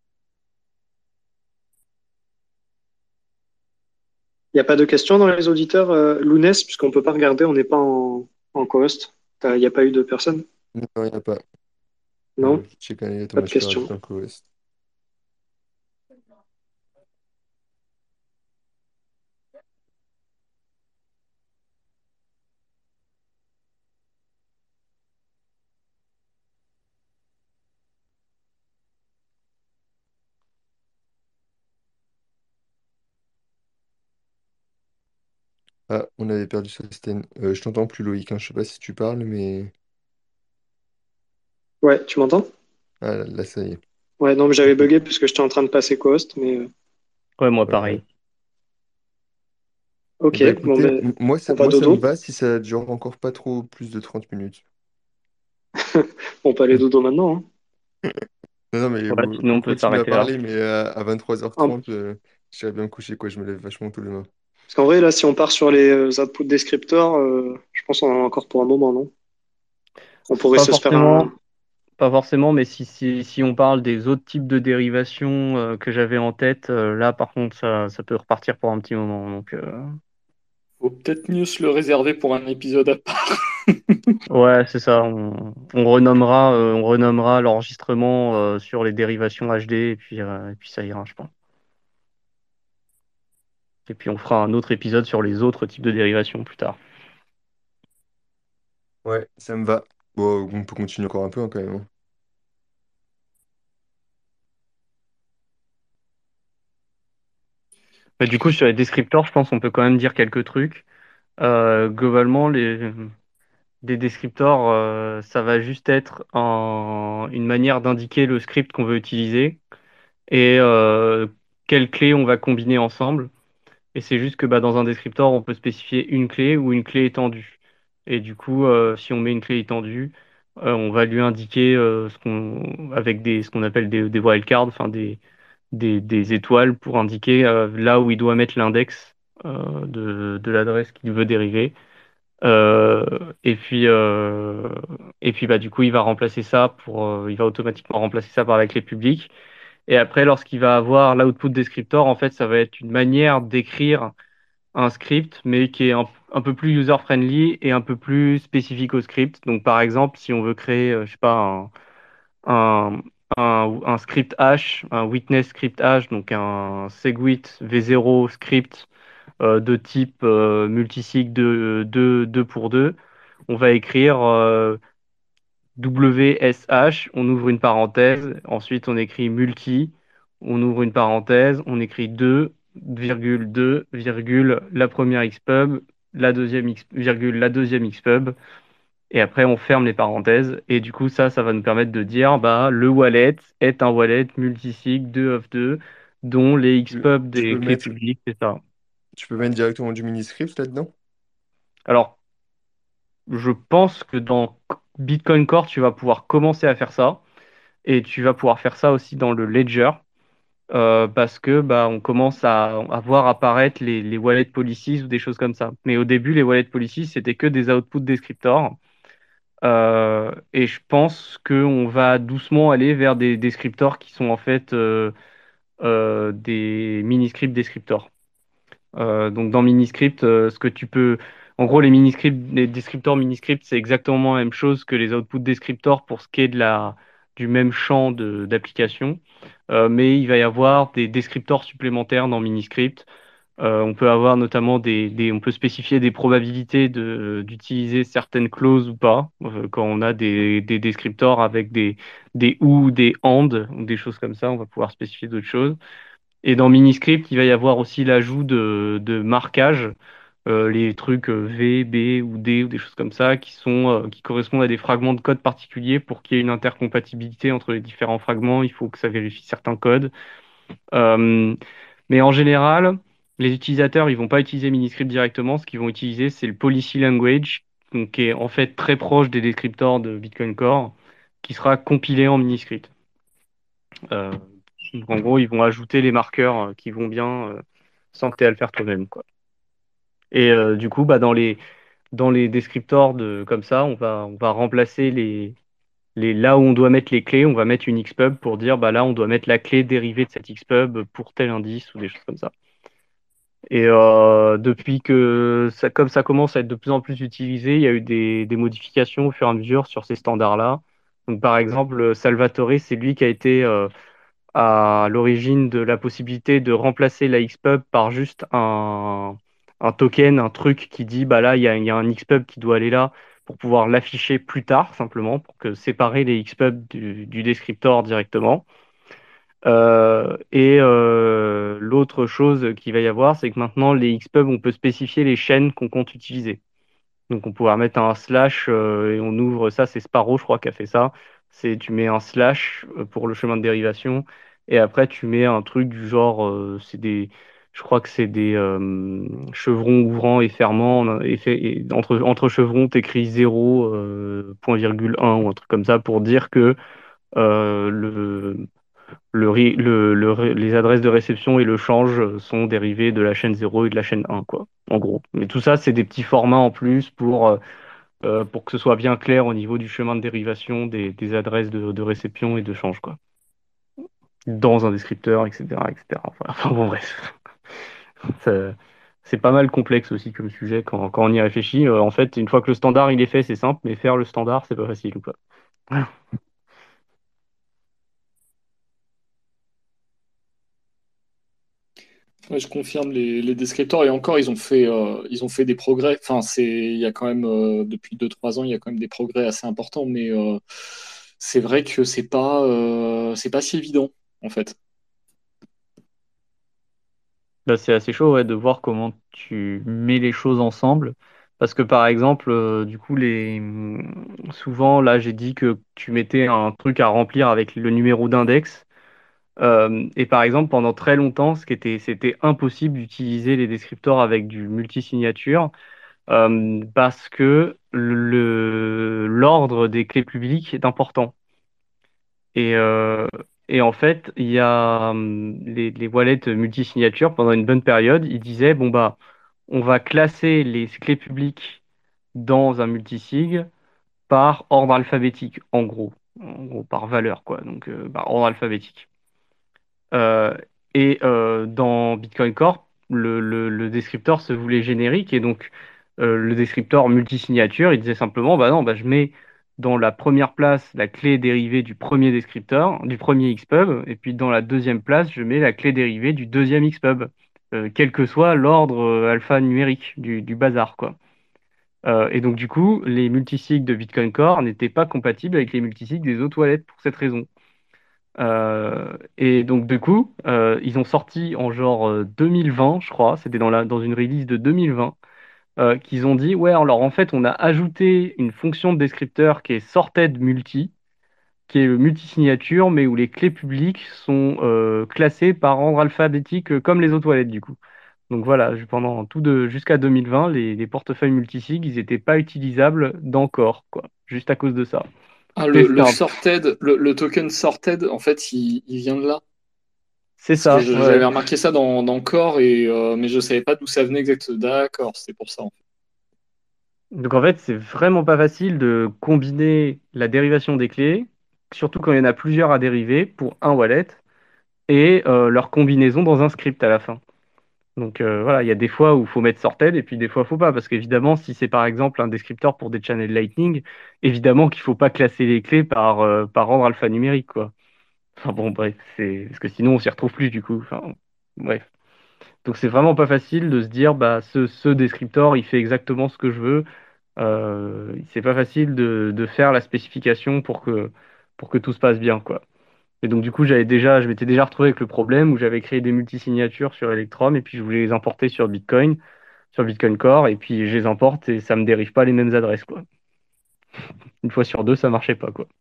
Il n'y a pas de questions dans les auditeurs, Lounès, puisqu'on ne peut pas regarder, on n'est pas en co-host. Il n'y a pas eu de personne? Non, il n'y a pas. Non? Je check un Pas de automatique questions. rajouter un co-host. Ah, on avait perdu Solsten. Je t'entends plus, Loïc, hein. Je sais pas si tu parles, mais. Ouais, tu m'entends? Ah, là, ça y est. Ouais, non, mais j'avais Ok. bugué puisque j'étais en train de passer co-host, mais Ouais, moi, Ouais, ouais. pareil. Eh ok, ben, bon, écoutez, ben, on va moi, ça me dodo. va si ça dure encore pas trop plus de 30 minutes. On peut aller dodo maintenant, hein. Non, non, mais Ouais, sinon, on peut continue à s'arrêter là. parler, mais à En- 23h30, j'irai bien me coucher, quoi. Je me lève vachement tôt demain. Parce qu'en vrai, là, si on part sur les output descriptors, je pense qu'on en a encore pour un moment, non? On pourrait Pas se faire un. forcément, pas forcément, mais si on parle des autres types de dérivations que j'avais en tête, là, par contre, ça peut repartir pour un petit moment. Donc, Faut peut-être mieux se le réserver pour un épisode à part. ouais, c'est ça. On renommera l'enregistrement sur les dérivations HD et puis ça ira, je pense. Et puis on fera un autre épisode sur les autres types de dérivations plus tard. Ouais, ça me va. Bon, on peut continuer encore un peu, hein, quand même, hein. Mais du coup, sur les descripteurs, je pense qu'on peut quand même dire quelques trucs. Globalement, des descripteurs, ça va juste être une manière d'indiquer le script qu'on veut utiliser et quelles clés on va combiner ensemble. Et c'est juste que bah, dans un descriptor, on peut spécifier une clé ou une clé étendue. Et du coup, si on met une clé étendue, on va lui indiquer ce qu'on appelle des wildcards, enfin des étoiles pour indiquer là où il doit mettre l'index de l'adresse qu'il veut dériver. Euh, et puis, euh, et puis bah, du coup, il va automatiquement remplacer ça par la clé publique. Et après, lorsqu'il va avoir l'output descriptor, en fait, ça va être une manière d'écrire un script, mais qui est un peu plus user-friendly et un peu plus spécifique au script. Donc, par exemple, si on veut créer, je sais pas, un, un script hash, un witness script hash, donc un SegWit V0 script de type multisig 2 pour 2, on va écrire WSH, on ouvre une parenthèse, ensuite on écrit multi, on ouvre une parenthèse, on écrit 2, virgule, la première xpub, virgule, la deuxième xpub, et après on ferme les parenthèses, et du coup ça va nous permettre de dire, bah, le wallet est un wallet multisig 2 of 2, dont les xpubs Tu des peux clés mettre, publiques, c'est ça. tu peux mettre directement du mini-script là-dedans? Alors, je pense que dans Bitcoin Core, tu vas pouvoir commencer à faire ça, et tu vas pouvoir faire ça aussi dans le Ledger. Parce que bah, on commence à voir apparaître les wallet policies ou des choses comme ça. Mais au début, les wallet policies, c'était que des outputs descriptors. Et je pense qu'on va doucement aller vers des descriptors qui sont en fait des mini-scripts descriptors. Donc dans Miniscript, ce que tu peux. En gros, les descriptors Miniscript, c'est exactement la même chose que les outputs descriptors pour ce qui est du même champ d'application. Mais il va y avoir des descriptors supplémentaires dans Miniscript. On peut avoir notamment on peut spécifier des probabilités d'utiliser certaines clauses ou pas, quand on a des descriptors avec des ou, des and, ou des choses comme ça, on va pouvoir spécifier d'autres choses. Et dans Miniscript, il va y avoir aussi l'ajout de marquages, les trucs V, B ou D ou des choses comme ça, qui correspondent à des fragments de code particuliers pour qu'il y ait une intercompatibilité entre les différents fragments. Il faut que ça vérifie certains codes. Euh, mais en général, Les utilisateurs, ils vont pas utiliser Miniscript directement. Ce qu'ils vont utiliser, c'est le Policy Language, donc, qui est en fait très proche des descriptors de Bitcoin Core, qui sera compilé en Miniscript. Euh, donc en gros, ils vont ajouter les marqueurs qui vont bien sans que tu aies à le faire toi-même, quoi. Et du coup, bah, dans les descriptors comme ça, on va remplacer là où on doit mettre les clés, on va mettre une Xpub pour dire bah là, on doit mettre la clé dérivée de cette Xpub pour tel indice ou des choses comme ça. Et depuis que comme ça commence à être de plus en plus utilisé, il y a eu des modifications au fur et à mesure sur ces standards-là. Donc, par exemple, Salvatore, c'est lui qui a été à l'origine de la possibilité de remplacer la Xpub par juste un token, un truc qui dit bah là, il y a un Xpub qui doit aller là pour pouvoir l'afficher plus tard, simplement, pour que séparer les Xpub du descriptor directement. Et l'autre chose qu'il va y avoir, c'est que maintenant, les Xpub, on peut spécifier les chaînes qu'on compte utiliser. Donc, on pourra mettre un slash et on ouvre ça. C'est Sparrow, je crois, qui a fait ça. C'est tu mets un slash pour le chemin de dérivation et après, tu mets un truc du genre, je crois que c'est des chevrons ouvrants et fermants. Et entre chevrons, tu écris 0, point virgule 1 ou un truc comme ça pour dire que les adresses de réception et le change sont dérivées de la chaîne 0 et de la chaîne 1, quoi, en gros. Mais tout ça, c'est des petits formats en plus pour que ce soit bien clair au niveau du chemin de dérivation des adresses de réception et de change, quoi, dans un descripteur, etc., etc. Enfin bon, bref. Ça- C'est pas mal complexe aussi comme sujet quand on y réfléchit. En fait, une fois que le standard il est fait, c'est simple, mais faire le standard, c'est pas facile ou pas. Ouais, je confirme les descriptors et encore ils ont fait des progrès. Enfin, il y a quand même depuis 2-3 ans, il y a quand même des progrès assez importants, mais c'est vrai que c'est pas si évident en fait. Là, c'est assez chaud ouais, de voir comment tu mets les choses ensemble. Parce que par exemple, du coup, souvent, là, j'ai dit que tu mettais un truc à remplir avec le numéro d'index. Et par exemple, pendant très longtemps, c'était impossible d'utiliser les descriptors avec du multisignature parce que l'ordre des clés publiques est important. Et, euh, et en fait, il y a les wallets multisignatures pendant une bonne période, ils disaient bon bah on va classer les clés publiques dans un multisig par ordre alphabétique, en gros par valeur quoi, donc par ordre alphabétique. Euh, et dans Bitcoin Core, le descripteur se voulait générique et donc le descripteur multisignature, il disait simplement, bah non, bah, je mets dans la première place la clé dérivée du premier descripteur, du premier Xpub, et puis dans la deuxième place, je mets la clé dérivée du deuxième Xpub, quel que soit l'ordre alphanumérique du bazar, quoi. Et donc du coup, les multisigs de Bitcoin Core n'étaient pas compatibles avec les multisigs des autres wallets pour cette raison. Et donc, du coup, ils ont sorti en genre 2020, je crois, c'était dans une release de 2020, qu'ils ont dit, ouais, alors en fait, on a ajouté une fonction de descripteur qui est sorted multi, qui est le multisignature, mais où les clés publiques sont classées par ordre alphabétique comme les autres wallets, du coup. Donc voilà, pendant jusqu'à 2020, les portefeuilles multisig, ils n'étaient pas utilisables dans Core, quoi, juste à cause de ça. Ah, Et le sorted, le token sorted, en fait, il vient de là. c'est Parce que ça, j'avais ouais. remarqué ça dans Core, mais je savais pas d'où ça venait exactement. D'accord, c'est pour ça, en fait. Donc en fait, c'est vraiment pas facile de combiner la dérivation des clés, surtout quand il y en a plusieurs à dériver pour un wallet, et leur combinaison dans un script à la fin. Donc voilà, il y a des fois où il faut mettre sorted et puis des fois il faut pas, parce qu'évidemment, si c'est par exemple un descripteur pour des channels Lightning, évidemment qu'il faut pas classer les clés par ordre alphanumérique, quoi. Enfin bon, bref, parce que sinon on s'y retrouve plus du coup. Enfin, bref. Donc c'est vraiment pas facile de se dire, bah ce descriptor, il fait exactement ce que je veux. C'est pas facile de faire la spécification pour que tout se passe bien, quoi. Et donc, du coup, je m'étais déjà retrouvé avec le problème où j'avais créé des multisignatures sur Electrum et puis je voulais les importer sur Bitcoin Core, et puis je les importe et ça me dérive pas les mêmes adresses, quoi. Une fois sur deux, ça marchait pas, quoi.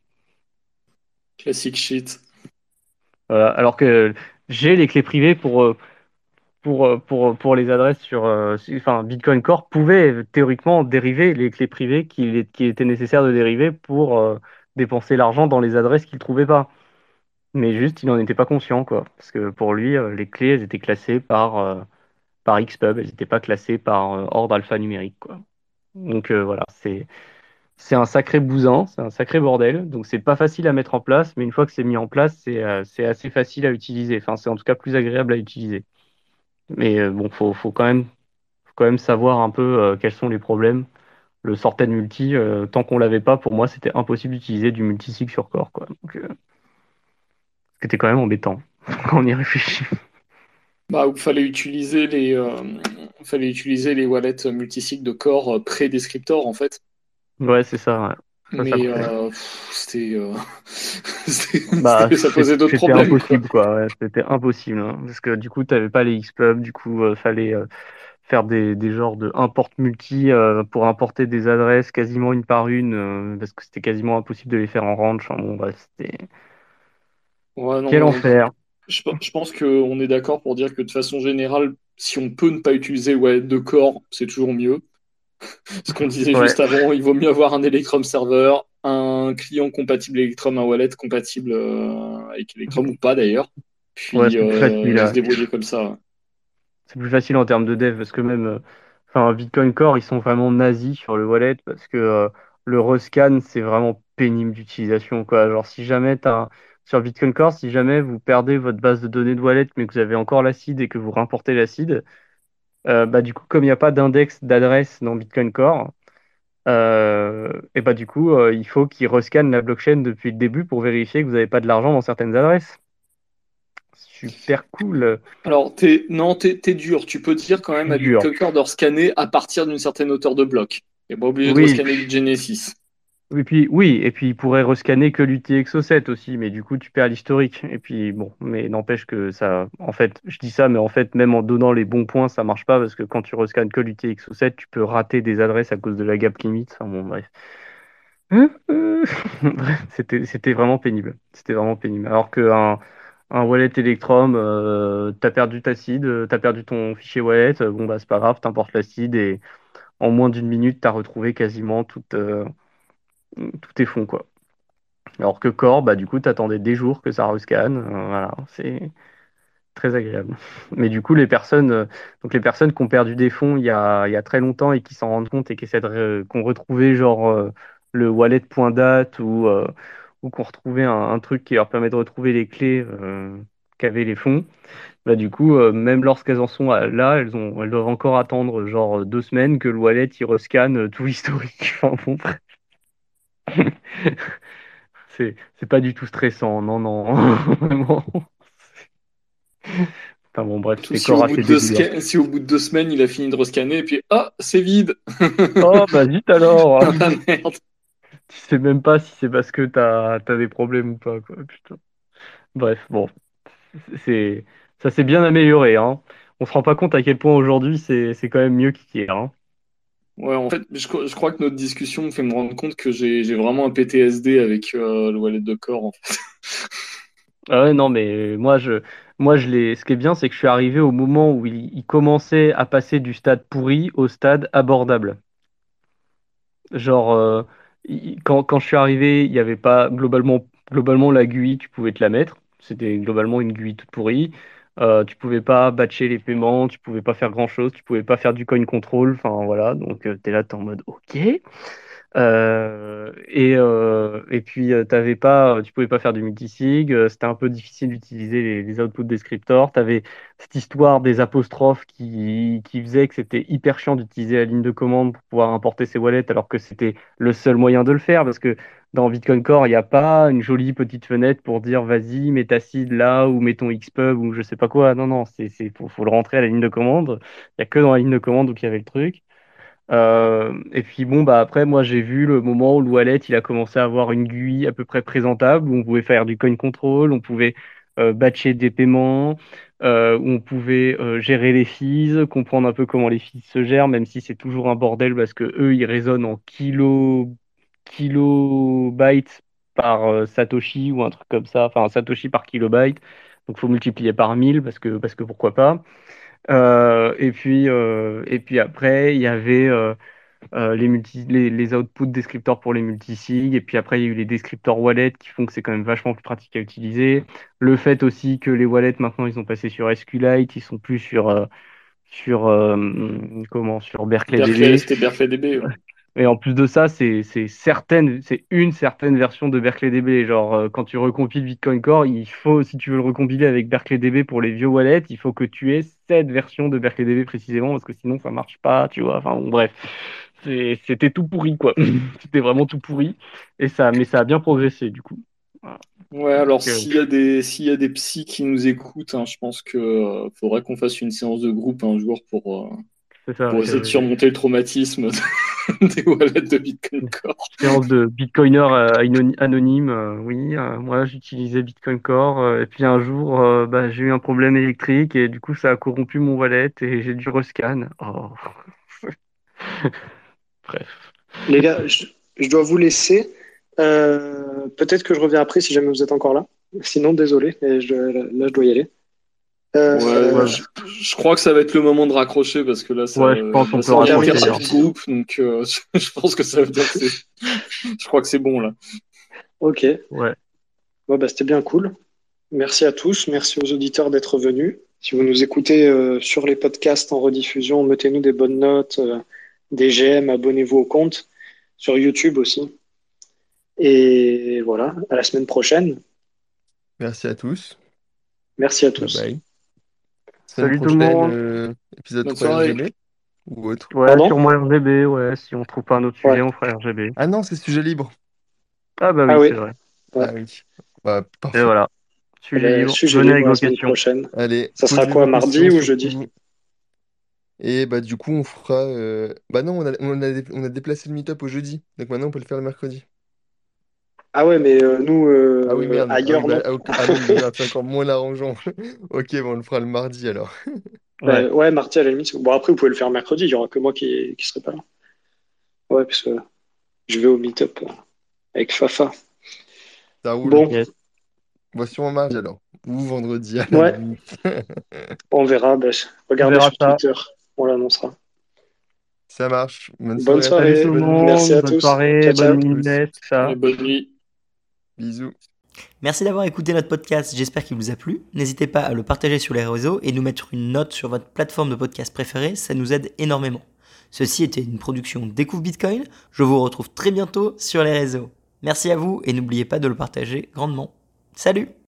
Classic shit. Voilà. Alors que j'ai les clés privées pour les adresses enfin, Bitcoin Core pouvait théoriquement dériver les clés privées qui étaient nécessaires de dériver pour dépenser l'argent dans les adresses qu'il trouvait pas. Mais juste, il n'en était pas conscient, quoi. Parce que pour lui, les clés, elles étaient classées par Xpub, elles n'étaient pas classées par ordre alphanumérique, quoi. Donc voilà, c'est un sacré bousin, c'est un sacré bordel. Donc c'est pas facile à mettre en place, mais une fois que c'est mis en place, c'est assez facile à utiliser. Enfin, c'est en tout cas plus agréable à utiliser. Mais bon, faut quand même savoir un peu quels sont les problèmes. Le sorted multi, tant qu'on l'avait pas, pour moi, c'était impossible d'utiliser du multisig sur Core, quoi. Donc, c'était quand même embêtant quand on y réfléchit. Bah, il fallait utiliser les wallets multisig de Core pré-descriptor, en fait. Ouais, c'est ça. Ouais. Ça Mais coûtait. c'était, Bah, ça posait d'autres c'était problèmes, quoi. impossible, quoi. Ouais, c'était impossible, hein. Parce que du coup, tu n'avais pas les Xpub, du coup, fallait faire des genres de import multi pour importer des adresses quasiment une par une, parce que c'était quasiment impossible de les faire en range. Enfin, bon, bref, c'était Ouais, non, quel mais enfer. je pense qu'on est d'accord pour dire que de façon générale, si on peut ne pas utiliser wallet de Core, c'est toujours mieux. Ce qu'on disait Ouais, juste avant, il vaut mieux avoir un Electrum server, un client compatible Electrum, un wallet compatible avec Electrum ou pas d'ailleurs, ouais, puis c'est plus facile. et se débrouiller comme ça. C'est plus facile en termes de dev parce que même, enfin, Bitcoin Core, ils sont vraiment nazis sur le wallet parce que le rescan, c'est vraiment pénible d'utilisation, quoi. Genre, si jamais sur Bitcoin Core, si jamais vous perdez votre base de données de wallet, mais que vous avez encore l'acide et que vous remportez l'acide, bah, du coup, comme il n'y a pas d'index d'adresse dans Bitcoin Core, et bah, du coup, il faut qu'ils rescannent la blockchain depuis le début pour vérifier que vous n'avez pas de l'argent dans certaines adresses. Super cool. Alors, non, t'es dur. Tu peux dire quand même Plus à dur. Bitcoin Core de rescanner à partir d'une certaine hauteur de bloc. T'es pas obligé de Oui, rescanner du Genesis. oui, et puis il pourrait rescanner que l'UTXO7 aussi, mais du coup tu perds l'historique. Et puis bon, mais n'empêche que ça, en fait, je dis ça, mais en fait, même en donnant les bons points, ça marche pas parce que quand tu rescannes que l'UTXO7, tu peux rater des adresses à cause de la gap limit. Enfin bon, bref. Bref, c'était vraiment pénible. C'était vraiment pénible. Alors qu'un un wallet Electrum, t'as perdu ta seed, t'as perdu ton fichier wallet, bon bah c'est pas grave, t'importes la seed et en moins d'une minute, t'as retrouvé quasiment tous tes fonds, quoi. Alors que Core, bah, du coup, t'attendais des jours que ça rescanne. Voilà, c'est très agréable. Mais du coup, donc les personnes qui ont perdu des fonds il y a très longtemps et qui s'en rendent compte et qui essaient qu'on retrouvait genre le wallet.date ou qu'on retrouvait un truc qui leur permet de retrouver les clés qu'avaient les fonds, bah, du coup, même lorsqu'elles en sont là, elles doivent encore attendre genre 2 semaines que le wallet il rescanne tout l'historique. Enfin, bon, bref. C'est pas du tout stressant, non, non, vraiment. Enfin bon, bref, Surtout c'est corps assez débile, hein. si au bout de 2 semaines, il a fini de rescanner et puis, ah, c'est vide. Oh, bah vite alors! Ah merde. Tu sais même pas si c'est parce que t'as des problèmes ou pas, quoi, putain. Bref, bon, c'est, ça s'est bien amélioré, hein. On se rend pas compte à quel point aujourd'hui c'est quand même mieux qu'hier, hein. Ouais, en fait, je crois que notre discussion me fait me rendre compte que j'ai vraiment un PTSD avec le wallet de Core, en fait. Ah ouais, non, mais ce qui est bien, c'est que je suis arrivé au moment où il commençait à passer du stade pourri au stade abordable. Genre, quand je suis arrivé, il n'y avait pas globalement la GUI, tu pouvais te la mettre. C'était globalement une GUI toute pourrie. Tu pouvais pas batcher les paiements, tu pouvais pas faire grand-chose, tu pouvais pas faire du coin control. Enfin voilà, donc t'es là, t'es en mode OK. Et puis, tu pouvais pas faire du multisig. C'était un peu difficile d'utiliser les outputs descriptors. Tu avais cette histoire des apostrophes qui faisait que c'était hyper chiant d'utiliser la ligne de commande pour pouvoir importer ses wallets, alors que c'était le seul moyen de le faire. Parce que dans Bitcoin Core, il n'y a pas une jolie petite fenêtre pour dire vas-y, mets ta seed là ou mets ton Xpub ou je sais pas quoi. Non, non, faut le rentrer à la ligne de commande. Il n'y a que dans la ligne de commande où il y avait le truc. Et puis bon, bah après, moi j'ai vu le moment où le wallet il a commencé à avoir une GUI à peu près présentable, où on pouvait faire du coin control, on pouvait batcher des paiements, où on pouvait gérer les fees, comprendre un peu comment les fees se gèrent, même si c'est toujours un bordel parce que eux ils raisonnent en kilobytes par Satoshi ou un truc comme ça, enfin Satoshi par kilobyte, donc faut multiplier par 1000 parce que pourquoi pas. Et puis après, il y avait les outputs descriptors pour les multisigs. Et puis après, il y a eu les descriptors wallet qui font que c'est quand même vachement plus pratique à utiliser. Le fait aussi que les wallets, maintenant, ils ont passé sur SQLite, ils sont plus sur BerkeleyDB. C'était BerkeleyDB. Ouais. Et en plus de ça, c'est une certaine version de BerkeleyDB. Genre, quand tu recompiles Bitcoin Core, il faut, si tu veux le recompiler avec BerkeleyDB pour les vieux wallets, il faut que tu aies cette version de BerkeleyDB précisément, parce que sinon ça marche pas, tu vois. Enfin bon, bref, c'était tout pourri, quoi. C'était vraiment tout pourri. Mais ça a bien progressé, du coup. Voilà. Ouais, alors Donc, s'il y a des psys qui nous écoutent, hein, je pense que faudrait qu'on fasse une séance de groupe un jour c'est ça. pour essayer de surmonter le traumatisme des wallets de Bitcoin Core. Séance de Bitcoiner anonyme, oui. Moi, j'utilisais Bitcoin Core. Et puis un jour, j'ai eu un problème électrique et du coup, ça a corrompu mon wallet et j'ai dû rescan. Oh. Bref. Les gars, je dois vous laisser. Peut-être que je reviens après si jamais vous êtes encore là. Sinon, désolé, mais là, je dois y aller. Ouais, je crois que ça va être le moment de raccrocher parce que là, je pense qu'on peut raccrocher, termine hein. le groupe, donc je pense que ça veut dire que je crois que c'est bon là. Ok. Ouais. Bon, c'était bien cool. Merci à tous. Merci aux auditeurs d'être venus. Si vous nous écoutez sur les podcasts en rediffusion, mettez-nous des bonnes notes, des j'aime, abonnez-vous au compte, sur YouTube aussi. Et voilà, à la semaine prochaine. Merci à tous. Merci à tous. Bye bye. Semaine Salut tout le monde. prochaine, épisode Bonne 3 soirée. RGB ou autre. Ouais, Pardon sûrement RGB, ouais. Si on trouve pas un autre sujet, Ouais. on fera RGB. Ah non, c'est sujet libre. Ah bah Ah oui, oui. c'est vrai. Ouais. Ah oui. Bah, Et parfait. voilà. Sujet libre. Sujet Venez libre avec la vos semaine questions. prochaine. Allez, Ça sera posez quoi, vos mardi questions ou jeudi? surtout. Et bah du coup, on fera... Bah non, on a déplacé le meet-up au jeudi. Donc maintenant, on peut le faire le mercredi. Ah ouais, mais nous, Ah oui, merde. Ah oui, ailleurs, non. donc déjà, c'est encore moins l'arrangeant. Ok, bon, on le fera le mardi alors. Ouais. Ouais, mardi à la limite. Bon, après, vous pouvez le faire mercredi, il y aura que moi qui serai pas là. Ouais, parce que je vais au meet-up avec Fafa. Ça roule. Bon, Yes. Voici en mardi alors. Ou vendredi à la ouais, limite. on verra. On Regardez verra sur ça. Twitter, on l'annoncera. Ça marche. Bonne Bonne soirée à tous. Salut tout soirée. le Bonne nuit. Merci monde. à Bonne tous. soirée. Ciao, À Bonne ciao. nuit. tous. Et bonne nuit. Bisous. Merci d'avoir écouté notre podcast, j'espère qu'il vous a plu. N'hésitez pas à le partager sur les réseaux et nous mettre une note sur votre plateforme de podcast préférée, ça nous aide énormément. Ceci était une production Découvre Bitcoin, je vous retrouve très bientôt sur les réseaux. Merci à vous et n'oubliez pas de le partager grandement. Salut!